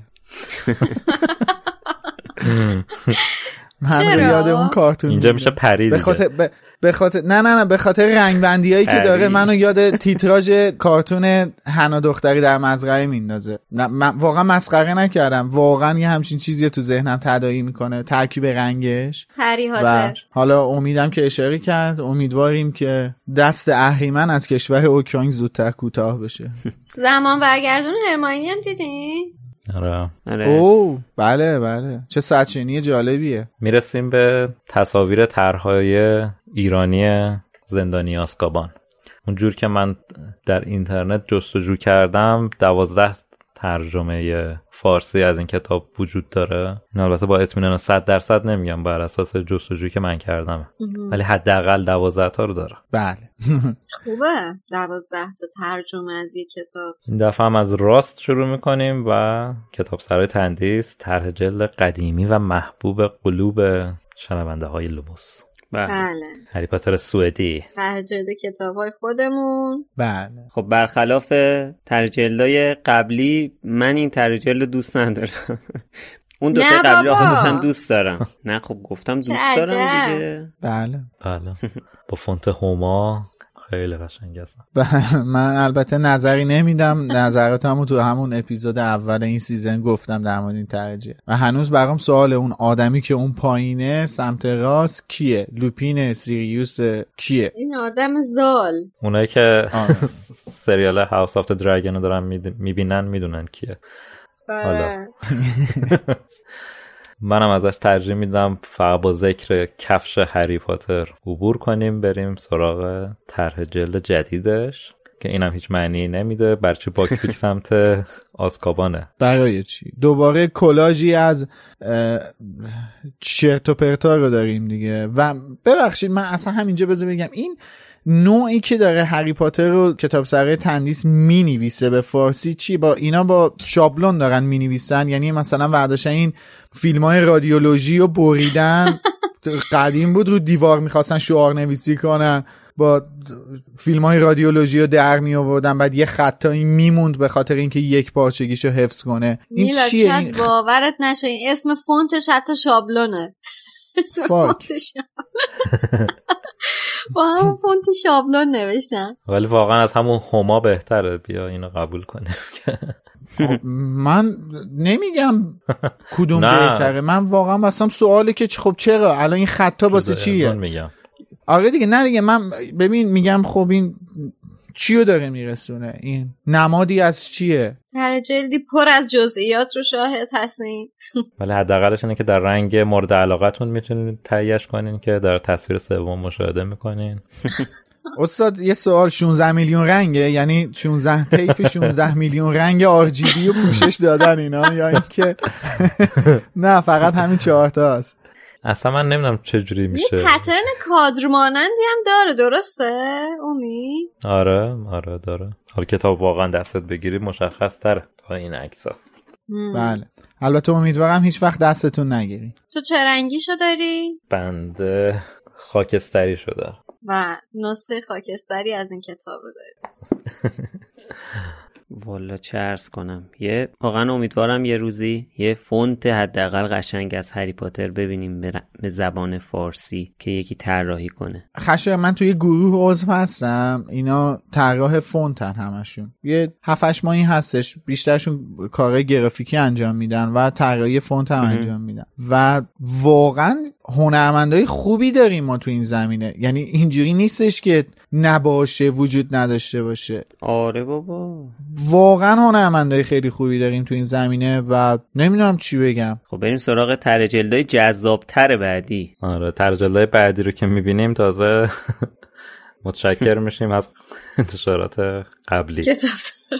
من یاد اون کارتون اینجا میشه پری به خاطر ب... به خاطر نه نه نه به خاطر رنگ بندیایی که داره منو یاد تیتراژ کارتون حنا دختری در مزرعه میندازه. من واقعا مسخره نکردم، واقعا یه همچین چیزی تو ذهنم تداعی میکنه، ترکیب رنگش. هری هاتر. حالا امیدم که اشاره کرد، امیدواریم که دست اهریمن از کشور اوکراین زودتر کوتاه بشه. زمان برگردون هرماینی هم دیدی؟ آره. آره. اوه بله بله، چه سرچینی جالبیه. میرسیم به تصاویر طرح‌های ایرانی زندانی آزکابان. اونجور که من در اینترنت جستجو کردم دوازده ترجمه فارسی از این کتاب وجود داره. این البته با اطمینان صد درصد نمیگم، بر اساس جستجویی که من کردم، ولی حداقل دوازده تا رو داره. بله. خوبه دوازده تا ترجمه از یک کتاب. این دفعه هم از راست شروع میکنیم و کتاب سرای تندیس، طرح جلد قدیمی و محبوب قلوب شنونده های لوموس. بله. هری پاتر سوئدی. طرح جلد کتاب‌های خودمون. بله. خب برخلاف طرح جلدای قبلی من این طرح جلد دوست ندارم. اون دو تا قبلی هم دوست دارم. نه خب گفتم دوست دارم دیگه. بله. بله. با فونت هوما خیلی قشنگ هستن. من البته نظری نمیدم، نظراتمو تو همون اپیزود اول این سیزن گفتم در مورد این ترجیح و هنوز برام سوال اون آدمی که اون پایینه سمت راست کیه؟ لوپین، سیریوس کیه؟ این آدم زال. اونایی که سریال هاوس آف دراگون رو دارن میبینن میدونن کیه. حالا منم ازش ترجیح میدم فقط با ذکر کفش هری پاتر عبور کنیم، بریم سراغ طرح جلد جدیدش که اینم هیچ معنی نمیده. برچی باکپیک سمت آزکابانه. برای چی؟ دوباره کلاژی از چرت و پرتا رو داریم دیگه. و ببخشید من اصلا همینجا بذار بگم این نوعی که داره هری پاتر رو کتاب سرای تندیس می نویسه به فارسی چی؟ با اینا با شابلون دارن می نویسن، یعنی مثلا ورداشتن این فیلم های رادیولوژی رو بریدن. قدیم بود رو دیوار میخواستن شعار نویسی کنن، با فیلم های رادیولوژی رو در می آوردن، بعد یه خطایی میموند به خاطر اینکه یک پارچگیشو حفظ کنه. این چیه؟ این باورت نشه این اسم فونتش حتی شابلونه. اسم فونتش با همون فونت شابلون نوشتن، ولی واقعا از همون هما بهتره. بیا اینو قبول کنیم. من نمیگم کدوم بهتره، من واقعا مثلا سوالی که خب چرا الان این خطا واسه چیه؟ میگم آره دیگه، نه دیگه من ببین میگم خب این چیو داره میرسونه، این نمادی از چیه؟ هر جلدی پر از جزئیات رو شاهد هستین. ولی حداقلش اینه که در رنگ مورد علاقتون میتونید تهیهش کنین که در تصویر سوم مشاهده میکنین. استاد یه سوال، شانزده میلیون رنگه؟ یعنی شانزده طیف شانزده میلیون رنگ آر جی بی رو پوشش دادن اینا یا اینکه نه فقط همین چهار تا است؟ اصلا من نمیدونم چه جوری میشه. یه پترن کادر مانندی هم داره، درسته امید؟ آره آره داره. حالا کتاب واقعا دستت بگیری مشخص تره تا این عکس‌ها. بله البته امیدوارم هیچ وقت دستتون نگیری. تو چه رنگیشو داری؟ بنده خاکستری شده و نسخه خاکستری از این کتاب رو داری. والا چه عرض کنم، یه واقعا امیدوارم یه روزی یه فونت حداقل قشنگ از هری پاتر ببینیم به زبان فارسی که یکی طراحی کنه. خشه من توی گروه عضو هستم، اینا طراح فونتن همشون، یه هفت هشت ماهی هستش، بیشترشون کارهای گرافیکی انجام میدن و طراحی فونت هم انجام میدن و واقعا هنرمندای خوبی داریم ما تو این زمینه. یعنی اینجوری نیستش که نباشه، وجود نداشته باشه. آره بابا واقعا هنرمندای خیلی خوبی داریم تو این زمینه و نمیدونم چی بگم. خب بریم سراغ طرح جلدای جذاب‌تر بعدی. آره طرح جلدای بعدی رو که میبینیم تازه متشکر میشیم از انتشارات قبلی. کتاب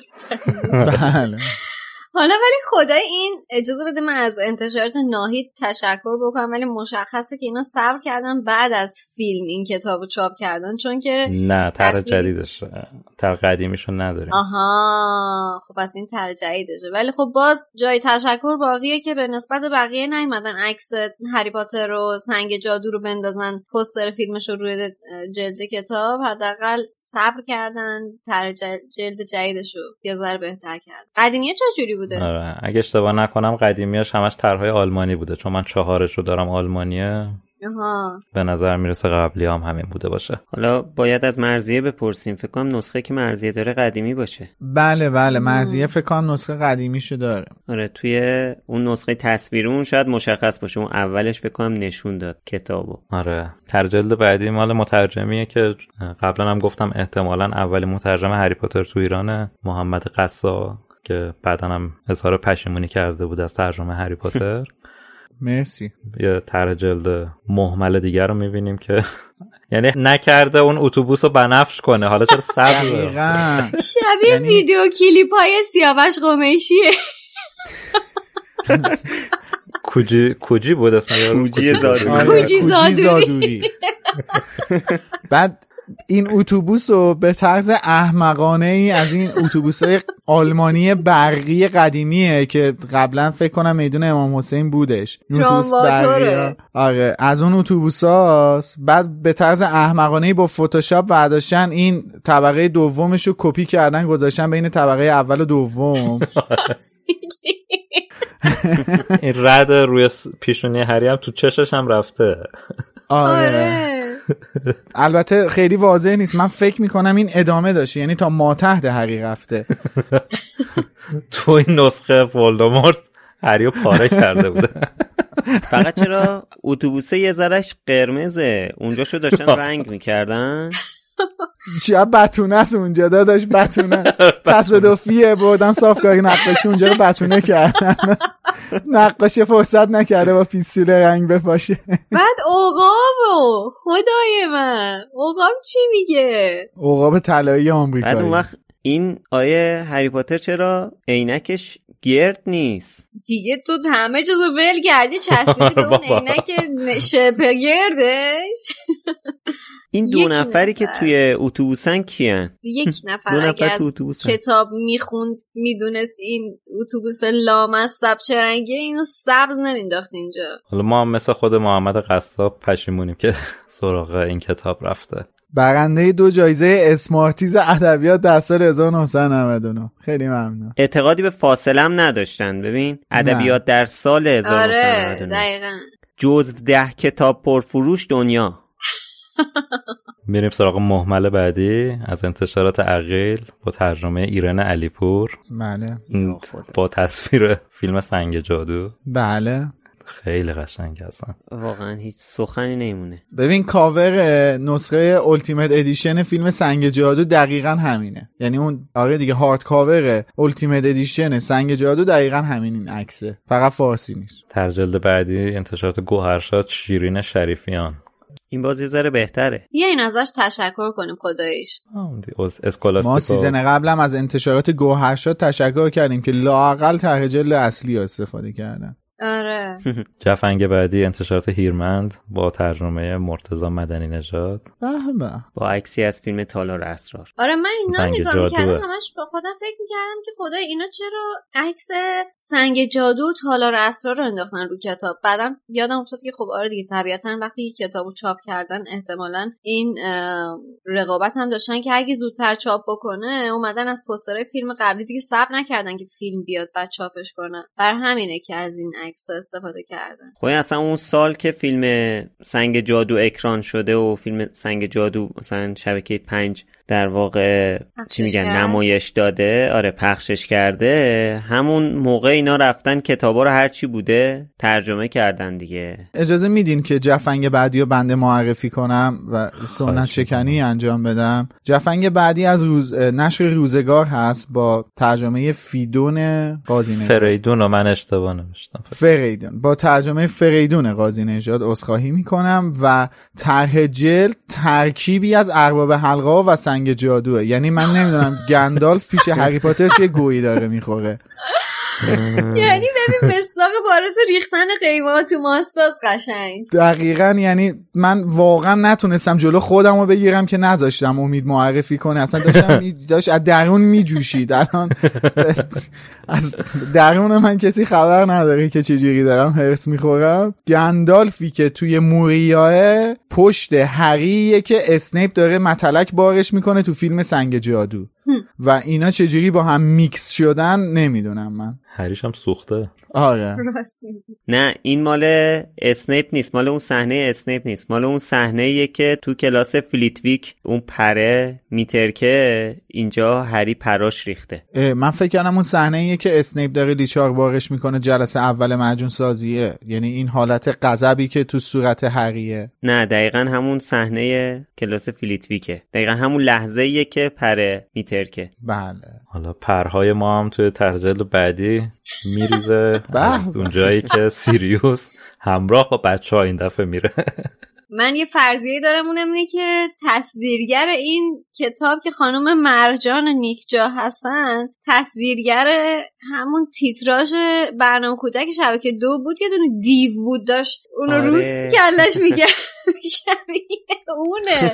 بله. حالا ولی خدای این اجازه بده من از انتشارات ناهید تشکر بکنم، ولی مشخصه که اینا صبر کردن بعد از فیلم این کتابو چاپ کردن، چون که نه طرح جدیدش، طرح قدیمیشو نداریم. آها خب پس این طرح جدیدشه، ولی خب باز جای تشکر باقیه که به نسبت بقیه نیومدن عکس هری پاتر رو سنگ جادو رو بندازن پوستر فیلمش رو روی جلد کتاب، حداقل صبر کردن طرح جلد جدیدش رو یه ذره بهتر کردن. قدیمیه چجوری بوده؟ آره اگه اشتباه نکنم قدیمیاش همش طرحهای آلمانی بوده، چون من چهارش رو دارم آلمانیه. آها به نظر میرسه قبلی هم همین بوده باشه. حالا باید از مرضیه بپرسیم، فکر کنم نسخه که مرضیه داره قدیمی باشه. بله بله مرضیه فکر کنم نسخه قدیمیشو داره. آره توی اون نسخه تصویرون شاید مشخص باشه، اون اولش فکر کنم نشون داد کتابو. آره طرح جلد بعدی مال مترجمیه که قبلا هم گفتم احتمالاً اولین مترجم هری پاتر تو ایرانه، محمد قصا، که بعداً هم اظهار پشیمونی کرده بود از ترجمه هری پاتر. مرسی. یه طرح جلد مهمل دیگر رو میبینیم که یعنی نکرده اون اتوبوس رو بنفش کنه، حالا چرا صبر شبیه یعنی... ویدیو کلیپ های سیاوش قمیشیه. کوجی کوجی بود اسمش، کوجی زادوری. کوجی زادوری. بعد این اتوبوس رو به طرز احمقانه ای از این اتوبوس‌های آلمانی برقی قدیمیه که قبلا فکر کنم میدون امام حسین بودش، ترامواتوره. آره از اون اتوبوساست. بعد به طرز احمقانه ای با فتوشاپ برداشتن این طبقه دومش رو کپی کردن گذاشتن بین طبقه اول و دوم. این رد روی پیشونی هری هم تو چشش هم رفته. آره البته خیلی واضح نیست، من فکر میکنم این ادامه داشته، یعنی تا ماتحت هری رفته. تو این نسخه ولدمورت هری رو پاره کرده بوده. فقط چرا اتوبوسه یه ذرهش قرمزه، اونجاشو داشتن رنگ میکردن. چه بتونه است اونجا داداش، بتونه تصادفیه بردن صافکاری نقاشی اونجا رو بتونه کردن. نقاش فرصت نکرده با پیستول رنگ بپاشه. بعد عقابو خدای من، عقاب چی میگه؟ عقاب طلایی آمریکایی. بعد اون وقت این آیه هری پاتر چرا عینکش گرد نیست؟ دیگه تو همه چیزو ول کردی چسبیدی به اون عینک شبه گردش. این دو نفری نفر. که توی اتوبوسن کیان؟ یک نفر, نفر اگه از کتاب میخوند میدونست این اتوبوس لامصب چه رنگه، اینو سبز نمینداخت اینجا. حالا ما هم مثل خود محمد قصاب پشیمونیم که سراغ این کتاب رفته. برنده دو جایزه اسمارتیز ادبیات در سال هزار و نهصد و نود و نه. خیلی ممنون. اعتقادی به فاصله هم نداشتن. ببین ادبیات در سال هزار و نهصد و نود و نه. آره دقیقاً. جزو ده کتاب پرفروش دنیا. میریم سراغ مهمل بعدی از انتشارات عقیل با ترجمه ایران علیپور. بله. با تصویر فیلم سنگ جادو. بله. خیلی قشنگ هستن واقعا هیچ سخنی نمیمونه. ببین کاور نسخه التیمت ادیشن فیلم سنگ جادو دقیقاً همینه، یعنی اون آره دیگه هارد کاور التیمت ادیشن سنگ جادو دقیقاً همین این عکسه، فقط فارسی نیست. در جلد بعدی انتشارات گوهرشاد شیرین شریفیان. این بازی ذره بهتره. بیاین ازش تشکر کنیم خداییش. ما سیزن قبلم از انتشارات گوهرشاد تشکر کردیم که لااقل طرح جلد اصلی ها استفاده کردن. آره. جفنگ بعدی انتشارات هیرمند با ترجمه مرتضی مدنی نژاد با عکسی از فیلم تالار اسرار. آره من اینا نگاه میکردم همش با خودم فکر میکردم که خدای اینا چرا عکس سنگ جادو و تالار اسرار رو انداختن رو کتاب. بعدم یادم افتاد که خب آره دیگه طبیعتا وقتی کتابو چاپ کردن احتمالاً این رقابت هم داشتن که اگه زودتر چاپ بکنه، اومدن از پوسترهای فیلم قبلی دیگه صبر نکردن که فیلم بیاد بعد چاپش کنن. بر همینه که از این عکس استفاده کردن. خب اصلا اون سال که فیلم سنگ جادو اکران شده و فیلم سنگ جادو مثلا شبکه پنج در واقع چی میگن نمایش داده، آره پخشش کرده، همون موقع اینا رفتن کتابا رو هر چی بوده ترجمه کردن دیگه. اجازه میدین که جفنگ بعدی رو بنده معرفی کنم و سنت شکنی انجام بدم؟ جفنگ بعدی از روز نشر روزگار هست با ترجمه فیدون قاضی نژاد. فریدون رو من اشتباه نوشتم. فریدون با ترجمه فریدون قاضی نژاد عذرخواهی میکنم و طرح جلد ترکیبی از ارباب حلقه و سنگ جادوه. یعنی من نمیدونم گندالف پیش هری پاتر چه گویی داره میخوره. یعنی ببین مصداق بارز ریختن قیمات تو ماستاز قشنگ. دقیقاً، یعنی من واقعا نتونستم جلو خودم رو بگیرم که نذاشتم امید معرفی کنه. اصلا داشتم داشت از درون میجوشید. الان از درون من کسی خبر نداره که چجوری دارم هرس میخورم. گندالفی که توی موریاه پشت هریه که اسنیپ داره متلک بارش میکنه تو فیلم سنگ جادو و اینا چجوری با هم میکس شدن نمیدونم من. هریش هم سوخته. آره نه این مال اسنیپ نیست، مال اون صحنه اسنیپ نیست، مال اون صحنه‌ایه که تو کلاس فلیتویک اون پره میترکه اینجا هری پراش ریخته. من فکر کردم اون صحنه‌ایه که اسنیپ داره لیچار بارش میکنه جلسه اول معجون سازیه، یعنی این حالت غضبی که تو صورت هریه. نه دقیقاً همون صحنه کلاس فلیتویکه، دقیقاً همون لحظه‌ایه که پره میترکه. بله. حالا پرهای ما هم توی ترجمه بعدی میریزه از اون جایی که سیریوس همراه با بچه ها این دفعه میره. من یه فرضیه دارم، اونم اینه که تصویرگر این کتاب که خانم مرجان نیکجا هستن، تصویرگر همون تیتراژ برنامه کودک شبکه دو بود، یه دونه دیو بود داشت اونو آره. روست کلش میگه شبیه اونه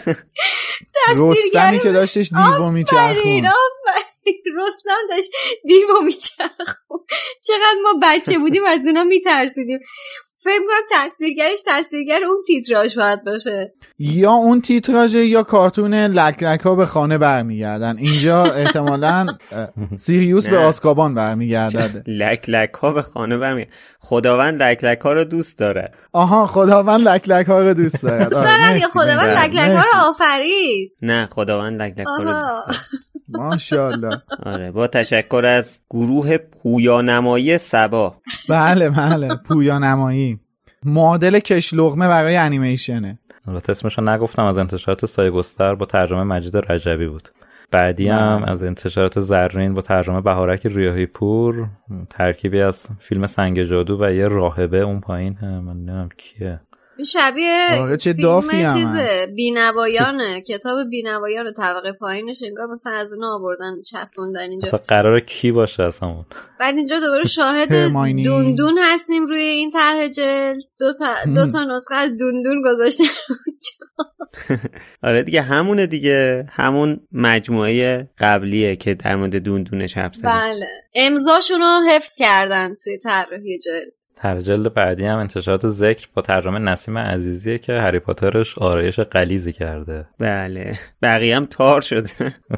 رستمی که داشتش دیو میچرخون. رستم داشت دیو میچرخون. چقدر ما بچه بودیم از اونا میترسیدیم. فکر میکنم تصویرگرش تصویرگر اون تیتراژ باید باشه، یا اون تیتراژ یا کارتون لک لک ها به خانه برمیگردن. اینجا احتمالاً سیریوس به آزکابان برمیگردد. لک لک ها به خانه برمیگردن. خداوند لک لک ها رو دوست داره. آها خداوند لک لک ها رو دوست داره. دوست داره یا خداوند لک لک ها رو آفرید؟ نه خداوند لک لک ها رو دوست داره. ماشاءالله. آره با تشکر از گروه پویانمایی سبا. بله بله پویانمایی معادل کش لقمه برای انیمیشنه. البته اسمشو نگفتم، از انتشارات سایه گستر با ترجمه مجید رجبی بود. بعدی هم از انتشارات زرین با ترجمه بهارک ریاحی پور، ترکیبی از فیلم سنگ جادو و یه راهبه اون پایین هم. من نمیدونم کیه، شبیه فیلم چیزه بینوایانه، کتاب بینوایانه، طبقه پایینش انگار مثلا از اون آوردن چسبوندن اینجا. اصلا قراره کی باشه اصلا اون؟ بعد اینجا دوباره شاهد دوندون هستیم روی این طرح جلد. دو تا دو تا نسخه از دوندون گذاشتن اونجا. آره دیگه همونه دیگه، همون مجموعه قبلیه که در مورد دوندونش حرف زدیم. بله امضاشون رو حفظ کردن توی طراحی جلد. تر جلد بعدی هم انتشارات ذکر با ترجمه نسیم عزیزیه که هری پاترش آرایش غلیظی کرده. بله بقیه هم تار شده.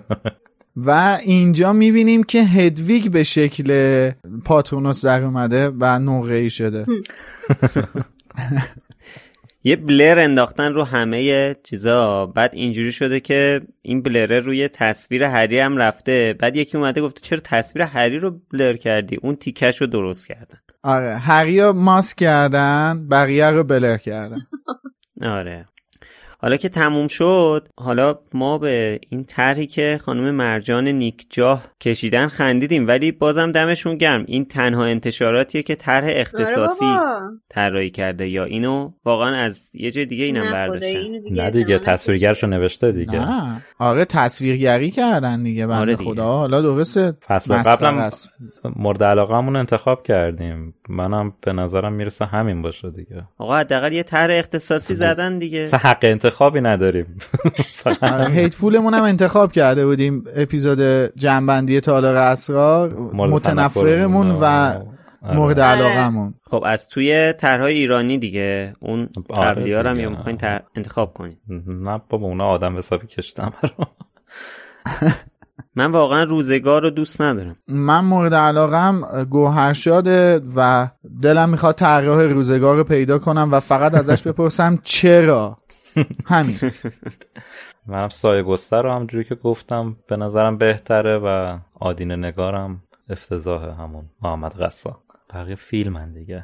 و اینجا میبینیم که هدویگ به شکل پاترونوس در اومده و نقره‌ای شده. یه بلر انداختن رو همه چیزا، بعد اینجوری شده که این بلره روی تصویر هری هم رفته. بعد یکی اومده گفته چرا تصویر هری رو بلر کردی؟ اون تیکش رو درست کردن. آره هری رو ماسک کردن، بقیه رو بلر کردن. آره حالا که تموم شد، حالا ما به این طرحی که خانم مرجان نیک جاه کشیدن خندیدیم، ولی بازم دمشون گرم. این تنها انتشاراتیه که طرح اختصاصی طراحی کرده، یا اینو واقعا از یه جای دیگه اینم برداشتن؟ نه دیگه تصویرگرشو نوشته دیگه. نه آره تصویرگری کردن دیگه بنده آره خدا. حالا درسته فصل قبلم مورد علاقه‌مون انتخاب کردیم، منم به نظرم میرسه همین باشه دیگه. آقا حداقل یه طرح اختصاصی زدن دیگه. حق انتخابی نداریم. هیتفولمون هم انتخاب کرده بودیم اپیزود جنبندی تالار اسرار، متنفرمون و مورد علاقمون. خب از توی طرحهای ایرانی دیگه اون قبلی‌ها رو هم یا می‌خواین انتخاب کنین؟ نه بابا اونا آدم حسابی کشیدم برام. من واقعا روزگار رو دوست ندارم. من مورد علاقم گوهرشاده و دلم میخواد طراح روزگار رو پیدا کنم و فقط ازش بپرسم چرا. همین. منم سایه گستر رو همجوری که گفتم به نظرم بهتره و آدینه نگارم افتضاحه، همون محمد قصا. بقیه فیلمن دیگه.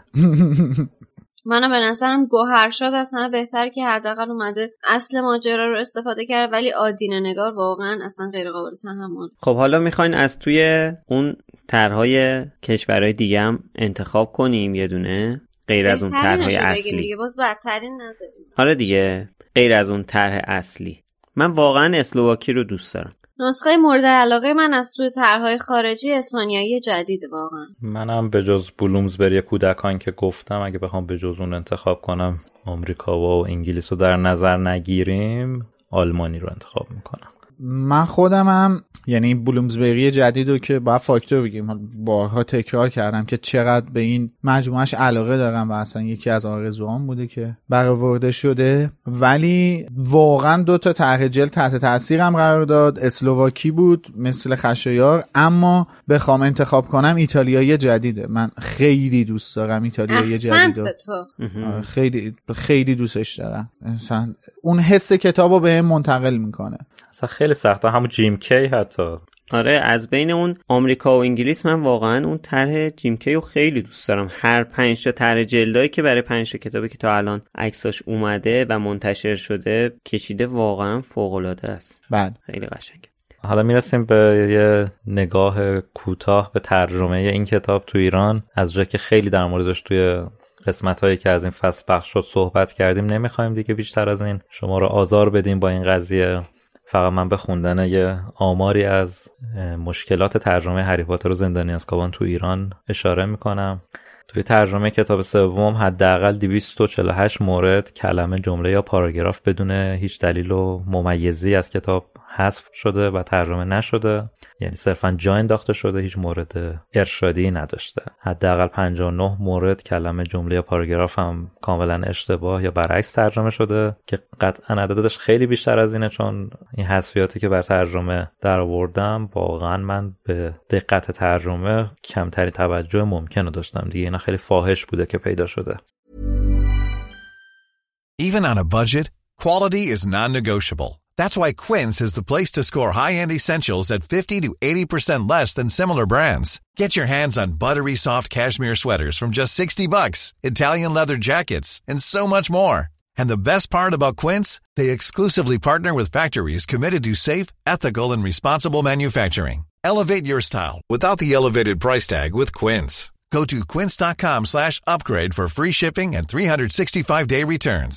منم به نظرم گوهرشاد از همه بهتر که حداقل اومده اصل ماجرا رو استفاده کرد، ولی آدینه نگار واقعا اصلا غیر قابل تحمل. خب حالا میخواین از توی اون طرحهای کشورهای دیگه هم انتخاب کنیم یه دونه غیر از اون طرحهای اصلی دیگه، باز بدترین نذاریم. آره دیگه غیر از اون طرح اصلی. من واقعا اسلوواکی رو دوست دارم. نسخه مورد علاقه من از توی طرحهای خارجی اسپانیایی جدید واقعا. منم به جز بلومزبری کودکان که گفتم اگه بخوام به جز اون انتخاب کنم، آمریکا و انگلیس رو در نظر نگیریم، آلمانی رو انتخاب میکنم. من خودم هم یعنی بلومزبری جدید رو که با فاکتور بگیم، بارها تکرار کردم که چقدر به این مجموعش علاقه دارم و اصلا یکی از آرزوام بوده که برآورده شده، ولی واقعا دو تا طرح جلد تحت تاثیرم قرار داد. اسلوواکی بود مثل خشایار، اما بخوام انتخاب کنم ایتالیایی جدیده. من خیلی دوست دارم ایتالیایی جدید رو، خیلی خیلی دوستش دارم. مثلا اون حس کتابو بهم منتقل میکنه. اصلا خیلی سخته، همون جیم کی حتی. آره از بین اون آمریکا و انگلیس من واقعا اون طرح جیم کی رو خیلی دوست دارم. هر پنج تا طرح جلدایی که برای پنج تا کتابی که تا الان عکساش اومده و منتشر شده کشیده واقعا فوق العاده است. بعد خیلی قشنگه. حالا میرسیم به یه نگاه کوتاه به ترجمه این کتاب تو ایران. از جایی که خیلی در موردش توی قسمت‌هایی که از این فصل پخش شد صحبت کردیم، نمیخوایم دیگه بیشتر از این شما رو آزار بدیم با این قضیه. فقط من به خوندن یه آماری از مشکلات ترجمه هری پاتر و زندانی آزکابان تو ایران اشاره میکنم. توی ترجمه کتاب سوم حداقل دویست و چهل و هشت مورد کلمه، جمله یا پاراگراف بدون هیچ دلیل و ممیزی از کتاب حذف شده و ترجمه نشده، یعنی صرفا جا انداخته شده، هیچ مورد ارشادی نداشته. حداقل پنجاه و نه مورد کلمه، جمله یا پاراگراف هم کاملا اشتباه یا برعکس ترجمه شده که قطعا عددش خیلی بیشتر از اینه، چون این حذفیاتی که بر ترجمه در آوردم واقعا من به دقت ترجمه کمتری توجه ممکنه داشتم دیگه. اینا خیلی فاحش بوده که پیدا شده. Even on a budget, quality is non-negotiable. That's why Quince is the place to score high-end essentials at fifty to eighty percent less than similar brands. Get your hands on buttery soft cashmere sweaters from just sixty bucks, Italian leather jackets, and so much more. And the best part about Quince, they exclusively partner with factories committed to safe, ethical, and responsible manufacturing. Elevate your style without the elevated price tag with Quince. Go to quince.com slash upgrade for free shipping and three sixty-five day returns.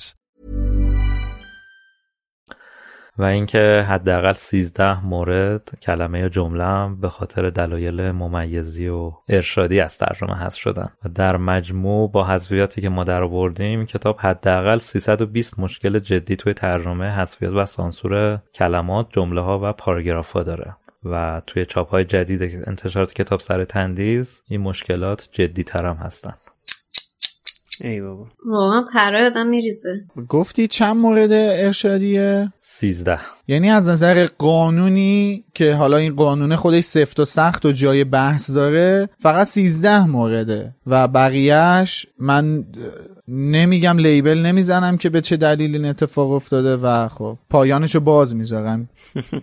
و اینکه حداقل سیزده مورد کلمه یا جمله هم به خاطر دلایل ممیزی و ارشادی از ترجمه حذف شدن. و در مجموع با حذفیاتی که ما درآوردیم کتاب حداقل سیصد و بیست مشکل جدی توی ترجمه، حذفیات و سانسور کلمات، جمله ها و پاراگراف ها داره. و توی چاپ های جدید انتشارات کتاب سر تندیس این مشکلات جدی تر هم هستن. ای بابا واقعا پرای آدم میریزه. گفتی چند مورد ارشادیه؟ سیزده. یعنی از نظر قانونی که حالا این قانون خودش سفت و سخت و جای بحث داره فقط سیزده مورده و بقیهش من نمیگم، لیبل نمیزنم که به چه دلیل این اتفاق افتاده و خب پایانشو باز میذارم.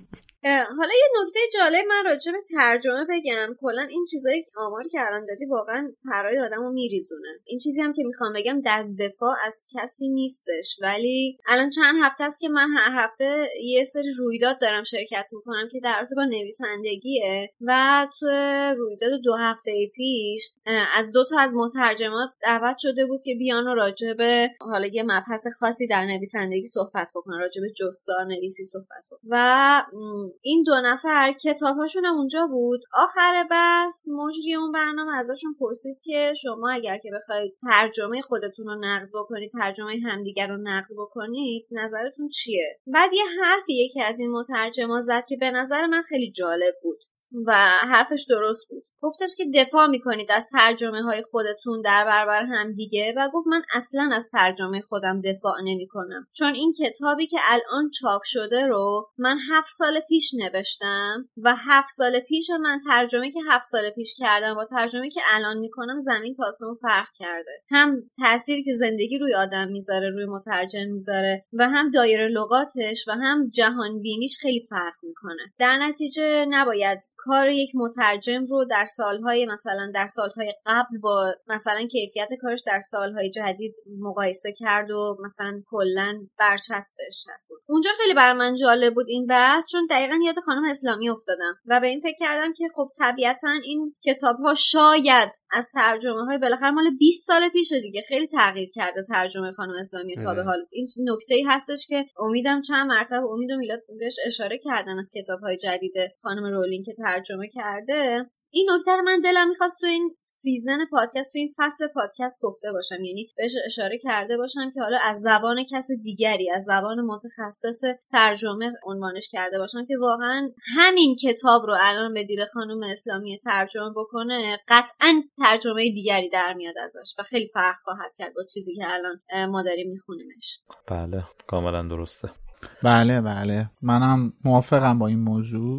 حالا یه نکته جالب من راجع به ترجمه بگم. کلا این چیزایی آماری که الان دادی واقعا پرای آدمو میریزونه. این چیزی هم که میخوام بگم در دفاع از کسی نیستش، ولی الان چند هفته است که من هر هفته یه سری رویداد دارم شرکت میکنم که در رابطه با نویسندگیه و تو رویداد دو هفته پیش از دو تا از مترجمات دعوت شده بود که بیان و راجع به حالا یه مبحث خاصی در نویسندگی صحبت بکنن، راجع به جستار نویسی صحبت بکنن و این دو نفر کتاب‌هاشون هم اونجا بود. آخر بس مجری اون برنامه ازشون پرسید که شما اگر که بخواید ترجمه خودتون رو نقد بکنید، ترجمه همدیگر رو نقد بکنید، نظرتون چیه؟ بعد یه حرفی یکی از این مترجما زد که به نظر من خیلی جالب بود و حرفش درست بود. گفتش که دفاع میکنید از ترجمه های خودتون در برابر هم دیگه و گفت من اصلا از ترجمه خودم دفاع نمی کنم، چون این کتابی که الان چاپ شده رو من هفت سال پیش نوشتم و هفت سال پیش من ترجمه که هفت سال پیش کردم با ترجمه که الان میکنم زمین تا آسمون فرق کرده. هم تأثیری که زندگی روی آدم میذاره، روی مترجم میذاره و هم دایره لغاتش و هم جهان بینیش خیلی فرق میکنه. در نتیجه نباید کار یک مترجم رو در سالهای مثلا در سالهای قبل با مثلا کیفیت کارش در سالهای جدید مقایسه کرد و مثلا کلا برچسب بهش بود. اونجا خیلی بر من جالب بود این بحث، چون دقیقاً یاد خانم اسلامی افتادم و به این فکر کردم که خب طبیعتاً این کتاب‌ها شاید از ترجمه‌های بالاخره مال بیست سال پیشه دیگه، خیلی تغییر کرده ترجمه خانم اسلامی تا به حال. این نکته‌ای هستش که امیدم چند مرتبه امید و میلاد بهش اشاره کردن از کتاب‌های جدید خانم رولینگ که ترجمه کرده. این نکته رو من دلم می‌خواست تو این سیزن پادکست، تو این فصل پادکست گفته باشم، یعنی بهش اشاره کرده باشم که حالا از زبان کس دیگری، از زبان متخصص ترجمه عنوانش کرده باشم که واقعا همین کتاب رو الان بدی به خانم اسلامی ترجمه بکنه قطعاً ترجمه دیگری در میاد ازش و خیلی فرق خواهد کرد با چیزی که الان ما داریم میخونیمش. بله کاملا درسته. بله بله منم موافقم با این موضوع،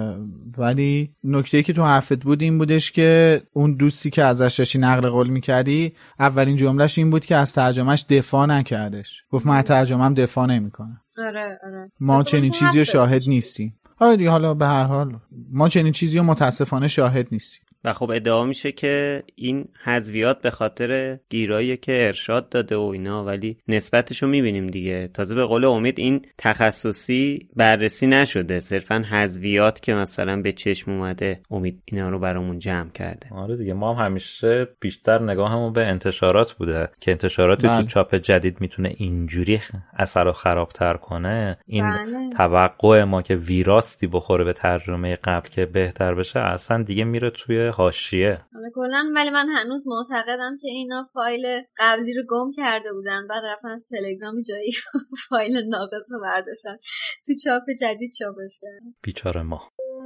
ولی نکته‌ای که تو حرفت بود این بودش که اون دوستی که ازش داشتی نقل قول میکردی اولین جملهش این بود که از ترجمهش دفاع نکردش، گفت من ترجمه‌ام دفاع نمیکنم. آره آره ما چنین چیزی رو شاهد نیستیم. آره دیگه، حالا به هر حال ما چنین چیزی رو متاسفانه شاهد نیستیم. و خب ادعا میشه که این حذویات به خاطر گیرایی که ارشاد داده و اینا، ولی نسبتشو میبینیم دیگه. تازه به قول امید این تخصصی بررسی نشده، صرفا حذویات که مثلا به چشم اومده امید اینا رو برامون جمع کرده. آره دیگه، ما هم همیشه بیشتر نگاهمون به انتشارات بوده که انتشارات تو چاپ جدید میتونه اینجوری اثر رو خرابتر کنه. این بله. توقع ما که ویراستی بخوره به ترجمه قبل که بهتر بشه اصلا دیگه میره توی حاشیه. کلا ولی من هنوز معتقدم که اینا فایل قبلی رو گم کرده بودن، بعد رفتن از تلگرام جایی فایل ناقص رو برداشتن تو چاپ جدید چاپش کردن. بیچاره ما.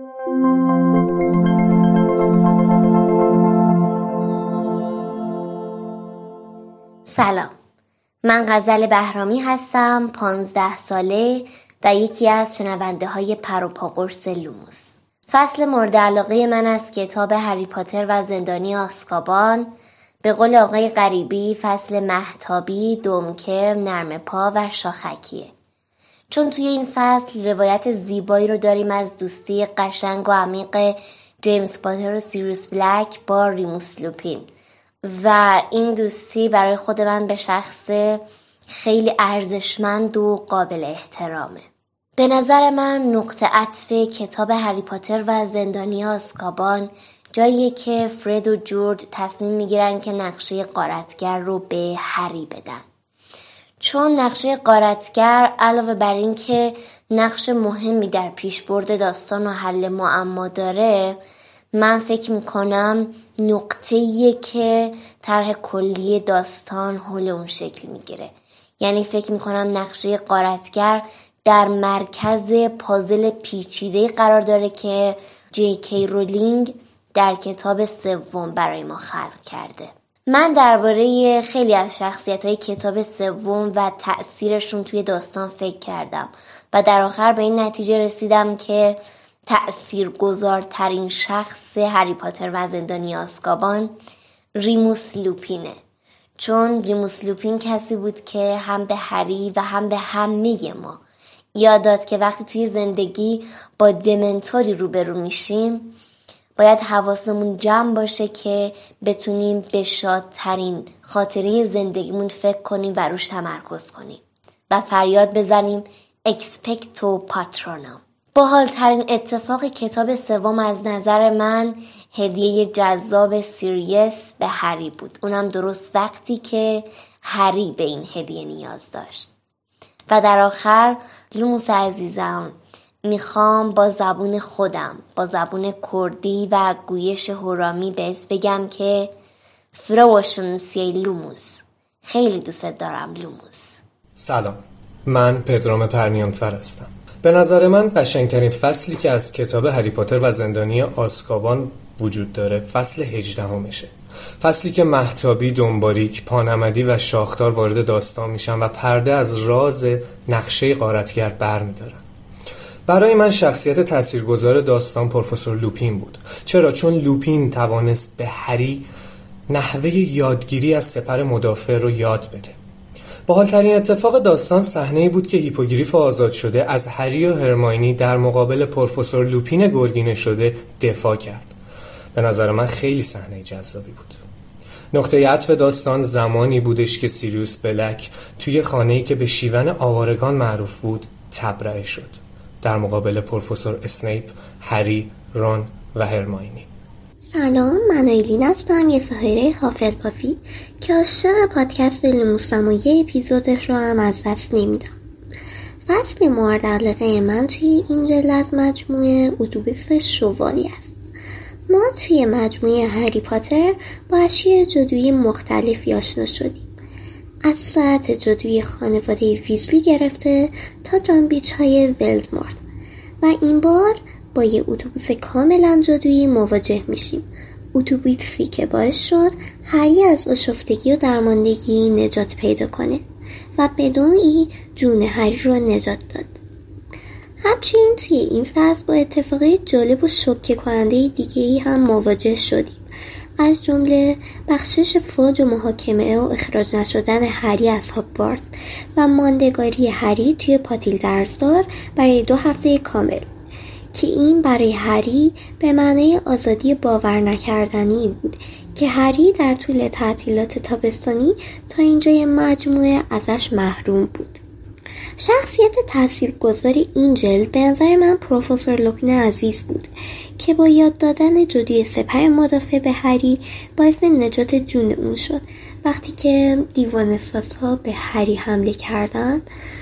سلام، من غزل بهرامی هستم، پانزده ساله و یکی از شنونده های پر و پا قرص لوموس. فصل مورد علاقه من از کتاب هری پاتر و زندانی آزکابان، به قول آقای غریبی فصل مهتابی، دمکرم، نرم پا و شاخکیه. چون توی این فصل روایت زیبایی رو داریم از دوستی قشنگ و عمیق جیمز پاتر و سیریوس بلک با ریموس لوپین و این دوستی برای خود من به شخص خیلی ارزشمند و قابل احترامه. به نظر من نقطه عطف کتاب هری پاتر و زندانی آزکابان جاییه که فرد و جورج تصمیم میگیرن که نقشه غارتگر رو به هری بدن. چون نقشه غارتگر علاوه بر این که نقش مهمی در پیشبرد داستان و حل معما داره، من فکر میکنم نقطه‌ایه که طرح کلی داستان حول اون شکل میگیره. یعنی فکر میکنم نقشه غارتگر در مرکز پازل پیچیده قرار داره که جی کی رولینگ در کتاب سوم برای ما خلق کرده. من درباره خیلی از شخصیت‌های کتاب سوم و تأثیرشون توی داستان فکر کردم و در آخر به این نتیجه رسیدم که تأثیرگذارترین شخص هری پاتر و زندانی آزکابان ریموس لوپینه. چون ریموس لوپین کسی بود که هم به هری و هم به همه ما یاد داد که وقتی توی زندگی با دمنتوری روبرو میشیم باید حواسمون جمع باشه که بتونیم به شادترین خاطره زندگیمون فکر کنیم و روش تمرکز کنیم و فریاد بزنیم اکسپکتو پاترونم. باحال‌ترین اتفاق کتاب سوم از نظر من هدیه جذاب سیریوس به هری بود. اونم درست وقتی که هری به این هدیه نیاز داشت. و در آخر لوموس عزیزم، میخوام با زبون خودم، با زبون کردی و گویش هرامی بهت بگم که فروشنسی لوموس، خیلی دوست دارم لوموس. سلام، من پدرام پرنیانفر هستم. به نظر من قشنگترین فصلی که از کتاب هری پاتر و زندانی آزکابان وجود داره فصل هجدهمشه. فصلی که مهتابی، دنباریک، پانمدی و شاخدار وارد داستان میشن و پرده از راز نقشه غارتگر برمیدارن. برای من شخصیت تاثیرگذار داستان پروفسور لوپین بود. چرا؟ چون لوپین توانست به هری نحوه یادگیری از سپر مدافع رو یاد بده. باحال‌ترین اتفاق داستان صحنه‌ای بود که هیپوگریف آزاد شده از هری و هرماینی در مقابل پروفسور لوپین گرگینه شده دفاع کرد. به نظر من خیلی صحنه جذابی بود. نقطه عطف داستان زمانی بودش که سیریوس بلک توی خانه‌ای که به شیون آوارگان معروف بود تبرئه شد در مقابل پروفسور اسنیپ، هری، رون و هرماینی. سلام، من ایلین هستم، یه ساحره هافلپافی که عاشق پادکست لوموسم و یه اپیزودش رو هم از دست نمیدم. فصل مورد علاقه من توی این جلد از مجموعه اتوبوس شوالی است. ما توی مجموعه هری پاتر با اشیاء جادویی مختلفی آشنا شدیم، از ساعت جادویی خانواده ویزلی گرفته تا جانبیچ های ولدمورت، و این بار با یه اتوبوس کاملا جادویی مواجه میشیم. اتوبوسی که باعث شد هری از آشفتگی و درماندگی نجات پیدا کنه و به نوعی جون هری رو نجات داد. همچنین توی این فصل با اتفاقی جالب و شوکه کننده دیگه‌ای هم مواجه شدیم، از جمله بخشش فوج و محاکمه و اخراج نشدن هری از هاگوارتس و ماندگاری هری توی پاتیل درزدار برای دو هفته کامل، که این برای هری به معنای آزادی باور نکردنی بود که هری در طول تعطیلات تابستانی تا اینجای مجموعه ازش محروم بود. شخصیت تاثیرگذار این جلد به نظر من پروفسور لوپین عزیز بود که با یاد دادن جادوی سپر مدافع به هری باعث نجات جون اون شد وقتی که دیوانه‌سازها به هری حمله کردن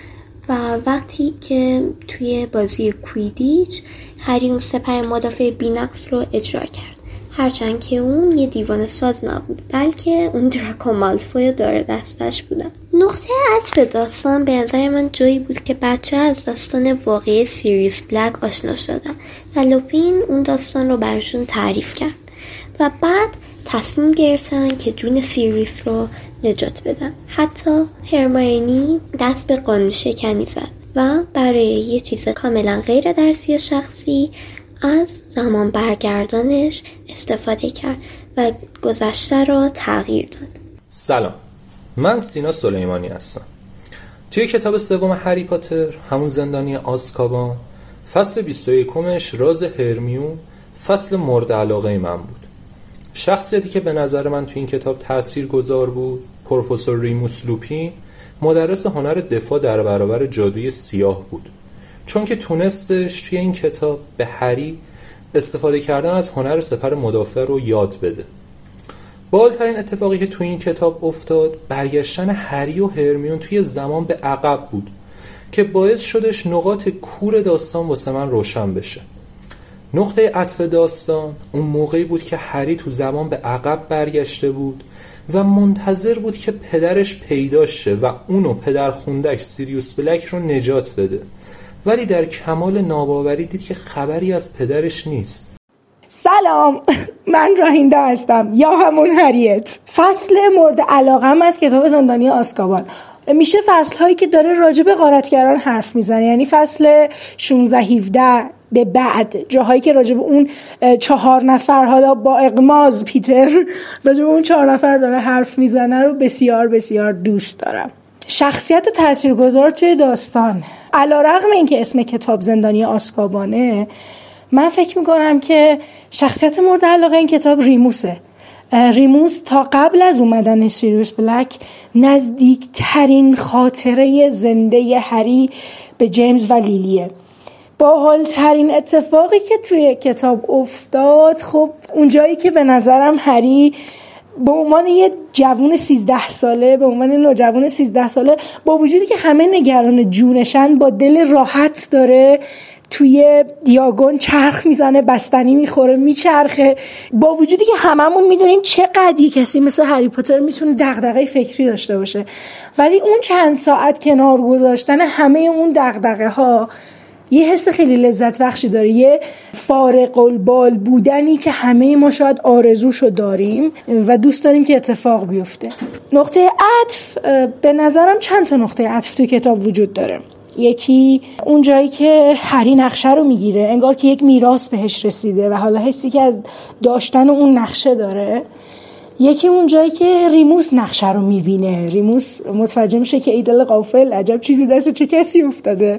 و وقتی که توی بازی کویدیچ هری اون سپر مدافع بی‌نقص رو اجرا کرد، هرچند که اون یه دیوانه ساز نبود بلکه اون دراکو مالفوی داره دستش بودن. نقطه عطف داستان به نظر من جایی بود که بچه از داستان واقعی سیریوس بلک آشنا شدن و لوپین اون داستان رو برشون تعریف کرد و بعد تصمیم گرفتن که جون سیریوس رو نجات بدن. حتی هرماینی دست به قانون شکنی زد و برای یه چیز کاملا غیر درسی و شخصی از زمان برگردانش استفاده کرد و گذشته را تغییر داد. سلام، من سینا سلیمانی هستم. توی کتاب سوم هری پاتر، همون زندانی آزکابان، فصل بیست و یکمش راز هرمیون فصل مورد علاقه من بود. شخصیتی که به نظر من توی این کتاب تأثیر گذار بود پروفسور ریموس لوپین، مدرس هنر دفاع در برابر جادوی سیاه بود، چون که تونستش توی این کتاب به هری استفاده کردن از هنر سپر مدافع رو یاد بده. بالاترین اتفاقی که توی این کتاب افتاد برگشتن هری و هرمیون توی زمان به عقب بود که باعث شدش نقاط کور داستان واسه من روشن بشه. نقطه عطف داستان اون موقعی بود که هری تو زمان به عقب برگشته بود و منتظر بود که پدرش پیدا شه و اونو پدر خوندش سیریوس بلک رو نجات بده، ولی در کمال ناباوری دید که خبری از پدرش نیست. سلام، من راهینده هستم یا همون هریت. فصل مورد علاقم از کتاب زندانی آزکابان میشه فصل هایی که داره راجع به غارتگران حرف میزنه، یعنی فصل شانزده هفده به بعد، جاهایی که راجع به اون چهار نفر حالا با اغماز پیتر راجع به اون چهار نفر داره حرف میزنه رو بسیار بسیار دوست دارم. شخصیت تاثیرگذار توی داستان، علیرغم اینکه اسم کتاب زندانی آزکابانه، من فکر میکنم که شخصیت مورد علاقه این کتاب ریموسه. ریموس تا قبل از اومدن سیریوس بلک نزدیکترین خاطره زنده هری به جیمز و لیلیه. با حالترین اتفاقی که توی کتاب افتاد، خب اونجایی که به نظرم هری به عنوان یه جوون سیزده ساله، به عنوان نوجوان سیزده ساله، با وجودی که همه نگران جونشن، با دل راحت داره توی دیاگون چرخ میزنه، بستنی میخوره، میچرخه، با وجودی که هممون میدونیم چقدر یه کسی مثل هری پاتر میتونه دغدغه فکری داشته باشه، ولی اون چند ساعت کنار گذاشتن همه اون دغدغه ها یه حس خیلی لذت بخشی داره، یه فارق البال بودنی که همه ما شاید آرزوشو داریم و دوست داریم که اتفاق بیفته. نقطه عطف، به نظرم چند تا نقطه عطف تو کتاب وجود داره. یکی اون جایی که هری نقشه رو میگیره، انگار که یک میراث بهش رسیده و حالا حسی که از داشتن اون نقشه داره. یکی اون جایی که ریموس نقشه رو میبینه، ریموس متوجه میشه که ای دل غافل، عجب چیزی دست چه کسی افتاده،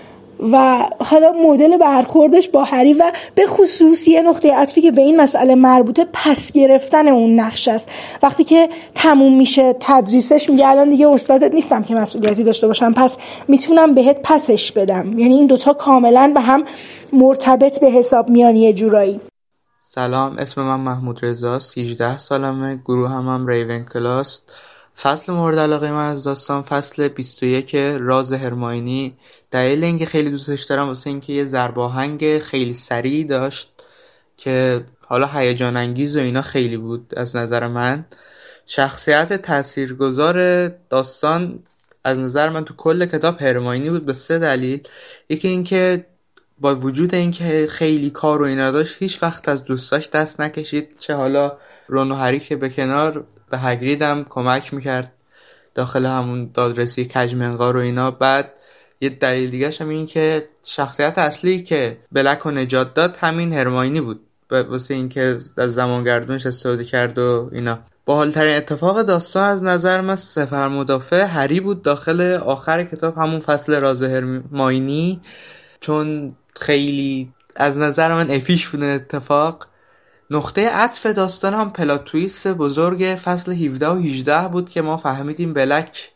و حالا مدل برخوردش با هری و به خصوص یه نقطه عطفی که به این مسئله مربوطه، پس گرفتن اون نقشه است. وقتی که تموم میشه تدریسش، میگه الان دیگه استادت نیستم که مسئولیتی داشته باشم، پس میتونم بهت پسش بدم. یعنی این دوتا کاملا به هم مرتبط به حساب میان یه جورایی. سلام، اسم من محمود رضاست، هجده سالمه، گروه هم هم ریون کلاست. فصل مورد علاقه من از داستان فصل بیست و یک راز هرماینی. دلیل اینکه خیلی دوستش دارم واسه اینکه یه ضرب آهنگ خیلی سریع داشت که حالا هیجان انگیز و اینا خیلی بود از نظر من. شخصیت تاثیرگذار داستان از نظر من تو کل کتاب هرماینی بود به سه دلیل. یکی اینکه با وجود اینکه خیلی کار و اینا داشت، هیچ وقت از دوستاش دست نکشید، چه حالا رون و هری که به کنار، به هگرید هم کمک میکرد داخل همون دادرسی کجمنقار و اینا. بعد یه دلیل دیگه هم این که شخصیت اصلی که بلک رو نجات داد همین هرماینی بود، واسه این که از زمانگردونش استفاده کرد و اینا. باحال‌ترین اتفاق داستان از نظر من سفر مدافع هری بود داخل آخر کتاب، همون فصل راز هرماینی، چون خیلی از نظر من اپیش بود اتفاق. نقطه عطف داستان هم پلات تویست بزرگ فصل هفده و هجده بود که ما فهمیدیم بلک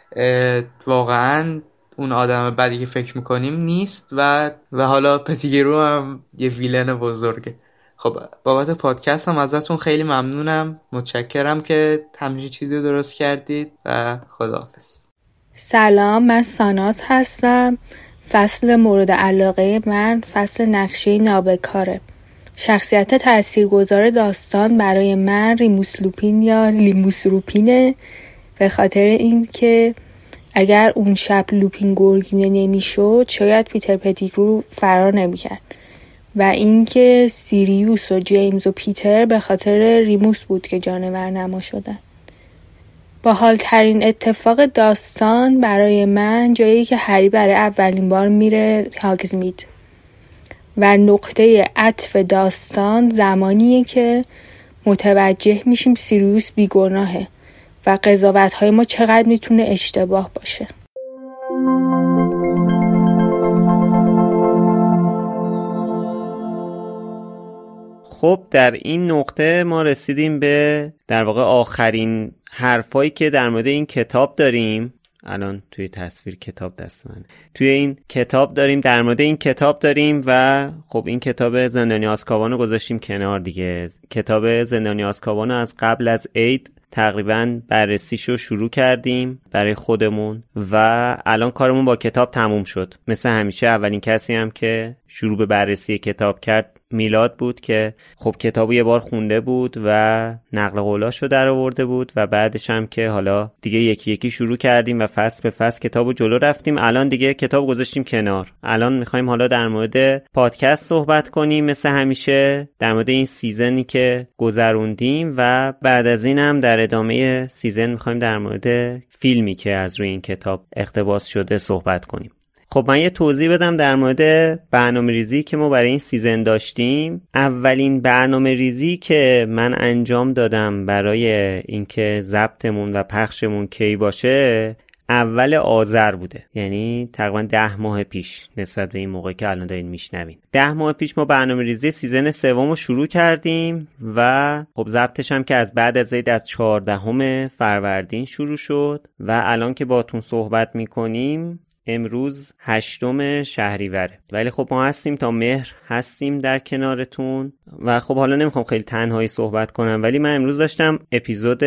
واقعا اون آدم بدی که فکر میکنیم نیست و و حالا پتیگرو هم یه ویلن بزرگه. خب بابت پادکست هم ازتون خیلی ممنونم، متشکرم که همچین چیزی درست کردید و خداحافظ. سلام، من ساناز هستم. فصل مورد علاقه من فصل نقشه نابکاره. شخصیت تاثیرگذار داستان برای من ریموس لوپین یا لیموس روپینه، به خاطر این که اگر اون شب لوپین گرگینه نمیشد شاید پیتر پتیگرو فرار نمیکرد، و اینکه سیریوس و جیمز و پیتر به خاطر ریموس بود که جانور نما شدن. باحال‌ترین اتفاق داستان برای من جایی که هری برای اولین بار میره هاگزمید، و نقطه عطف داستان زمانیه که متوجه میشیم سیریوس بیگناهه و قضاوت‌های ما چقدر میتونه اشتباه باشه. خب در این نقطه ما رسیدیم به در واقع آخرین حرفایی که در مورد این کتاب داریم. الان توی تصویر کتاب دست من، توی این کتاب داریم در مورد این کتاب داریم و خب این کتاب زندانی آزکابان رو گذاشتیم کنار دیگه. کتاب زندانی آزکابان از قبل از عید تقریبا بررسیشو شروع کردیم برای خودمون و الان کارمون با کتاب تموم شد. مثل همیشه اولین کسی هم که شروع به بررسی کتاب کرد میلاد بود که خب کتابو یه بار خونده بود و نقل قولاشو در آورده بود و بعدش هم که حالا دیگه یکی یکی شروع کردیم و فصل به فصل کتابو جلو رفتیم. الان دیگه کتاب گذاشتیم کنار. الان میخوایم حالا در مورد پادکست صحبت کنیم، مثل همیشه در مورد این سیزنی که گذروندیم و بعد از این هم در ادامه سیزن میخوایم در مورد فیلمی که از روی این کتاب اقتباس شده صحبت کنیم. خب من یه توضیح بدم در مورد برنامه ریزی که ما برای این سیزن داشتیم. اولین برنامه ریزی که من انجام دادم برای اینکه ضبطمون و پخشمون کی باشه اول آذر بوده، یعنی تقریبا ده ماه پیش نسبت به این موقعی که الان دارین میشنوین. ده ماه پیش ما برنامه‌ریزی سیزن سوم رو شروع کردیم و خب ضبطش هم که از بعد از عید از چهاردهم فروردین شروع شد و الان که باهاتون صحبت میکنیم امروز هشتم شهریوره، ولی خب ما هستیم تا مهر هستیم در کنارتون و خب حالا نمیخوام خیلی تنهایی صحبت کنم، ولی من امروز داشتم اپیزود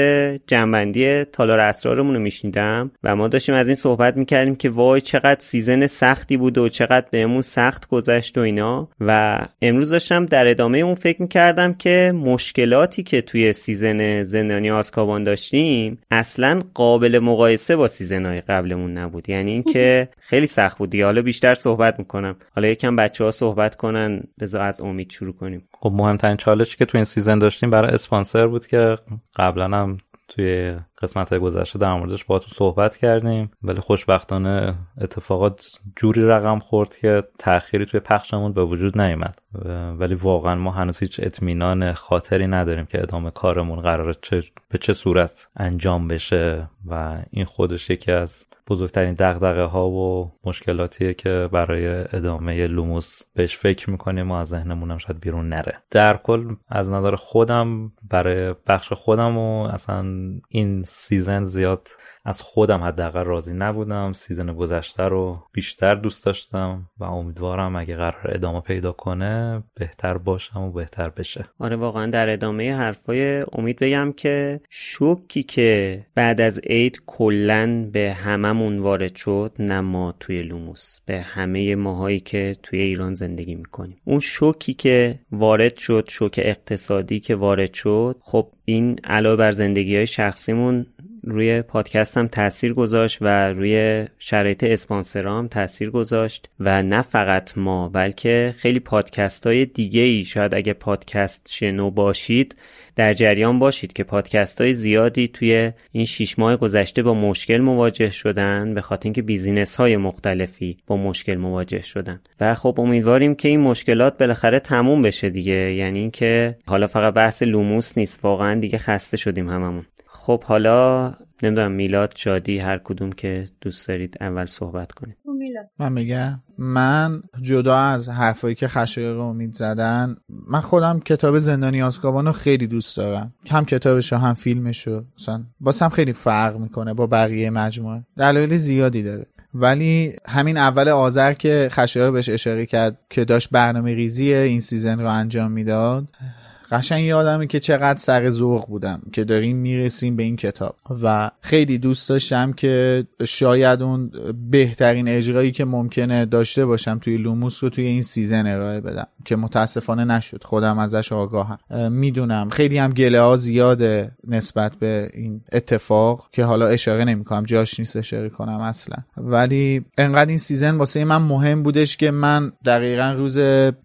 جنبندی تالار اسرارمون رو میشنیدم و ما داشتیم از این صحبت میکردیم که وای چقدر سیزن سختی بود و چقدر بهمون سخت گذشت و اینا، و امروز داشتم در ادامه اون فکر میکردم که مشکلاتی که توی سیزن زندانی آزکابان داشتیم اصلا قابل مقایسه با سیزن‌های قبلمون نبود. یعنی این که خیلی سخت بود دیگه. حالا بیشتر صحبت میکنم، حالا یکم بچه‌ها صحبت کنن، بذار از امید شروع کنیم. خب مهمترین چالشی که تو این سیزن داشتیم برای اسپانسر بود که قبلا هم توی قسمت‌های گذشته در موردش باهاتون صحبت کردیم، ولی خوشبختانه اتفاقات جوری رقم خورد که تأخیری توی پخشمون به وجود نیامد، ولی واقعا ما هنوز هیچ اطمینان خاطری نداریم که ادامه کارمون قراره چه به چه صورت انجام بشه و این خودش یکی از بزرگترین دغدغه ها و مشکلاتیه که برای ادامه لوموس بهش فکر میکنیم و از ذهنمون هم شاید بیرون نره. در کل از نظر خودم برای بخش خودم و اصلا این سیزن زیاد از خودم حداقل راضی نبودم. سیزن گذشته رو بیشتر دوست داشتم و امیدوارم اگه قرار ادامه پیدا کنه بهتر باشم و بهتر بشه. آره واقعا در ادامه حرفای امید بگم که شوکی که بعد از عید کلن به هممون وارد شد، نه ما توی لوموس، به همه ماهایی که توی ایران زندگی میکنیم، اون شوکی که وارد شد، شوک اقتصادی که وارد شد، خب این علاوه بر زندگی‌های شخصیمون روی پادکست هم تأثیر گذاشت و روی شرایط اسپانسرها هم تأثیر گذاشت و نه فقط ما بلکه خیلی پادکست های دیگه ای. شاید اگه پادکست شنو باشید در جریان باشید که پادکست های زیادی توی این شش ماه گذشته با مشکل مواجه شدن، به خاطر اینکه بیزینس های مختلفی با مشکل مواجه شدن و خب امیدواریم که این مشکلات بالاخره تموم بشه دیگه. یعنی این که حالا فقط بحث لوموس نیست، واقعا دیگه خسته شدیم هممون. خب حالا نمیدونم میلاد، شادی، هر کدوم که دوست دارید اول صحبت کنید. من میگم من جدا از حرفایی که خشایار و امید زدن، من خودم کتاب زندانی آزکابان رو خیلی دوست دارم، هم کتابشو هم فیلمشو، مثلا واسم خیلی فرق میکنه با بقیه مجموعه، دلایل زیادی داره. ولی همین اول آذر که خشایار بهش اشاره کرد که داشت برنامه ریزی این سیزن رو انجام میداد، قشنگ یادمه که چقدر سر ذوق بودم که داریم میرسیم به این کتاب و خیلی دوست داشتم که شاید اون بهترین اجرایی که ممکنه داشته باشم توی لوموس رو توی این سیزن ارائه بدم که متاسفانه نشد. خودم ازش آگاهم، میدونم خیلی هم گله ها زیاده نسبت به این اتفاق که حالا اشاره نمی‌کنم، جاش نیست اشاره کنم اصلا، ولی انقدر این سیزن واسه من مهم بودش که من دقیقاً روز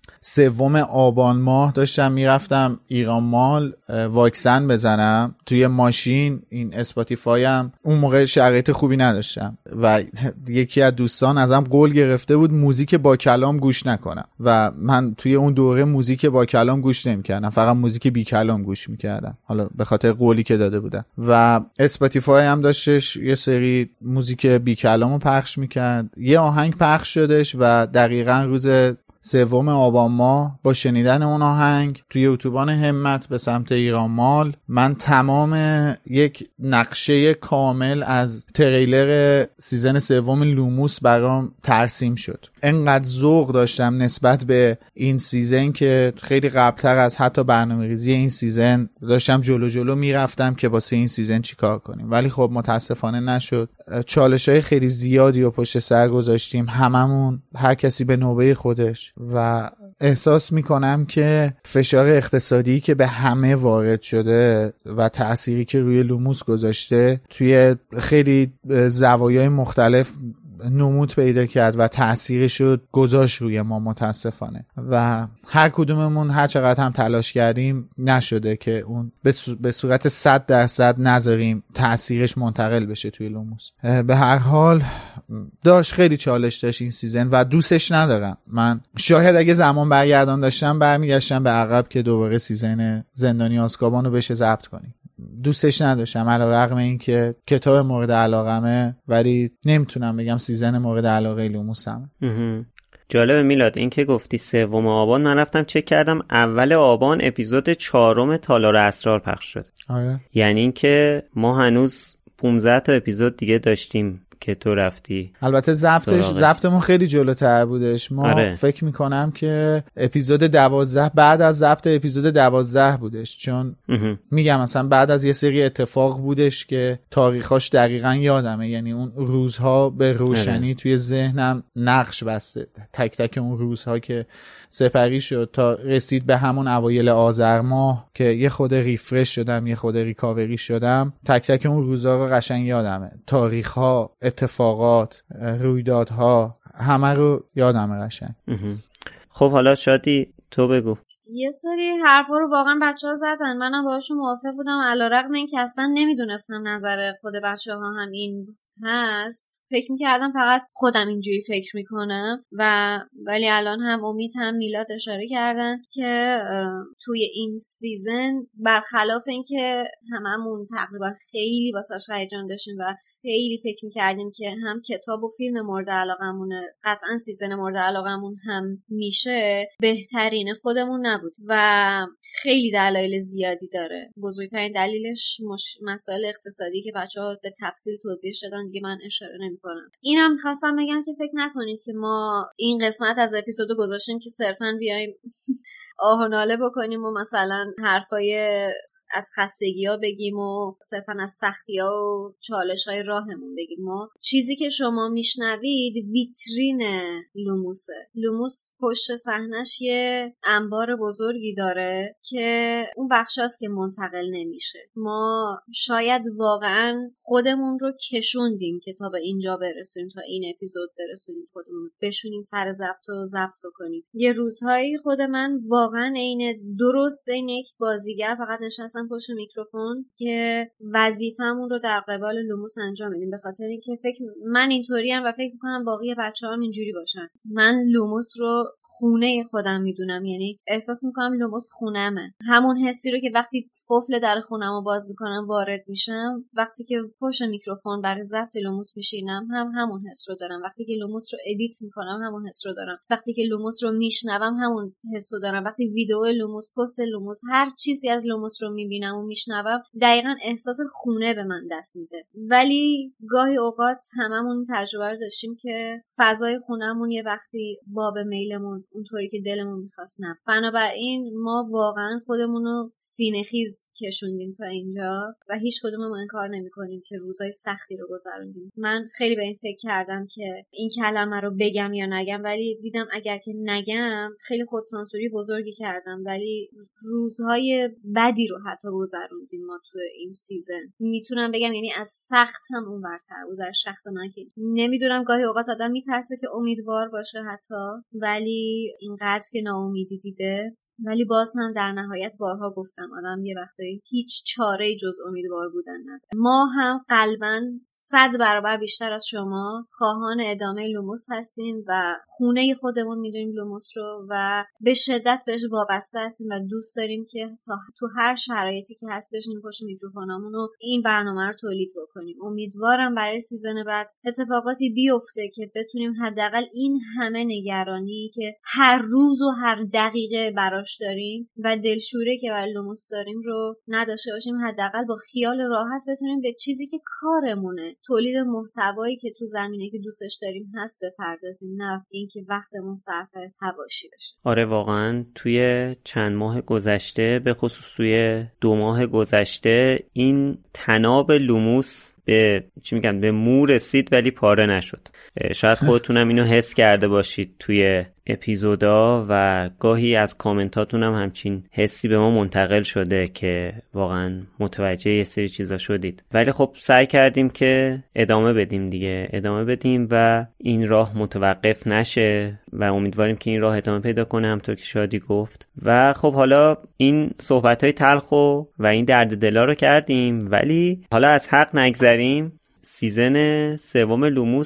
سوم آبان ماه داشتم میرفتم ایران مال واکسن بزنم توی ماشین. این اسپاتیفای هم اون موقع شرایط خوبی نداشتم و یکی از دوستان ازم قول گرفته بود موزیک با کلام گوش نکنم و من توی اون دوره موزیک با کلام گوش نمی‌کردم، فقط موزیک بی کلام گوش می‌کردم، حالا به خاطر قولی که داده بودن. و اسپاتیفای هم داشتش یه سری موزیک بی کلامو پخش می‌کرد. یه آهنگ پخش شدش و دقیقاً روز سوم آبان ماه با شنیدن اون آهنگ توی اتوبان همت به سمت ایران مال من تمام یک نقشه کامل از تریلر سیزن سوم لوموس برام ترسیم شد. انقدر ذوق داشتم نسبت به این سیزن که خیلی قبلتر از حتی برنامه‌ریزی این سیزن داشتم جلو جلو میرفتم که واسه این سیزن چیکار کنیم، ولی خب متاسفانه نشد. چالش‌های خیلی زیادی رو پشت سر گذاشتیم هممون، هر کسی به نوبه خودش، و احساس میکنم که فشار اقتصادی که به همه وارد شده و تأثیری که روی لوموس گذاشته توی خیلی زوایای مختلف نمود پیدا کرد و تأثیرش رو گذاشت روی ما متاسفانه، و هر کدوممون هر چقدر هم تلاش کردیم نشده که اون به صورت صد درصد نذاریم تأثیرش منتقل بشه توی لوموس. به هر حال داشت خیلی چالش داشت این سیزن و دوستش ندارم. من شاید اگه زمان برگردان داشتم برمیگشتم به عقب که دوباره سیزن زندانی آزکابان رو بشه ضبط کنیم. دوستش نداشتم، علیرغم اینکه کتاب مورد علاقمه، ولی نمیتونم بگم سیزن مورد علاقه لوموسم. جالبه میلاد این که گفتی سوم آبان، من رفتم چک کردم اول آبان اپیزود چهارم تالار اسرار پخش شد. آره. یعنی این که ما هنوز پانزده تا اپیزود دیگه داشتیم که تو رفتی. البته ضبطش ضبطمون خیلی جلوتر بودش. ما آره. فکر میکنم که اپیزود دوازده بعد از ضبط اپیزود دوازده بودش، چون اه. میگم مثلا بعد از یه سری اتفاق بودش که تاریخاش دقیقاً یادمه، یعنی اون روزها به روشنی آره. توی ذهنم نقش بسته، تک تک اون روزها که سپری شد تا رسید به همون اوایل آذر ماه که یه خود ریفرش شدم، یه خود ریکاوری شدم، تک تک اون روزها رو قشنگ یادمه، تاریخ‌ها، اتفاقات، رویدادها، همه رو یادمه قشنگ. خب حالا شادی تو بگو. یه سری حرفا رو واقعا بچه‌ها زدن، منم باهاشون موافق بودم، علیرغم اینکه اصلا نمیدونستم نظر خود بچه‌ها هم این هست. فکر میکردم فقط خودم اینجوری فکر میکنم و ولی الان هم امید هم میلاد اشاره کردن که توی این سیزن برخلاف اینکه هممون تقریبا خیلی واسش هیجان داشتیم و خیلی فکر میکردیم که هم کتاب و فیلم مورد علاقمونه، قطعا سیزن مورد علاقمون هم میشه، بهترین خودمون نبود و خیلی دلایل زیادی داره. بزرگترین دلیلش مش... مسائل اقتصادی که بچه‌ها به تفصیل توضیح دادن دیگه من اشاره نمی‌کنم. اینم می‌خواستم بگم که فکر نکنید که ما این قسمت از اپیزودو گذاشتیم که صرفاً بیایم آه و ناله بکنیم و مثلا حرفای از خستگی ها بگیم و صرفا از سختی ها و چالش های راهمون بگیم. ما چیزی که شما میشنوید ویترین لوموسه. لوموس پشت صحنش یه انبار بزرگی داره که اون بخشاست که منتقل نمیشه. ما شاید واقعا خودمون رو کشوندیم که تا به اینجا برسونیم، تا این اپیزود برسونیم، خودمون بشونیم سر ضبط و ضبط بکنیم. یه روزهایی خود من واقعا عین درست این یک بازیگر فقط نشستم پشت میکروفون که وظیفه‌مون رو در قبال لوموس انجام بدیم، به خاطر اینکه فکر من اینطوریم و فکر می‌کنم باقی بچه‌ها هم اینجوری باشن. من لوموس رو خونه خودم میدونم، یعنی احساس می‌کنم لوموس خونمه. همون حسی رو که وقتی قفل در خونمو باز می‌کنم وارد میشم، وقتی که پشت میکروفون برای ضبط لوموس میشینم هم همون حس رو دارم. وقتی که لوموس رو ادیت می‌کنم همون حس رو دارم. وقتی که لوموس رو میشنوم همون حس رو دارم. وقتی ویدیو لوموس، پست لوموس، هر چیزی از لوموس رو میبینم و میشنوم، دقیقاً احساس خونه به من دست میده. ولی گاهی اوقات هممون تجربه رو داشتیم که فضای خونمون یه وقتی باب میلمون اونطوری که دلمون میخواست نبود. بنابراین ما واقعاً خودمون رو سینه‌خیز کشوندیم تا اینجا و هیچ کدوممون انکار نمی‌کنیم که روزای سختی رو گذروندیم. من خیلی به این فکر کردم که این کلمه رو بگم یا نگم، ولی دیدم اگر که نگم خیلی خودسانسوری بزرگی کردم. ولی روزهای بدی رو حتی گذروندیم ما تو این سیزن. میتونم بگم یعنی از سخت هم اون برتر بود در شخص من، که نمیدونم گاهی اوقات آدم میترسه که امیدوار باشه حتی، ولی اینقدر که ناامیدی دیده. ولی باز هم در نهایت بارها گفتم آدم یه وقتایی هیچ چاره‌ای جز امیدوار بودن نداره. ما هم قلباً صد برابر بیشتر از شما خواهان ادامه لوموس هستیم و خونه خودمون میدونیم لوموس رو و به شدت بهش وابسته هستیم و دوست داریم که تا تو هر شرایطی که هست بشینیم پشت میکروفونامون و این برنامه رو تولید بکنیم. امیدوارم برای سیزن بعد اتفاقاتی بیفته که بتونیم حداقل این همه نگرانی که هر روز و هر دقیقه برای داریم و دلشوره که برای لوموس داریم رو نداشته باشیم. حداقل با خیال راحت بتونیم به چیزی که کارمونه، تولید محتوایی که تو زمینه که دوستش داریم هست بپردازیم، نه اینکه وقتمون صرف حواشی بشه. آره واقعا توی چند ماه گذشته، به خصوص توی دو ماه گذشته، این تناب لوموس به چی میگن به مو رسید ولی پاره نشد. شاید خودتونم اینو حس کرده باشید توی اپیزودا و گاهی از کامنتاتون هم همچین حسی به ما منتقل شده که واقعا متوجه یه سری چیزا شدید. ولی خب سعی کردیم که ادامه بدیم دیگه، ادامه بدیم و این راه متوقف نشه و امیدواریم که این راه ادامه پیدا کنه همطور که شادی گفت. و خب حالا این صحبت‌های تلخ و و این درد دلا رو کردیم، ولی حالا از حق نگذریم. سیزن سوم لوموس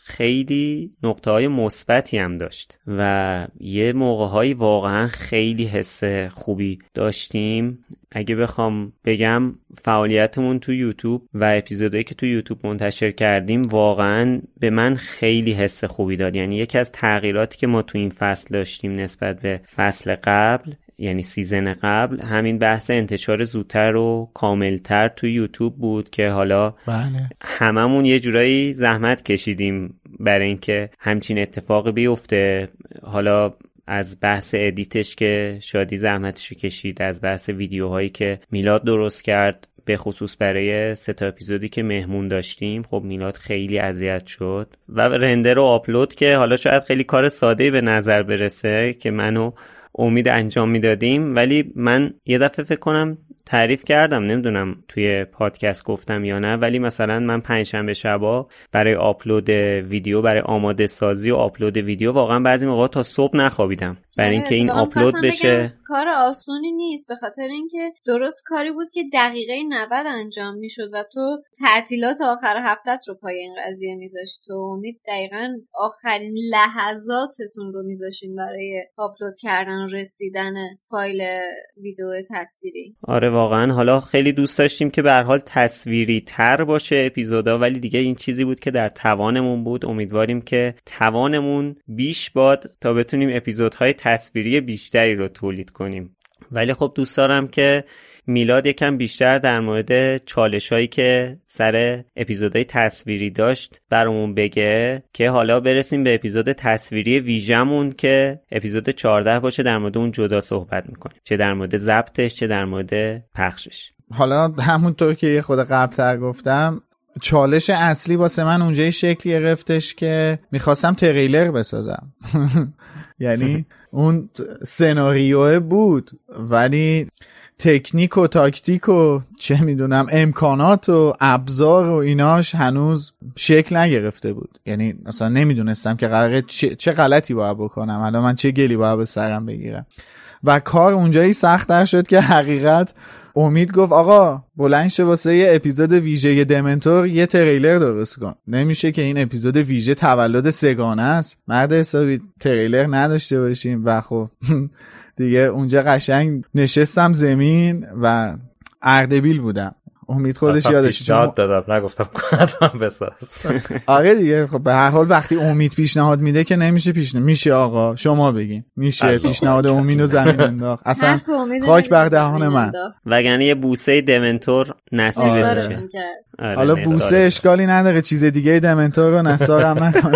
خیلی نقطه‌های مثبتی هم داشت و یه موقع‌هایی واقعا خیلی حس خوبی داشتیم. اگه بخوام بگم فعالیتمون تو یوتیوب و اپیزودایی که تو یوتیوب منتشر کردیم واقعا به من خیلی حس خوبی داد. یعنی یکی از تغییراتی که ما تو این فصل داشتیم نسبت به فصل قبل، یعنی سیزن قبل، همین بحث انتشار زودتر و کاملتر تو یوتیوب بود که حالا بله. هممون یه جورایی زحمت کشیدیم برای اینکه همچین اتفاقی بیفته. حالا از بحث ادیتش که شادی زحمتشو کشید، از بحث ویدیوهایی که میلاد درست کرد، به خصوص برای سه تا اپیزودی که مهمون داشتیم. خب میلاد خیلی اذیت شد و رندر و آپلود که حالا شاید خیلی کار ساده‌ای به نظر برسه که منو امید انجام میدادیم، ولی من یه دفعه فکر کنم تعریف کردم، نمیدونم توی پادکست گفتم یا نه، ولی مثلا من پنجشنبه شبا برای آپلود ویدیو، برای آماده سازی و آپلود ویدیو واقعا بعضی موقع تا صبح نخوابیدم برای اینکه این آپلود بشه. کار آسونی نیست، به خاطر اینکه درست کاری بود که دقیقه نود انجام میشد و تو تعطیلات آخر هفتت رو پای این قضیه میذاشت. تو امید دقیقاً آخرین لحظاتتون رو میذاشین برای آپلود کردن و رسیدن فایل ویدیو تصویری. آره واقعا حالا خیلی دوست داشتیم که به هر حال تصویری تر باشه اپیزودا، ولی دیگه این چیزی بود که در توانمون بود. امیدواریم که توانمون بیش باد تا بتونیم اپیزودهای تصویری بیشتری رو تولید کنیم. ولی خب دوست دارم که میلاد یکم بیشتر در مورد چالشایی که سر اپیزودهای تصویری داشت برامون بگه که حالا برسیم به اپیزود تصویری ویژمون که اپیزود چهارده باشه، در مورد اون جدا صحبت میکنیم، چه در مورد ضبطش چه در مورد پخشش. حالا همونطور که یه خود قبل‌تر گفتم، چالش اصلی واسه من اونجایی شکل گرفتش که میخواستم تریلر بسازم. یعنی اون سناریوه بود ولی تکنیک و تاکتیک و چه میدونم امکانات و ابزار و ایناش هنوز شکل نگرفته بود. یعنی اصلا نمیدونستم که قراره چه, چه غلطی باید بکنم، حالا من چه گلی باید به سرم بگیرم و کار اونجایی سخت‌تر شد که حقیقت امید گفت آقا بلند شه واسه یه اپیزود ویژه دمنتور یه تریلر درست کن. نمیشه که این اپیزود ویژه تولد سگانه است مرد حسابی تریلر نداشته باشیم. و خب دیگه اونجا قشنگ نشستم زمین و اردبیل بودم. امید خودش یادش پیشنهاد دادم، نگفتم حتما بساز. آره دیگه خب به هر حال وقتی امید پیشنهاد میده که نمیشه پیشنهاد میشه آقا شما بگین میشه پیشنهاد امید رو زمین انداخت. اصلا خاک بر دهان من. وگرنه یه بوسه دمنتور نصیب میشه. حالا بوسه اشکالی نداره، چیز دیگه دمنتور رو نثارم نکنه.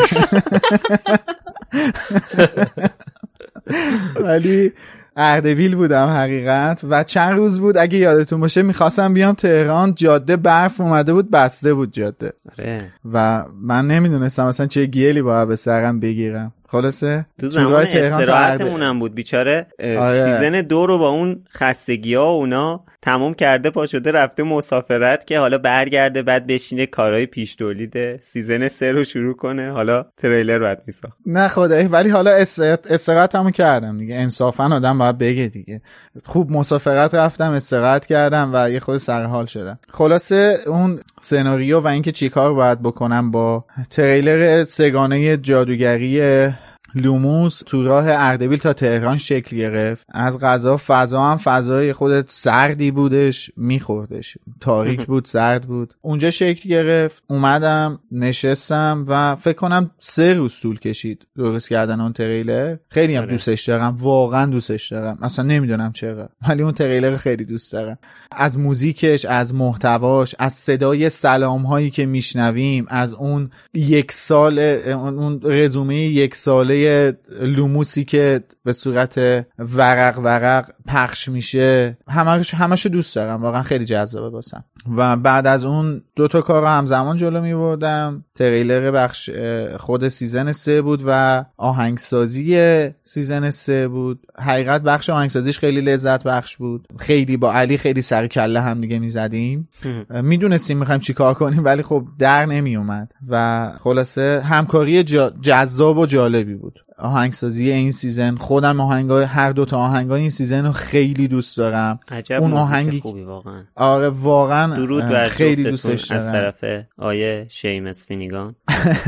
ولی اردبیل بودم حقیقت و چند روز بود اگه یادتون باشه میخواستم بیام تهران، جاده برف اومده بود، بسته بود جاده. آره. و من نمیدونستم اصلا چه گیلی باید به سرم بگیرم. خلاصه تو زمان استراحتمون هم بود بیچاره. آره. سیزن دو رو با اون خستگی ها و اونا تموم کرده، پا شده رفته مسافرت که حالا برگرده بعد بشینه کارهای پیش تولید سیزن سه رو شروع کنه. حالا تریلر بعد میساخت. نه خدایی، ولی حالا استراحت همو کردم دیگه، انصافا آدم باید بگه دیگه. خوب مسافرت رفتم، استراحت کردم و یه خود سرحال شدم. خلاصه اون سناریو و اینکه چیکار باید بکنم با تریلر سگانه جادوگری لوموس تو راه اردبیل تا تهران شکل گرفت. از قضا فضا هم فضای خودت سردی بودش، میخوردش، تاریک بود، سرد بود. اونجا شکل گرفت، اومدم نشستم و فکر کنم سه روز طول کشید درست کردن اون تریلر. خیلی هم دوستش دارم، واقعا دوستش دارم، اصلا نمیدونم چرا، ولی اون تریلر خیلی دوست دارم. از موزیکش، از محتواش، از صدای سلام هایی که میشنویم، از اون یک سال اون رزومه یک ساله لوموسی که به صورت ورق ورق پخش میشه، همش همشو دوست دارم، واقعا خیلی جذابه واسم. و بعد از اون دو تا کارو همزمان جلو میبردم. تریلر بخش خود سیزن سه بود و آهنگسازی سیزن سه بود. حقیقت بخش آهنگسازیش خیلی لذت بخش بود. خیلی با علی خیلی سر کله هم دیگه میزدیم، میدونستیم میخوایم چی کار کنیم ولی خب در نمی اومد و خلاصه همکاری جذاب و جالبی بود. بود. آهنگسازی این سیزن، خودم آهنگای هر دو تا آهنگای این سیزن رو خیلی دوست دارم. عجب اون آهنگی خوبی واقعا. آره واقعا درود بر خیلی دوستش دارم از طرف آیه شیمس فینیگان.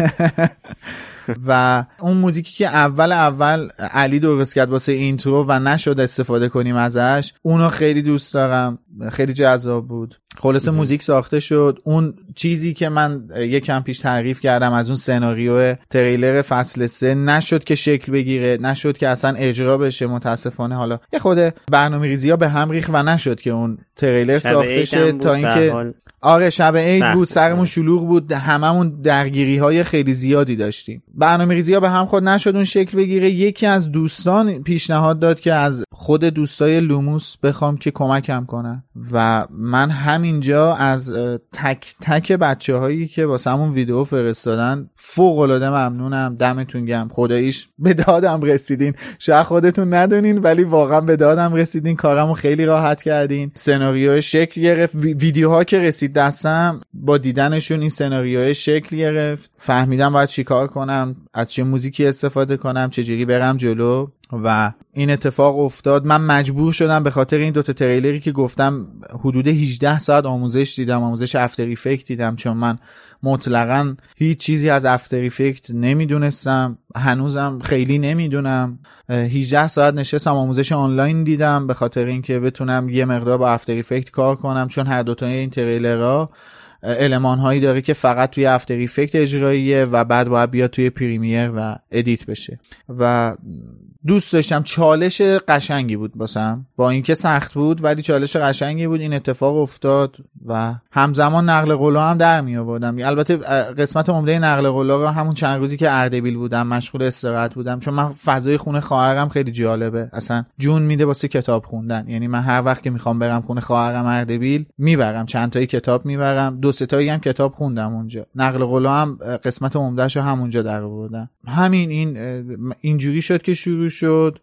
و اون موزیکی که اول اول علی درست کرد واسه اینترو و نشد استفاده کنیم ازش، اونو خیلی دوست دارم، خیلی جذاب بود. خلاصه موزیک ساخته شد. اون چیزی که من یکم پیش تعریف کردم از اون سناریو تریلر فصل سه نشد که شکل بگیره، نشد که اصلا اجرا بشه. متاسفانه حالا یه خود برنامه‌ریزی‌ها به هم ریخت و نشد که اون تریلر ساخته شه تا اینکه آره شب عید بود، سرمون شلوغ بود، هممون درگیری های خیلی زیادی داشتیم. برنامه‌ریزی ها به هم خود نشد اون شکل بگیره. یکی از دوستان پیشنهاد داد که از خود دوستای لوموس بخوام که کمکم کنن و من همینجا از تک تک بچه‌هایی که واسمون ویدیو فرستادن فوق العاده ممنونم. دمتون گرم، خداییش به دادم رسیدین. شاید خودتون ندونین ولی واقعا به دادم رسیدین، کارمو خیلی راحت کردین. سناریو شکل گرفت، ویدیوها که رسید دستم با دیدنشون این سناریوی شکل گرفت، فهمیدم باید چی کار کنم، از چه موزیکی استفاده کنم، چجوری برم جلو و این اتفاق افتاد. من مجبور شدم به خاطر این دوتا تریلری که گفتم حدود هجده ساعت آموزش دیدم، آموزش افتر ایفکت دیدم، چون من مطلقاً هیچ چیزی از افتر ایفکت نمیدونستم، هنوزم خیلی نمیدونم. هجده ساعت نشستم آموزش آنلاین دیدم به خاطر اینکه بتونم یه مقدار با افتر ایفکت کار کنم، چون هر دوتا این تریلرها المان هایی داره که فقط توی افتر ایفکت اجراییه و بعد باید بیاد توی پریمیر و ادیت بشه و دوست داشتم. چالش قشنگی بود باسم، با اینکه سخت بود ولی چالش قشنگی بود. این اتفاق افتاد و همزمان نقل قولا هم در می آوردم. البته قسمت عمده نقل قولا رو همون چند روزی که اردبیل بودم مشغول استراحت بودم، چون من فضای خونه خواهرم خیلی جالبه، اصلا جون میده واسه کتاب خوندن. یعنی من هر وقت که میخوام برم خونه خواهرم اردبیل میبرم، چند تایی کتاب میبرم، دو سه تایی هم کتاب خوندم اونجا. نقل قولا هم قسمت عمدهشو همونجا در آوردم. همین این اینجوری شد که شروع شد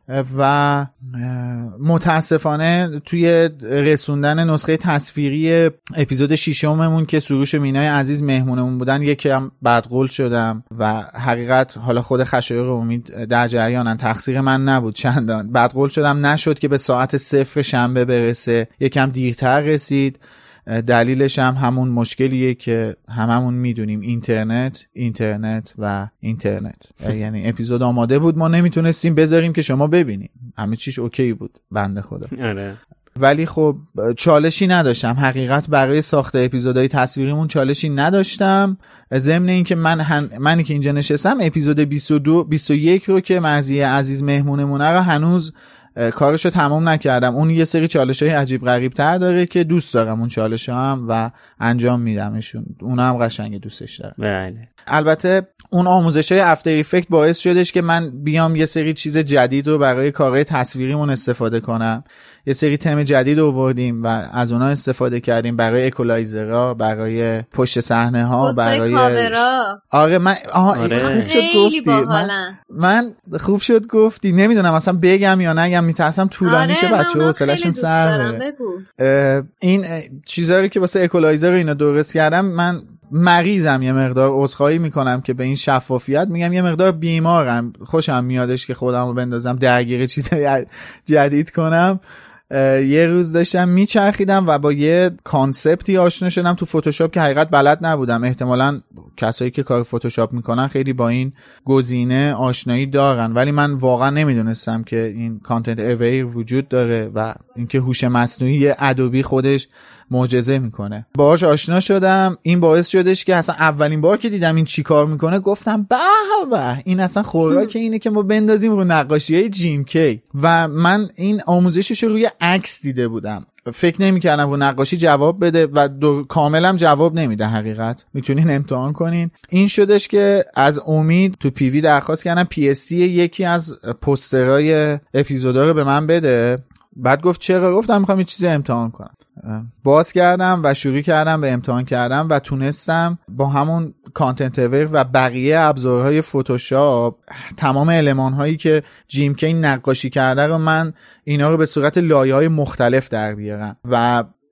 و متاسفانه توی رسوندن نسخه تصویری اپیزود ششممون که سروش و مینای عزیز مهمونمون بودن یکم بدقول شدم و حقیقت حالا خود خشایار امید در جریانن، تقصیر من نبود چندان. بدقول شدم، نشد که به ساعت صفر شنبه برسه، یکم دیرتر رسید. دلیلش هم همون مشکلیه که هممون میدونیم، اینترنت اینترنت و اینترنت. یعنی اپیزود آماده بود ما نمیتونستیم بذاریم که شما ببینیم، همه چیش اوکی بود بنده خدا. آره. ولی خب چالشی نداشتم حقیقت برای ساخت اپیزودهای تصویریمون، چالشی نداشتم. ضمن این که من هن... منی که اینجا نشستم اپیزود بیست و دو بیست و یک رو که مرضیه عزیز مهمونمونه رو هنوز کارشو تمام نکردم. اون یه سری چالش‌های عجیب غریب تر داره که دوست دارم اون چالش‌ها هم و انجام میدمشون، اونا هم قشنگ دوستش دارم. بله. البته اون آموزش‌های افتر ایفکت باعث شدش که من بیام یه سری چیز جدید رو برای کارهای تصویریمون استفاده کنم. یه سری تم جدید آوردیم و از اونها استفاده کردیم برای اکولایزرها، برای پشت صحنه ها، برای کاورا. آره من آها آره. خوب شد گفتی. من... من خوب شد گفتی. نمیدونم اصلا بگم یا نگم، میترسم طولانی شه، آره بچه‌ها حوصله‌شون سر بره. این چیزایی که واسه اکولایزر اینا درست کردم، من مریضم، یه مقدار عذرخواهی میکنم که به این شفافیت میگم، یه مقدار بیمارم، خوشم میادش که خودم رو بندازم درگیر چیزای جدید کنم. یه روز داشتم میچرخیدم و با یه کانسپتی آشنا شدم تو فتوشاپ که حقیقت بلد نبودم. احتمالاً کسایی که کار فتوشاپ میکنن خیلی با این گزینه آشنایی دارن، ولی من واقعا نمیدونستم که این کانتنت اویر وجود داره و اینکه هوش مصنوعی ادوبی خودش معجزه میکنه. باهاش آشنا شدم. این باعث شدش که اصلا اولین بار که دیدم این چی کار میکنه گفتم به به، این اصلا خوراک اینه که ما بندازیم رو نقاشی‌های جیم کی. و من این آموزشش رو روی عکس دیده بودم، فکر نمی‌کردم رو نقاشی جواب بده و دو کاملا جواب نمیده. حقیقت میتونین امتحان کنین. این شدش که از امید تو پی وی درخواست کردم پی اس سی یکی از پوسترهای اپیزودا رو به من بده. بعد گفت چرا؟ گفتم میخوام یه چیزی امتحان کنم. باز کردم و شروع کردم به امتحان کردم و تونستم با همون کانتنت اویر و بقیه ابزارهای فتوشاپ تمام المان هایی که جیم کی نقاشی کرده رو من اینا رو به صورت لایه‌های مختلف در بیارم و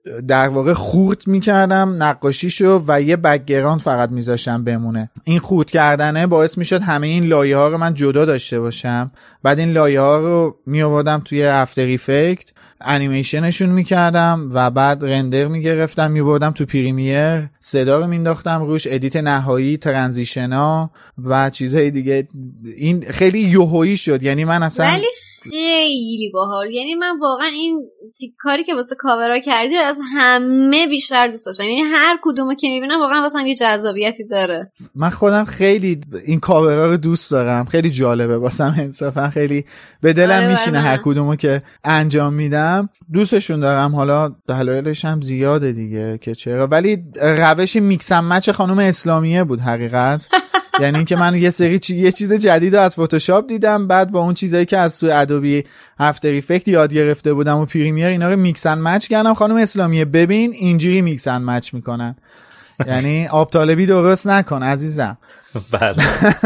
در واقع خورد میکردم نقاشیشو و یه بک‌گراند فقط میذاشتم بمونه. این خورد کردنه باعث میشد همه این لایه ها رو من جدا داشته باشم. بعد این لایه ها رو میآوردم توی افتر ایفکت، انیمیشنشون میکردم و بعد رندر میگرفتم میبردم تو پریمیر، صدا رو مینداختم روش، ادیت نهایی، ترانزیشنا و چیزهای دیگه. این خیلی یوهویی شد، یعنی من اصلا ولی خیلی باحال. یعنی من واقعا این کاری که واسه کاورا کردی از همه بیشتر دوست داشتم. یعنی هر کدومو که میبینم واقعا واسم یه جذابیتی داره. من خودم خیلی این کاورا رو دوست دارم، خیلی جالبه واسم، انصافا خیلی به دلم آره میشینه هر کدومو که انجام میدم. دوستشون دارم. حالا دلایلش هم زیاده دیگه که چرا، ولی روش میکس اند مچ خانم اسلامیه بود حقیقت. یعنی اینکه من یه سری چی... یه چیز جدید از فتوشاپ دیدم، بعد با اون چیزایی که از توی ادوبی افتر ایفکت یاد گرفته بودم و پریمیر اینا رو میکس اند مچ کردم. خانم اسلامیه ببین اینجوری میکس اند مچ میکنن. یعنی آب طالبی درست نکن عزیزم. بله.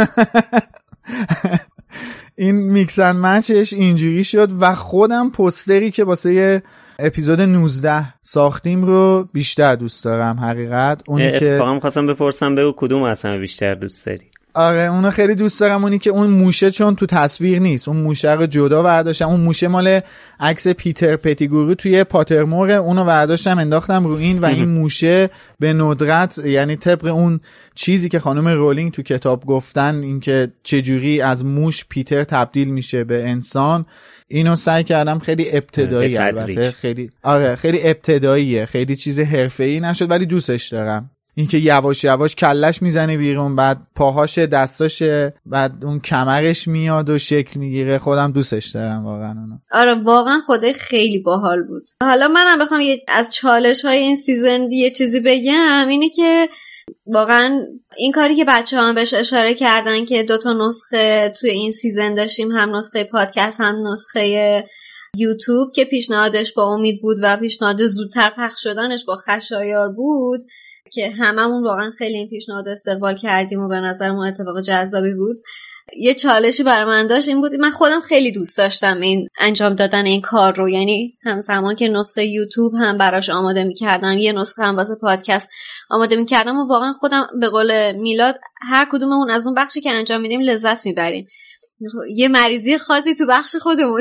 این میکس اند مچش اینجوری شد و خودم پوستری که واسه اپیزود نوزده ساختیم رو بیشتر دوست دارم حقیقت. اونی که اتفاقا می‌خواستم بپرسم بگو کدوم اصلا بیشتر دوست داری؟ آره اونو خیلی دوست دارم. اونی که اون موشه چون تو تصویر نیست، اون موشه رو جدا برداشتم. اون موشه مال عکس پیتر پتیگورو توی پاترمور، اونو برداشتم انداختم رو این و این موشه به ندرت، یعنی طبق اون چیزی که خانم رولینگ تو کتاب گفتن، اینکه چجوری از موش پیتر تبدیل میشه به انسان، اینو سعی کردم خیلی ابتدایی، البته خیلی آره خیلی ابتداییه، خیلی چیز حرفه‌ای نشد ولی دوستش دارم. اینکه یواش یواش کلش میزنه بیرون، بعد پاهاش، دستاشه، بعد اون کمرش میاد و شکل میگیره. خودم دوستش دارم واقعا اونو. آره واقعا خدای خیلی باحال بود. حالا منم بخوام از چالش های این سیزن یه چیزی بگم، اینه که واقعا این کاری که بچه هم بهش اشاره کردن که دوتا نسخه توی این سیزن داشتیم، هم نسخه پادکست هم نسخه یوتیوب، که پیشنهادش با امید بود و پیشنهاد زودتر پخش شدنش با خشایار بود که هممون واقعا خیلی این پیشنهاد استقبال کردیم و به نظرمون اتفاق جذابی بود. یه چالشی برای من داشت این بود، من خودم خیلی دوست داشتم این انجام دادن این کار رو، یعنی همزمان که نسخه یوتیوب هم براش آماده می‌کردم، یه نسخه هم واسه پادکست آماده می‌کردم و واقعا خودم به قول میلاد هر کدوممون از اون بخشی که انجام میدیم لذت می‌بریم. یه مریضی خاصی تو بخش خودمون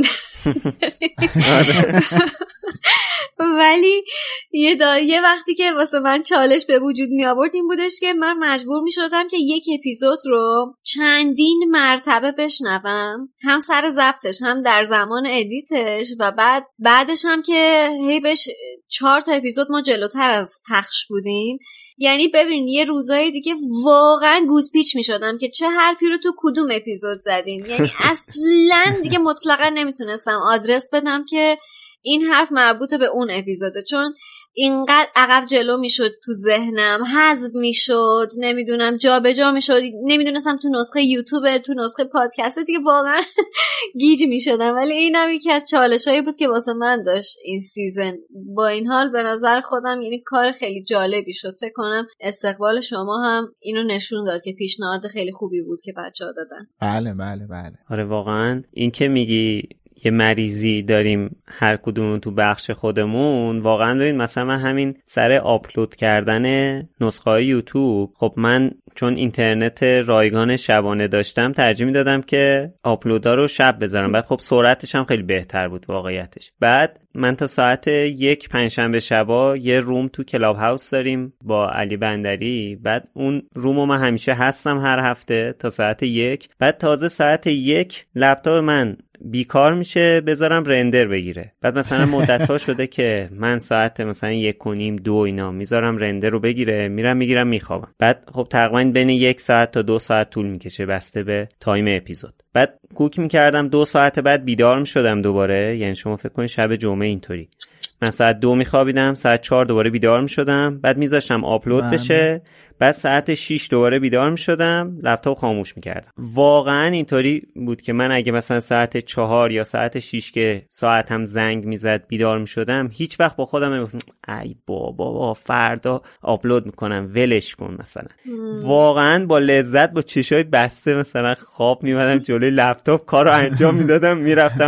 ولی یه, دا... یه وقتی که واسه من چالش به وجود می آورد این بودش که من مجبور می شدم که یک اپیزود رو چندین مرتبه بشنوم، هم سر ضبطش هم در زمان ادیتش و بعد بعدش هم که هی بهش چهار تا اپیزود ما جلوتر از پخش بودیم. یعنی ببین یه روزای دیگه واقعا گوز پیچ می شدم که چه حرفی رو تو کدوم اپیزود زدیم، یعنی اصلا دیگه مطلقا نمیتونستم آدرس بدم که این حرف مربوط به اون اپیزوده، چون اینقدر عقب جلو میشد تو ذهنم، حذف میشد، نمیدونم جا به جا میشد، نمیدونستم تو نسخه یوتیوب تو نسخه پادکست دیگه واقعا گیج میشدم. ولی اینم یکی از چالشایی بود که واسه من داشت این سیزن. با این حال به نظر خودم یعنی کار خیلی جالبی شد. فکر کنم استقبال شما هم اینو نشون داد که پیشنهاد خیلی خوبی بود که بچه‌ها دادن. بله بله بله. آره واقعا این که میگی یه مریضی داریم هر کدوم تو بخش خودمون، واقعا ببین مثلا من همین سر آپلود کردن نسخه های یوتیوب، خب من چون اینترنت رایگان شبانه داشتم ترجیح میدادم که آپلودها رو شب بذارم، بعد خب سرعتش هم خیلی بهتر بود واقعیتش. بعد من تا ساعت یک پنجشنبه شبا یه روم تو کلاب هاوس داریم با علی بندری، بعد اون رومو من همیشه هستم هر هفته تا ساعت یک، بعد تازه ساعت یک لپتاپ من بیکار میشه بذارم رندر بگیره. بعد مثلا مدت ها شده که من ساعت مثلا یک و نیم دو اینا میذارم رندر رو بگیره، میرم میگیرم میخوابم. بعد خب تقریبا بین یک ساعت تا دو ساعت طول میکشه بسته به تایم اپیزود. بعد کوک میکردم دو ساعت بعد بیدار میشدم دوباره، یعنی شما فکر کنید شب جمعه اینطوری من ساعت دو میخوابیدم، ساعت چهار دوباره بیدار میشدم، بعد میذاشتم آپلود من. بشه، بعد ساعت شش دوباره بیدار میشدم، لپتاپ خاموش میکردم. واقعا اینطوری بود که من اگه مثلا ساعت چهار یا ساعت شش که ساعت هم زنگ میزد بیدار میشدم، هیچ وقت با خودم نمیگفتم ای بابا با فردا آپلود میکنم ولش کن مثلا. واقعا با لذت با چشای بسته مثلا خواب میومدم جلوی لپتاپ کارو انجام میدادم، میرفتم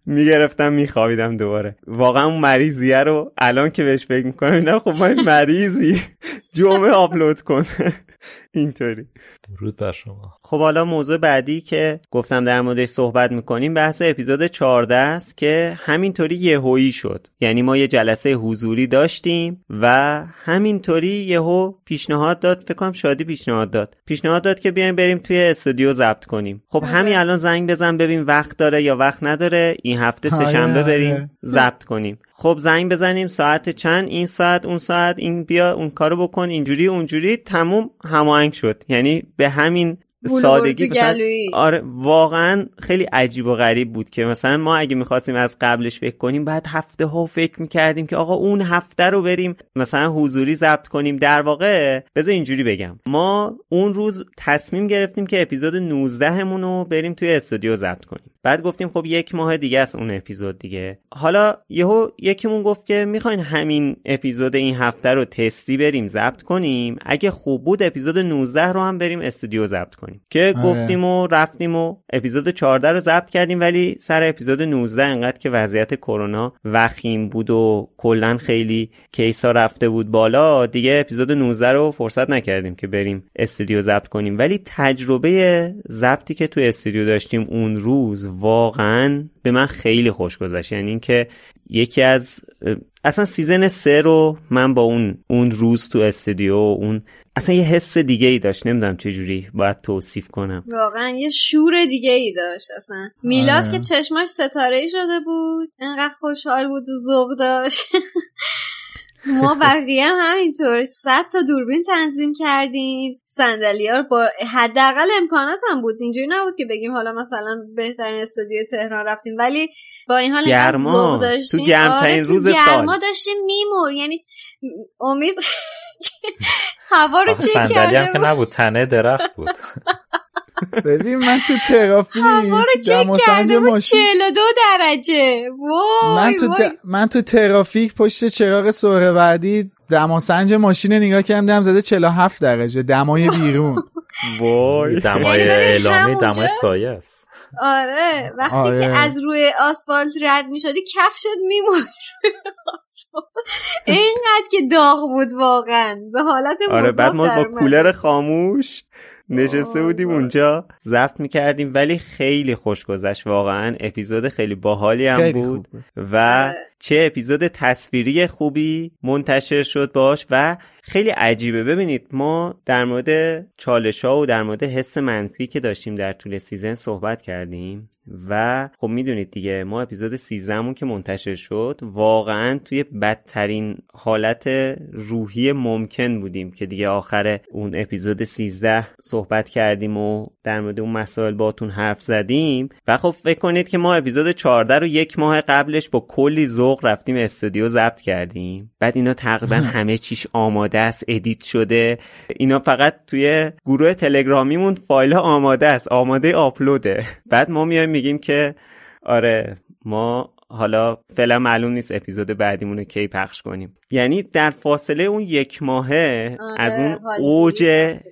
میگرفتم میخوابیدم دوباره. واقعا اون مریضیه رو الان که بهش فکر میکنم اینا خب من مریضی جمعه آپلود کن اینطوری. درود بر شما. خب حالا موضوع بعدی که گفتم در موردش صحبت میکنیم بحث اپیزود چهارده است که همینطوری یهویی شد. یعنی ما یه جلسه حضوری داشتیم و همینطوری یهو پیشنهاد داد، فکر کنم شادی پیشنهاد داد پیشنهاد داد که بیایم بریم توی استودیو ضبط کنیم. خب همین الان زنگ بزن ببین وقت داره یا وقت نداره، این هفته سه شنبه بریم ضبط کنیم. خب زنگ بزنیم ساعت چند، این ساعت اون ساعت، این بیا اون کارو بکن، اینجوری اونجوری، تموم هماهنگ شد. یعنی به همین سادگی مثلا آره واقعا خیلی عجیب و غریب بود که مثلا ما اگه میخواستیم از قبلش فکر کنیم بعد هفته ها فکر میکردیم که آقا اون هفته رو بریم مثلا حضوری ضبط کنیم. در واقع بذار اینجوری بگم، ما اون روز تصمیم گرفتیم که اپیزود نوزده مون رو بریم توی استودیو ضبط کنیم. بعد گفتیم خب یک ماه دیگه است اون اپیزود دیگه. حالا یهو یکیمون گفت که میخواین همین اپیزود این هفته رو تستی بریم ضبط کنیم، اگه خوب بود اپیزود نوزده رو هم بریم استودیو ضبط کنیم. که آه. گفتیم و رفتیم و اپیزود چهارده رو ضبط کردیم، ولی سر اپیزود نوزده انقدر که وضعیت کرونا وخیم بود و کلا خیلی کیسا رفته بود بالا، دیگه اپیزود نوزده رو فرصت نکردیم که بریم استودیو ضبط کنیم. ولی تجربه ضبطی که تو استودیو داشتیم اون روز واقعا به من خیلی خوش گذشت. یعنی اینکه یکی از اصلا سیزن سه رو من با اون اون روز تو استودیو اون اصلا یه حس دیگه ای داشت، نمیدونم چه جوری باید توصیف کنم، واقعا یه شور دیگه ای داشت. اصلا میلاد آه. که چشماش ستاره‌ای شده بود، انقدر خوشحال بود و ذوق داشت. ما بقیه هم همینطور صد تا دوربین تنظیم کردیم، صندلی‌ها رو با حداقل امکانات هم بود، اینجوری نبود که بگیم حالا مثلا بهترین استودیو تهران رفتیم، ولی با این حال انقدر ذوق داشتیم. تو گرم‌ترین آره روز تو سال گرما داشتیم میمور. یعنی امید هوا رو چک کرده صندلی هم که نبود، تنه درخت بود. ببین من تو ترافیک هوا رو چک کرده بود چهل و دو درجه. وای من تو د... من تو ترافیک پشت چراغ سهروردی دماسنج ماشین نگاه کردم دیدم زده چهل و هفت درجه دمای بیرون. وای دمای اعلامی دمای سایه است. آره وقتی آره. که از روی آسفالت رد می شدی کفشت می موند روی آسفالت، اینقدر که داغ بود واقعا به حالت مصاب. آره بعد ما با کولر خاموش نشسته بودیم اونجا ضبط میکردیم، ولی خیلی خوش گذشت واقعا. اپیزود خیلی باحالی هم خیلی بود و چه اپیزود تصویری خوبی منتشر شد باش و خیلی عجیبه. ببینید ما در مورد چالش‌ها و در مورد حس منفی که داشتیم در طول سیزن صحبت کردیم و خب میدونید دیگه ما اپیزود سیزده مون که منتشر شد واقعا توی بدترین حالت روحی ممکن بودیم که دیگه آخر اون اپیزود سیزده صحبت کردیم و در مورد اون مسائل باتون حرف زدیم و خب فکر کنید که ما اپیزود چهارده رو یک ماه قبلش با کلی ذوق رفتیم استودیو ضبط کردیم. بعد اینا تقریبا همه چیش آماده است، ادیت شده، اینا فقط توی گروه تلگرامیمون فایل آماده است، آماده آپلوده. بعد ما میایم میگیم که آره ما حالا فعلا معلوم نیست اپیزود بعدیمون رو کی پخش کنیم. یعنی در فاصله اون یک ماهه از اون اوج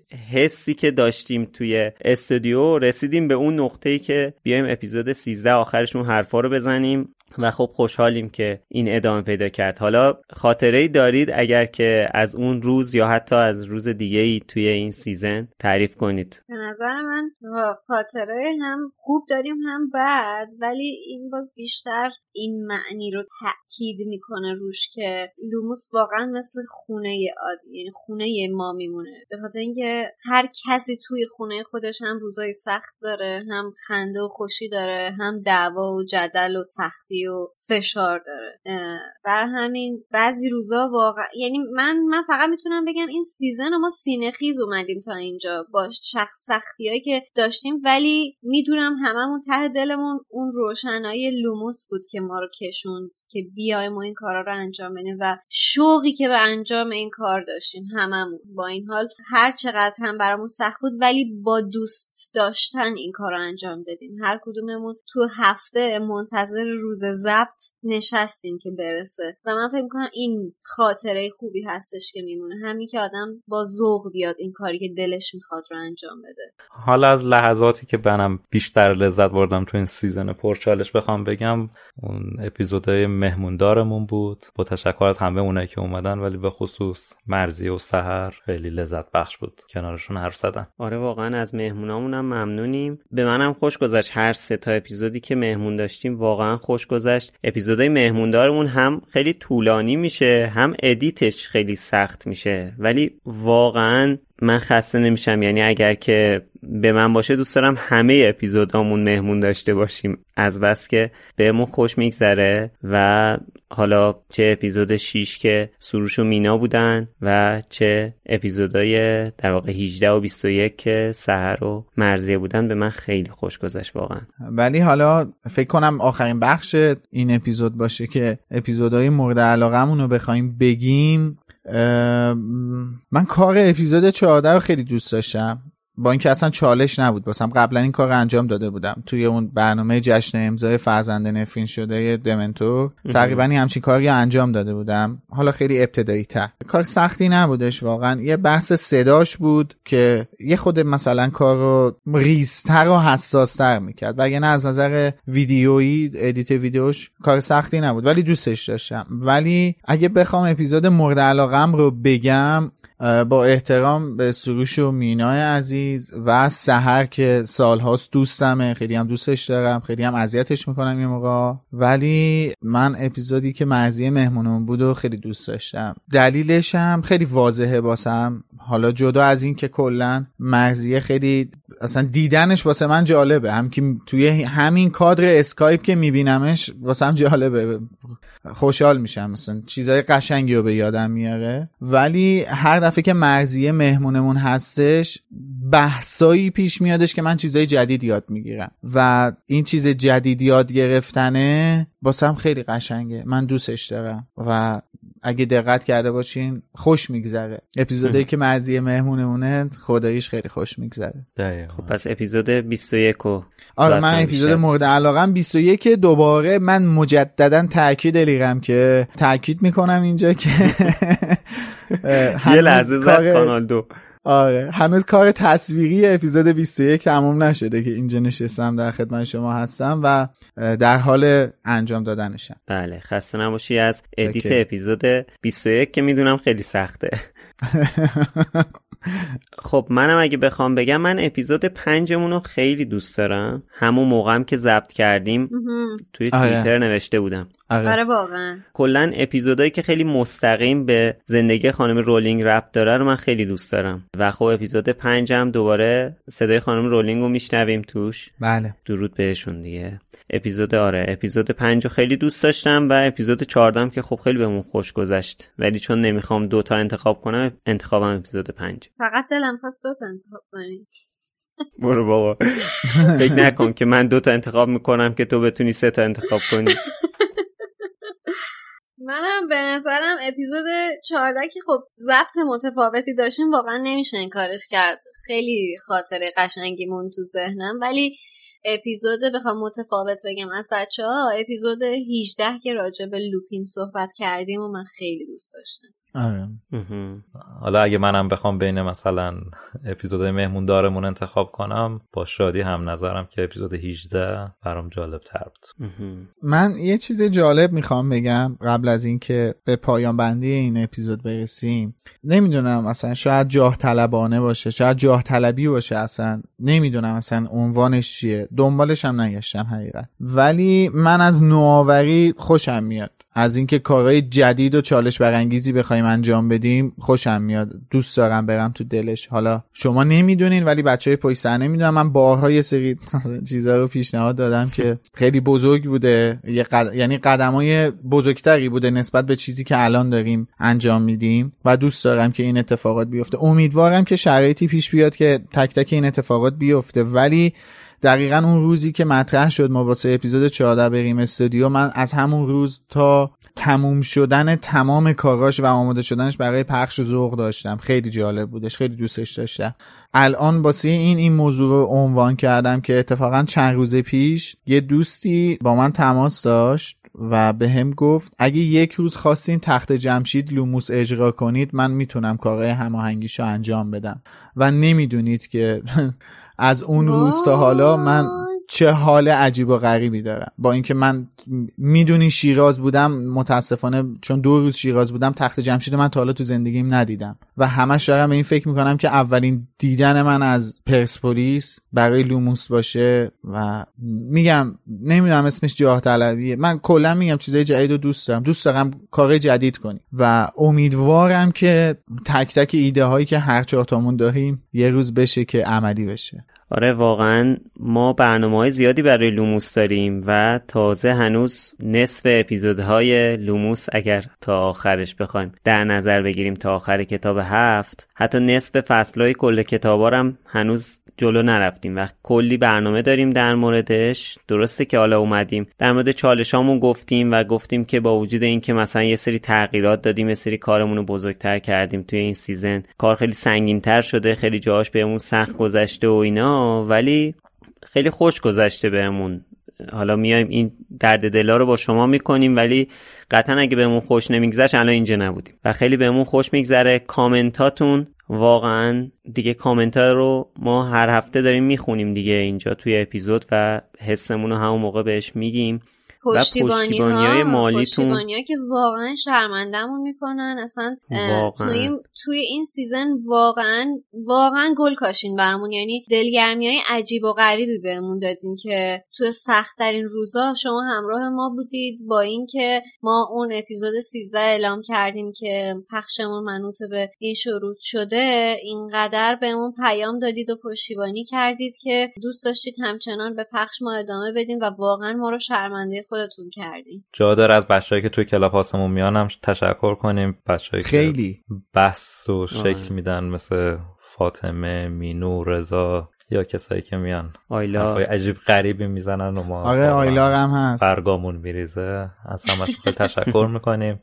حسی که داشتیم توی استودیو رسیدیم به اون نقطه‌ای که بیایم اپیزود سیزده آخرشون حرفا رو بزنیم و خب خوشحالیم که این ادامه پیدا کرد. حالا خاطره‌ای دارید اگر که از اون روز یا حتی از روز دیگه‌ای توی این سیزن تعریف کنید؟ به نظر من خاطره هم خوب داریم هم بد، ولی این باز بیشتر این معنی رو تأکید میکنه روش که لوموس واقعا مثل خونه عادی، یعنی خونه ما میمونه، به خاطر اینکه هر کسی توی خونه خودش هم روزای سخت داره، هم خنده و خوشی داره، هم دعوا و جدل و سختی و فشار داره. بر همین بعضی روزا واقعا یعنی من من فقط میتونم بگم این سیزن ما سینه‌خیز اومدیم تا اینجا با شخص سختیایی که داشتیم، ولی میدونم هممون ته دلمون اون روشنایی لوموس بود که ما رو کشوند که بیایم و این کارا رو انجام بدیم و شوقی که به انجام این کار داشتیم هممون. با این حال هر چقدر هم برامون سخت بود ولی با دوست داشتن این کار رو انجام دادیم. هر کدوممون تو هفته منتظر روز ضبط نشستیم که برسه و من فکر میکنم این خاطره خوبی هستش که میمونه، همین که آدم با ذوق بیاد این کاری که دلش میخواد رو انجام بده. حالا از لحظاتی که منم بیشتر لذت بردم تو این سیزن پرچالش بخوام بگم، اون اپیزودهای مهموندارمون بود. با تشکر از همه اونایی که اومدن، ولی به خصوص مرضیه و سحر خیلی لذت بخش بود کنارشون حرف زدن. آره واقعا از مهمونامونم ممنونیم. به منم خوش گذشت هر سه تا اپیزودی که مهمون داشتیم، واقعا خوش گذشت. اپیزودهای مهموندارمون هم خیلی طولانی میشه، هم ادیتش خیلی سخت میشه، ولی واقعا من خسته نمیشم. یعنی اگر که به من باشه دوست دارم همه اپیزودامون مهمون داشته باشیم، از بس که بهمون خوش میگذره. و حالا چه اپیزود شش که سروش و مینا بودن و چه اپیزودای در واقع هجده و بیست و یک که سحر و مرضیه بودن، به من خیلی خوش گذشت واقعا. ولی حالا فکر کنم آخرین بخش این اپیزود باشه که اپیزودهای مورد علاقمون رو بخوایم بگیم. من کار اپیزود چهارده رو خیلی دوست داشتم، با اینکه اصلا چالش نبود واسم. قبلا این کار انجام داده بودم توی اون برنامه جشن امضای فرزند نفرین شده دمنتور، تقریبا همچین کاری انجام داده بودم، حالا خیلی ابتدایی تر. کار سختی نبودش واقعا. یه بحث صداش بود که یه خود مثلا کار رو ریزتر و حساستر میکرد، وگرنه از نظر ویدیویی ادیت ویدیوش کار سختی نبود، ولی دوستش داشتم. ولی اگه بخوام اپیزود مورد علاقم رو بگم، با احترام به سروش و مینای عزیز و سحر که سالهاست دوستمه، خیلی هم دوستش دارم، خیلی هم اذیتش میکنم یه موقع، ولی من اپیزودی که مرضیه مهمونمون بود و خیلی دوست داشتم. دلیلش هم خیلی واضحه واسم. حالا جدا از این که کلا مرضیه خیلی اصلا دیدنش واسه من جالبه، هم که توی همین کادر اسکایپ که میبینمش واسم جالبه، خوشحال میشم، مثلا چیزای قشنگی رو به یادم میاره. ولی هر دفعه که مرضیه مهمونمون هستش بحثایی پیش میادش که من چیزای جدید یاد میگیرم و این چیز جدید یاد گرفتنه واسم خیلی قشنگه، من دوستش دارم و اگه دقت کرده باشین خوش میگذره. اپیزودی که مرضیه مهمونمونه خداییش خیلی خوش میگذره. خب پس اپیزود بیست و یک و آره من اپیزود مورد علاقم بیست و یک. دوباره من مجددا تاکید دلیرم که تاکید میکنم اینجا که یه لحظه زد کانال دو. آره هنوز کار تصویری اپیزود بیست و یک تموم نشده که اینجا نشستم در خدمت شما هستم و در حال انجام دادنشم. بله خسته نباشی از ادیت اپیزود بیست و یک که میدونم خیلی سخته. خب منم اگه بخوام بگم، من اپیزود پنجمون رو خیلی دوست دارم. همون موقعم که ضبط کردیم توی توییتر نوشته بودم. آره واقعا کلا اپیزودایی که خیلی مستقیم به زندگی خانم رولینگ ربط داره رو من خیلی دوست دارم و خب اپیزود پنجم دوباره صدای خانم رولینگ رو میشنویم توش. بله درود بهشون دیگه. اپیزود آره اپیزود پنج رو خیلی دوست داشتم و اپیزود چهارده که خب خیلی بهمون خوش گذشت، ولی چون نمیخوام دوتا انتخاب کنم انتخابم اپیزود پنج. فقط دلم خواست دوتا انتخاب کنی. برو بابا فکر نکن که من دوتا انتخاب میکنم که تو بتونی سه تا انتخاب کنی. منم به نظرم اپیزود چهارده که خب ضبط متفاوتی داشتیم واقعا نمیشه انکارش کرد، خیلی خاطره قشنگی مون تو ذهنم. ولی اپیزود بخوام متفاوت بگم از بچه ها، اپیزود هجده که راجع به لوپین صحبت کردیم و من خیلی دوست داشتم. آره. حالا اگه منم بخوام بین مثلا اپیزودهای مهموندارمون انتخاب کنم، با شادی هم نظرم که اپیزود هجده برام جالب تر بود. من یه چیز جالب میخوام بگم قبل از این که به پایان بندی این اپیزود برسیم. نمیدونم اصلا شاید جاه طلبانه باشه، شاید جاه طلبی باشه، اصلا نمیدونم اصلا عنوانش چیه، دنبالش هم نگشتم حقیقت. ولی من از نوآوری خوشم میاد، از اینکه کارهای جدید و چالش برانگیزی بخوایم انجام بدیم خوشم میاد، دوست دارم برم تو دلش. حالا شما نمیدونین ولی بچهای پشت صحنه میدونن من بارها یه سری چیزا رو پیشنهاد دادم که خیلی بزرگ بوده، یه قد... یعنی قدمای بزرگتری بوده نسبت به چیزی که الان داریم انجام میدیم و دوست دارم که این اتفاقات بیفته. امیدوارم که شرایطی پیش بیاد که تک تک این اتفاقات بیفته. ولی دقیقاً اون روزی که مطرح شد ما واسه اپیزود چهارده بریم استودیو، من از همون روز تا تموم شدن تمام کاراش و آماده شدنش برای پخش ذوق داشتم. خیلی جالب بودش، خیلی دوستش داشتم. الان واسه این این موضوع رو عنوان کردم که اتفاقا چند روز پیش یه دوستی با من تماس داشت و به هم گفت اگه یک روز خواستین تخت جمشید لوموس اجرا کنید من میتونم کارهای هماهنگیشو انجام بدم و نمیدونید که از اون روز تا حالا من چه حال عجیب و غریبی دارم. با اینکه من میدونی شیراز بودم، متاسفانه چون دو روز شیراز بودم تخت جمشید من تا حالا تو زندگیم ندیدم و همش دارم به این فکر میکنم که اولین دیدن من از پرسپولیس برای لوموس باشه و میگم نمیدونم اسمش جاه طلبیه. من کلا میگم چیزای جدید رو دوست دارم، دوست دارم کار جدید کنیم و امیدوارم که تک تک ایده هایی که هر چهار تامون داریم یه روز بشه که عملی بشه. آره واقعا ما برنامه‌های زیادی برای لوموس داریم و تازه هنوز نصف اپیزودهای لوموس اگر تا آخرش بخوایم در نظر بگیریم تا آخر کتاب هفت، حتی نصف فصلهای کل کتابا هم هنوز جلو نرفتیم و کلی برنامه داریم در موردش. درسته که حالا اومدیم در مورد چالشامون گفتیم و گفتیم که با وجود این که مثلا یه سری تغییرات دادیم، یه سری کارمون رو بزرگتر کردیم توی این سیزن، کار خیلی سنگین‌تر شده، خیلی جاهاش بهمون سخت گذشته و اینا، ولی خیلی خوش گذشته بهمون. حالا میایم این درد دلا رو با شما میکنیم ولی قطعا اگه بهمون خوش نمیگذشت الان اینجا نبودیم و خیلی بهمون خوش میگذره. کامنتاتون واقعا دیگه، کامنت ها رو ما هر هفته داریم میخونیم دیگه اینجا توی اپیزود و حسمون رو همون موقع بهش میگیم. پشتیبانی های مالیتون، پشتیبانی ها که واقعا شرمندمون میکنن اصلا. توی توی این سیزن واقعا واقعا گل کاشین برامون، یعنی دلگرمی های عجیب و غریبی بهمون دادین که توی سخت ترین روزا شما همراه ما بودید. با این که ما اون اپیزود سیزده اعلام کردیم که پخشمون منوط به این شروط شده، اینقدر بهمون پیام دادید و پشتیبانی کردید که دوست داشتید همچنان به پخش ما ادامه بدیم و واقعا ما رو شرمنده خودتون کردیم. جا داره از بچه‌ای که توی کلاب هاستمون میان هم تشکر کنیم، بچه‌ای خیلی که بحث و شکل میدن مثل فاطمه، مینو، رضا یا کسایی که میان آیلا عجیب غریبی میزنن و ما آره آیلا هم هست برگامون میریزه. از همش خیلی تشکر میکنیم.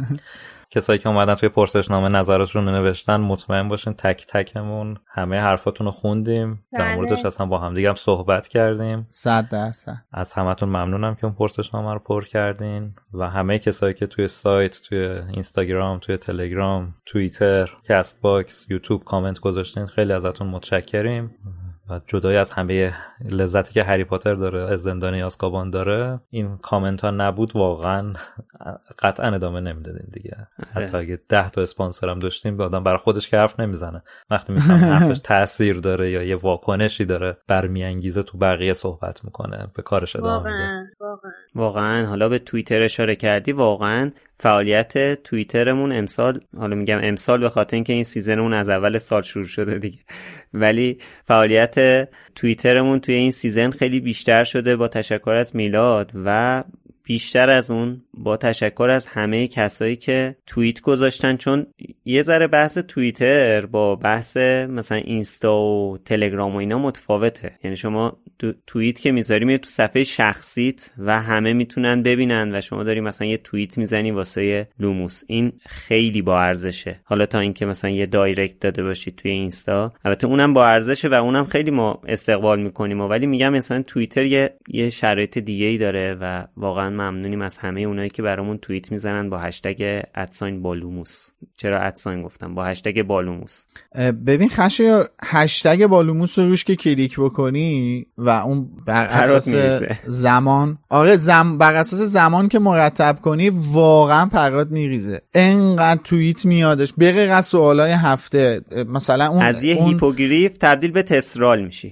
کسایی که اومدن توی پرسشنامه نظراتشون رو نوشتن، مطمئن باشین تک تکمون همه حرفاتون رو خوندیم، در موردش اصلا با هم دیگه هم صحبت کردیم. صد درصد از همتون ممنونم که اون پرسشنامه رو پر کردین و همه کسایی که توی سایت، توی اینستاگرام، توی تلگرام، توییتر، کست باکس، یوتیوب کامنت گذاشتین، خیلی ازتون متشکریم. و جدای از همه لذتی که هری پاتر داره، از زندانی آزکابان داره، این کامنت ها نبود واقعا قطعا ادامه نمیدادیم دیگه. حتی اگه ده تا اسپانسر هم داشتیم، آدم برای خودش که حرف نمیزنه، وقتی میفهمه حرفش تاثیر داره یا یه واکنشی داره برمیانگیزه تو بقیه صحبت میکنه، به کارش ادامه میده. واقعا واقعا حالا به توییتر اشاره کردی، واقعا فعالیت توییترمون امسال، حالا میگم امسال به خاطر اینکه این سیزنمون از اول سال شروع شده دیگه، ولی فعالیت توییترمون توی این سیزن خیلی بیشتر شده با تشکر از میلاد و بیشتر از اون با تشکر از همه کسایی که توییت گذاشتن، چون یه ذره بحث توییتر با بحث مثلا اینستا و تلگرام و اینا متفاوته. یعنی شما تو توییت که میذاری میره تو صفحه شخصیت و همه میتونن ببینن و شما داری مثلا یه توییت میزنی واسه لوموس، این خیلی با ارزشه. حالا تا اینکه مثلا یه دایرکت داده باشید توی اینستا، البته اونم با ارزشه و اونم خیلی ما استقبال میکنیم، ولی میگم مثلا توییتر یه یه شرایط دیگه‌ای داره و واقعا ممنونیم از همه اونایی که برامون توییت میزنن با هشتگ ادساین بالوموس. چرا ادساین گفتم؟ با هشتگ بالوموس. ببین خشه هشتگ بالوموس رو روش که کلیک بکنی و اون بر اساس زمان، آره زم بر اساس زمان که مرتب کنی واقعا پرات میریزه. انقدر توییت میادش بغیر از سوالای هفته، مثلا اون از یه اون... هیپوگریف تبدیل به تسرال میشی.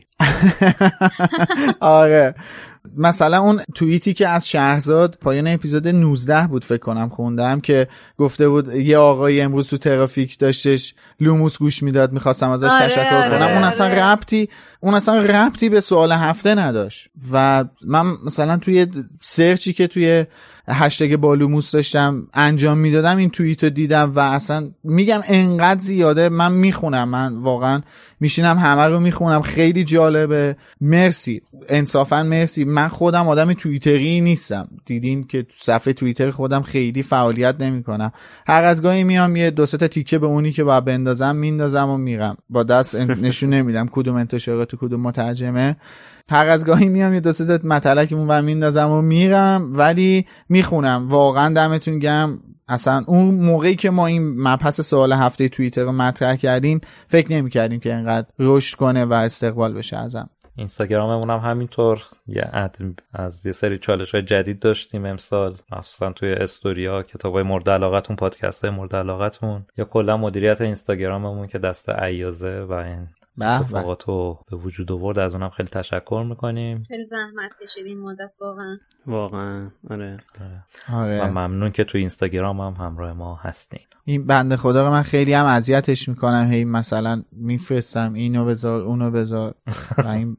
آره مثلا اون توییتی که از شهرزاد پایان اپیزود نوزده بود فکر کنم خوندم که گفته بود یه آقای امروز تو ترافیک داشتش لوموس گوش میداد، میخواستم ازش آره تشکر آره کنم. اون اصلا آره. ربطی اون اصلا ربطی به سوال هفته نداشت و من مثلا توی سرچی که توی هشتگ بالوموس داشتم انجام میدادم این توییت رو دیدم و اصلا میگم انقدر زیاده. من میخونم، من واقعا میشینم همه رو میخونم، خیلی جالبه. مرسی، انصافا مرسی. من خودم آدم توییتری نیستم، دیدین که صفحه توییتر خودم خیلی فعالیت نمی کنم. هر از گاهی میام یه دو سه تا تیکه به اونی که باید بندازم میندازم و میرم، با دست نشون نمیدم کدوم انتشاره تو کدوم مترجمه. هر از گاهی میام یه دو سه تا مطلقمون و میندازم و میرم، ولی میخونم. واقعا دمتون گرم. اصلا اون موقعی که ما این مبحث سوال هفته توییتر رو مطرح کردیم فکر نمی‌کردیم که اینقدر رشد کنه و استقبال بشه ازم. اینستاگراممون هم همینطور یه اد از یه سری چالش‌های جدید داشتیم امسال، مخصوصا توی استوریا، کتابای مورد علاقتون، پادکست‌های مورد علاقتون، یا کلا مدیریت اینستاگراممون که دست عیازه و این اتفاقاتو به وجود آورد. از اونم خیلی تشکر میکنیم. خیلی زحمت کشید این مدت واقعا. واقعا آره. آره. و ممنون که توی اینستاگرام هم همراه ما هستین. این بنده خدا رو من خیلی هم اذیتش میکنم، هی مثلا میفرستم اینو بذار اونو بذار و این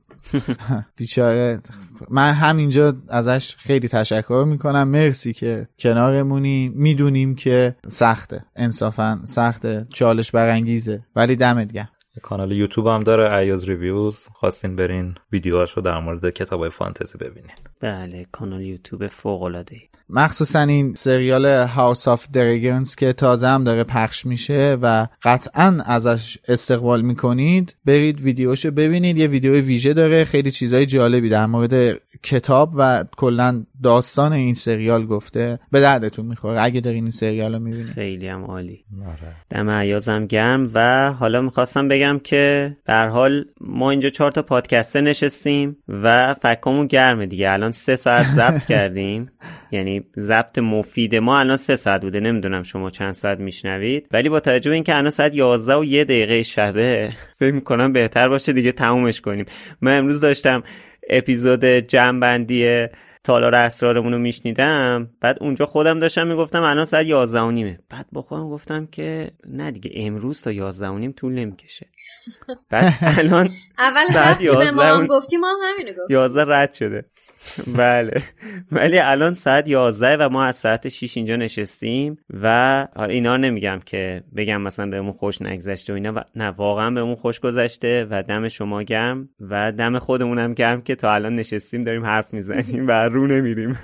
بیچاره. من همینجا ازش خیلی تشکر میکنم. مرسی که کنارمونی. میدونیم که سخته، انصافا سخته، چالش برانگیزه، ولی دمت گرم. کانال یوتیوب هم داره، ایاز ریویوز، خواستین برین ویدیوهاشو در مورد کتابای فانتزی ببینین. بله کانال یوتیوب فوق العاده ای. مخصوصا این سریال هاوس آف دراگونز که تازه هم داره پخش میشه و قطعا ازش استقبال میکنید، برید ویدیوشو ببینید. یه ویدیو ویژه داره، خیلی چیزای جالبی در مورد کتاب و کلا داستان این سریال گفته. به دردتون میخوره اگه دارین این سریالو میبینید. خیلی هم عالی. دم ایازم گرم. و حالا میخواستم بگم که به هر حال ما اینجا چهار تا پادکستر نشستیم و فکامون گرمه دیگه. الان سه ساعت ضبط کردیم، یعنی ضبط مفید ما الان سه ساعت بوده. نمیدونم شما چند ساعت میشنوید، ولی با توجه به اینکه الان ساعت یازده و یک دقیقه شبه، فکر میکنم بهتر باشه دیگه تمومش کنیم. من امروز داشتم اپیزود جمع‌بندی تالار اسرارمون رو میشنیدم، بعد اونجا خودم داشتم میگفتم الان ساعت یازده و نیمه، بعد با خودم گفتم که نه دیگه امروز تا یازده و نیم طول نمیکشه. بعد الان اول ساعت که به ما هم گفتیم ما هم همینو گفتیم، یازده رد شده. بله، ولی الان ساعت یازده و ما از ساعت شش اینجا نشستیم و اینا نمیگم که بگم مثلا بهمون خوش نگذشته و اینا، و نه واقعا بهمون خوش گذشته و دم شما گرم و دم خودمونم گرم که تا الان نشستیم داریم حرف میزنیم و رو نمیریم.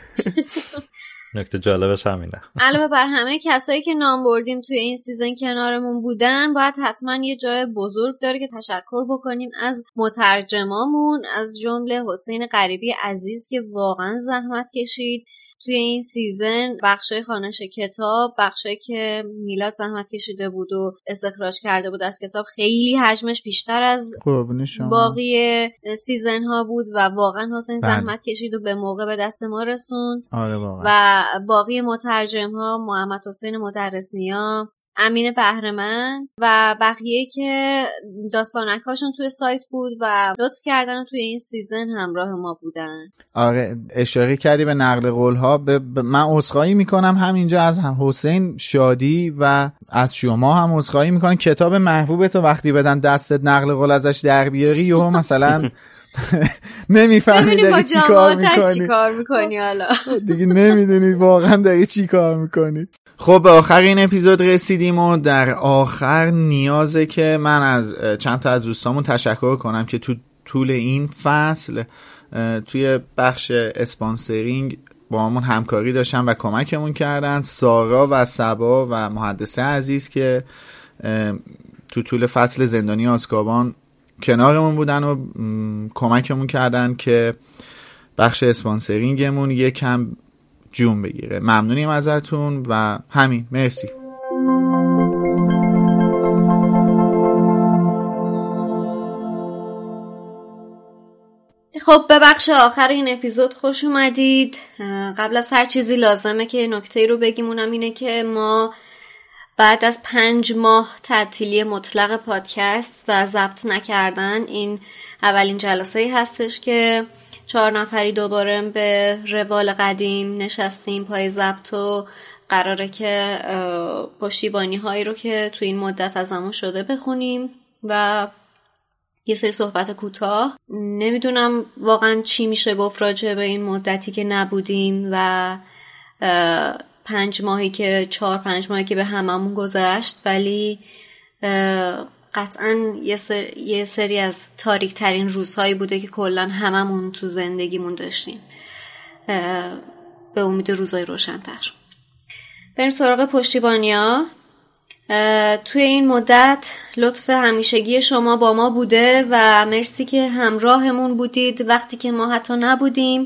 نکته جالبش همینه. علاوه بر همه کسایی که نام بردیم توی این سیزن کنارمون بودن، باید حتما یه جای بزرگ داره که تشکر بکنیم از مترجمامون، از جمله حسین غریبی عزیز که واقعا زحمت کشید توی این سیزن. بخشای خوانش کتاب، بخشایی که میلاد زحمت کشیده بود و استخراج کرده بود از کتاب، خیلی حجمش بیشتر از باقی سیزن ها بود و واقعا حسین زحمت کشید و به موقع به دست ما رسوند. آره واقعا. و باقی مترجم ها محمد حسین مدرسنیا، امین بهره‌مند و بقیه که داستانک هاشون توی سایت بود و لطف کردن و توی این سیزن همراه ما بودن. آره اشاره کردی به نقل قول ها. ب... ب... من عذرخواهی میکنم همینجا از هم حسین شادی و از شما هم عذرخواهی میکنم. کتاب محبوب تو وقتی بدن دستت نقل قول ازش در بیاری و مثلا نمیفهمی داری چی کار میکنی چی کار میکنی حالا دیگه نمیدونی واقعا داری چی کار میکنی. خب به آخر این اپیزود رسیدیم و در آخر نیازه که من از چند تا از دوستامون تشکر کنم که تو طول این فصل توی بخش اسپانسرینگ با همون همکاری داشتن و کمکمون کردن. سارا و سبا و محدثه عزیز که تو طول فصل زندانی آزکابان کنارمون بودن و کمکمون کردن که بخش اسپانسرینگمون یکم جون بگیره. ممنونیم ازتون و همین، مرسی. خب به بخش آخر این اپیزود خوش اومدید. قبل از هر چیزی لازمه که نکته رو بگیم، اونم اینه که ما بعد از پنج ماه تعطیلی مطلق پادکست و ضبط نکردن، این اولین جلسه‌ای هستش که چهار نفری دوباره به روال قدیم نشستیم پای ضبط و قراره که پشتیبانی هایی رو که تو این مدت ازمون شده بخونیم و یه سری صحبت کوتاه. نمیدونم واقعا چی میشه گفت راجع به این مدتی که نبودیم و پنج ماهی که چهار پنج ماهی که به هممون گذشت، ولی قطعا یه, سر، یه سری از تاریک ترین روزهایی بوده که کلن هممون تو زندگیمون داشتیم، به امید روزای روشن‌تر. بریم سراغ پشتیبانی‌ها. توی این مدت لطف همیشگی شما با ما بوده و مرسی که همراهمون بودید وقتی که ما حتی نبودیم.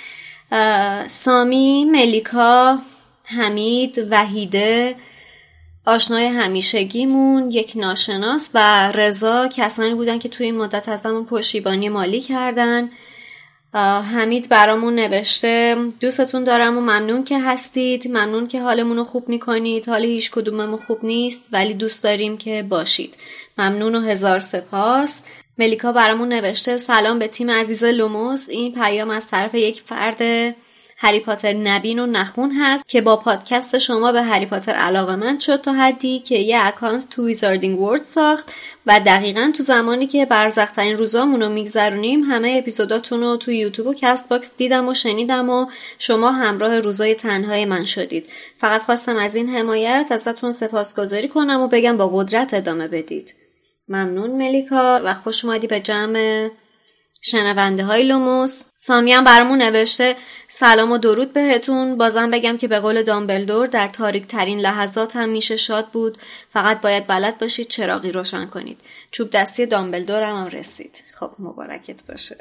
سامی، ملیکا، حمید، وحیده، آشنای همیشگیمون، یک ناشناس و رضا کسانی بودن که توی این مدت از همون پشتیبانی مالی کردن. حمید برامون نوشته دوستتون دارم و ممنون که هستید، ممنون که حالمون رو خوب میکنید، حال هیچ کدوممون خوب نیست ولی دوست داریم که باشید، ممنون و هزار سپاس. ملیکا برامون نوشته سلام به تیم عزیز لوموس، این پیام از طرف یک فرد هری پاتر نبین و نخون هست که با پادکست شما به هری پاتر علاقه‌مند شد تا حدی که یه اکانت تو ویزاردینگ ورد ساخت و دقیقاً تو زمانی که برزخ‌ترین روزامون رو میگذرونیم همه اپیزوداتون رو تو یوتیوب و کست باکس دیدم و شنیدم و شما همراه روزای تنهای من شدید. فقط خواستم از این حمایت ازتون سپاسگزاری کنم و بگم با قدرت ادامه بدید. ممنون ملیکا و خوش اومدی به جمع شنونده های لوموس. سامی هم برامون نوشته سلام و درود بهتون، بازم بگم که به قول دامبلدور در تاریک ترین لحظات هم میشه شاد بود، فقط باید بلد باشید چراغی روشن کنید. چوب دستی دامبلدور هم, هم رسید. خب مبارکت باشه.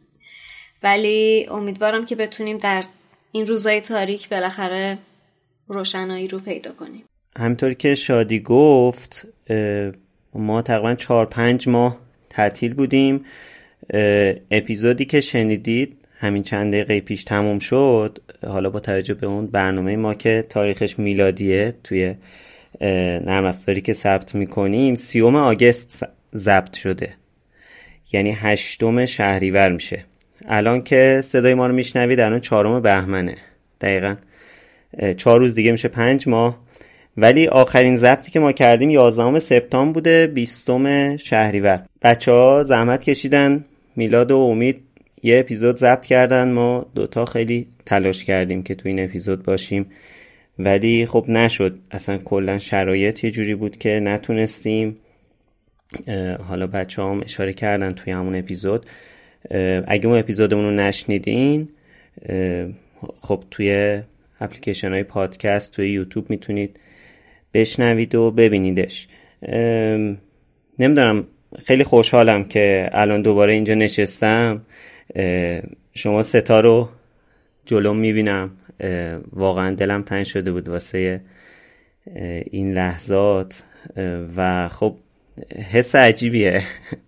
ولی امیدوارم که بتونیم در این روزهای تاریک بالاخره روشنایی رو پیدا کنیم. همینطور که شادی گفت ما تقریبا چهار پنج ماه تعطیل بودیم. اپیزودی که شنیدید همین چند دقیقه پیش تموم شد، حالا با توجه به اون برنامه ما که تاریخش میلادیه توی نرم افزاری که ثبت میکنیم سیوم آگوست ضبط شده، یعنی هشتم شهریور میشه. الان که صدای ما رو میشنوید الان چهارم بهمنه، دقیقاً چهار روز دیگه میشه پنج ماه. ولی آخرین ضبطی که ما کردیم یازدهم سپتامبر بوده، بیستم شهریور. بچه‌ها زحمت کشیدن، میلاد و امید یه اپیزود ضبط کردن، ما دوتا خیلی تلاش کردیم که تو این اپیزود باشیم ولی خب نشد، اصلا کلا شرایط یه جوری بود که نتونستیم. حالا بچه‌ها هم اشاره کردن توی همون اپیزود، اگه اون اپیزودمون رو نشنیدین خب توی اپلیکیشن های پادکست توی یوتیوب میتونید بشنوید و ببینیدش. نمیدونم، خیلی خوشحالم که الان دوباره اینجا نشستم، شما ستا رو جلوم میبینم، واقعا دلم تنگ شده بود واسه این لحظات و خب حس عجیبیه.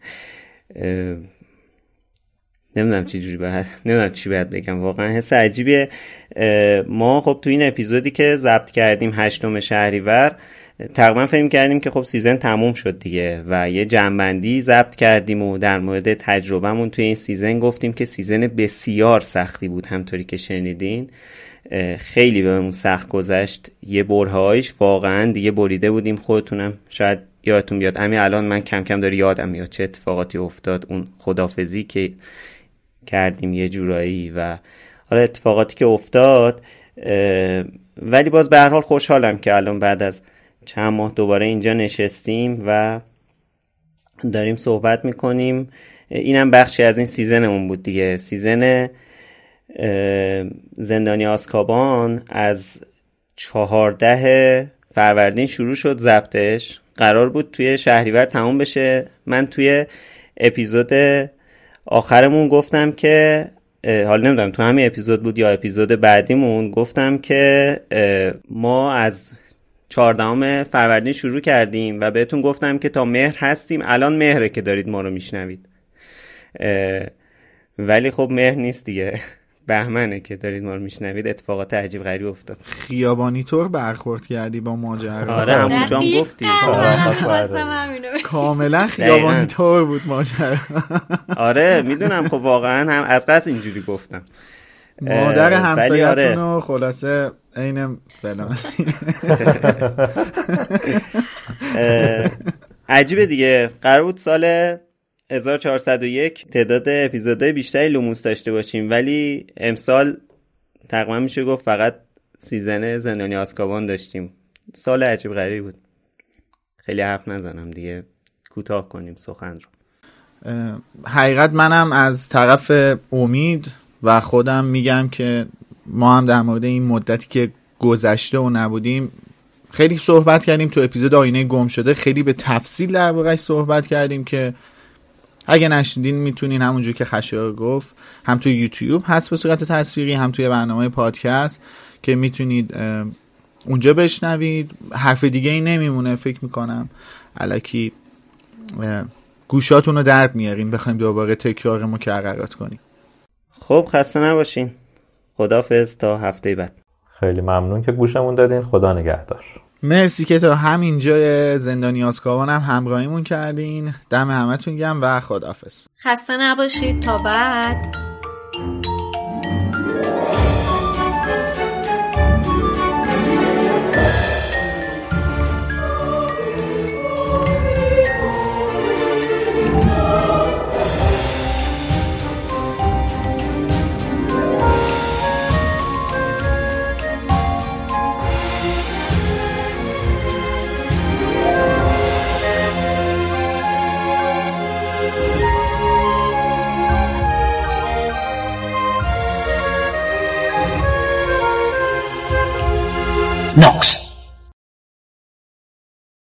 نمیدونم چی جوری باید نمیدونم چی باید بگم، واقعا حس عجیبیه. ما خب تو این اپیزودی که ضبط کردیم هشتم شهریور تقریبا فهم کردیم که خب سیزن تموم شد دیگه و یه جمع‌بندی ضبط کردیم و در مورد تجربهمون توی این سیزن گفتیم که سیزن بسیار سختی بود. همطوری که شنیدین خیلی بهمون سخت گذشت، یه برهایش واقعا دیگه بریده بودیم. خودتونم شاید یادتون بیاد، همین الان من کم کم داره یادم میاد چه اتفاقاتی افتاد، اون خدافزی که کردیم یه جورایی و حالا اتفاقاتی که افتاد. ولی باز به هر حال خوشحالم که الان بعد از چند ماه دوباره اینجا نشستیم و داریم صحبت میکنیم. اینم بخشی از این سیزنمون بود دیگه، سیزن زندانی آزکابان از چهارده فروردین شروع شد ضبطش، قرار بود توی شهریور تموم بشه. من توی اپیزود آخرمون گفتم که حالا نمیدونم تو همین اپیزود بود یا اپیزود بعدیمون گفتم که ما از چهاردهم فروردین شروع کردیم و بهتون گفتم که تا مهر هستیم. الان مهره که دارید ما رو میشنوید، ولی خب مهر نیست دیگه، بهمنه که دارید ما رو میشنوید. اتفاقات عجیب غریب افتاد. خیابانی طور برخورد کردی با ماجرا. آره همونجا هم گفتی کاملا خیابانی طور بود ماجرا. آره میدونم، خب واقعا هم از قصد اینجوری گفتم. مادر همسایتون رو خلاصه عین فلان. عجیبه دیگه، قرار بود سال هزار و چهارصد و یک تعداد اپیزودهای بیشتری لوموس داشته باشیم ولی امسال تقریبا میشه گفت فقط سیزن زندانی آزکابان داشتیم. سال عجیب غریبی بود. خیلی حرف نزنم دیگه، کوتاه کنیم سخن رو. حقیقت منم از طرف امید و خودم میگم که ما هم در مورد این مدتی که گذشته و نبودیم خیلی صحبت کردیم تو اپیزود آینه گم شده، خیلی به تفصیل در واقعش صحبت کردیم که اگه نشنیدین میتونین همونجور که خشایار گفت هم توی یوتیوب هست به صورت تصویری، هم توی برنامه پادکست که میتونید اونجا بشنوید. حرف دیگه ای نمیمونه فکر میکنم، الکی گوشاتون رو درد میاریم بخوایم دوباره تکرار مکررات کنیم. خب خسته نباشین، خداحافظ تا هفته بعد. خیلی ممنون که گوشمون دادین، خدا نگهدار. مرسی که تا همینجا زندانی آزکابان هم همراهیمون کردین، دم همتون گرم و خداحافظ. خسته نباشید تا بعد. Nox.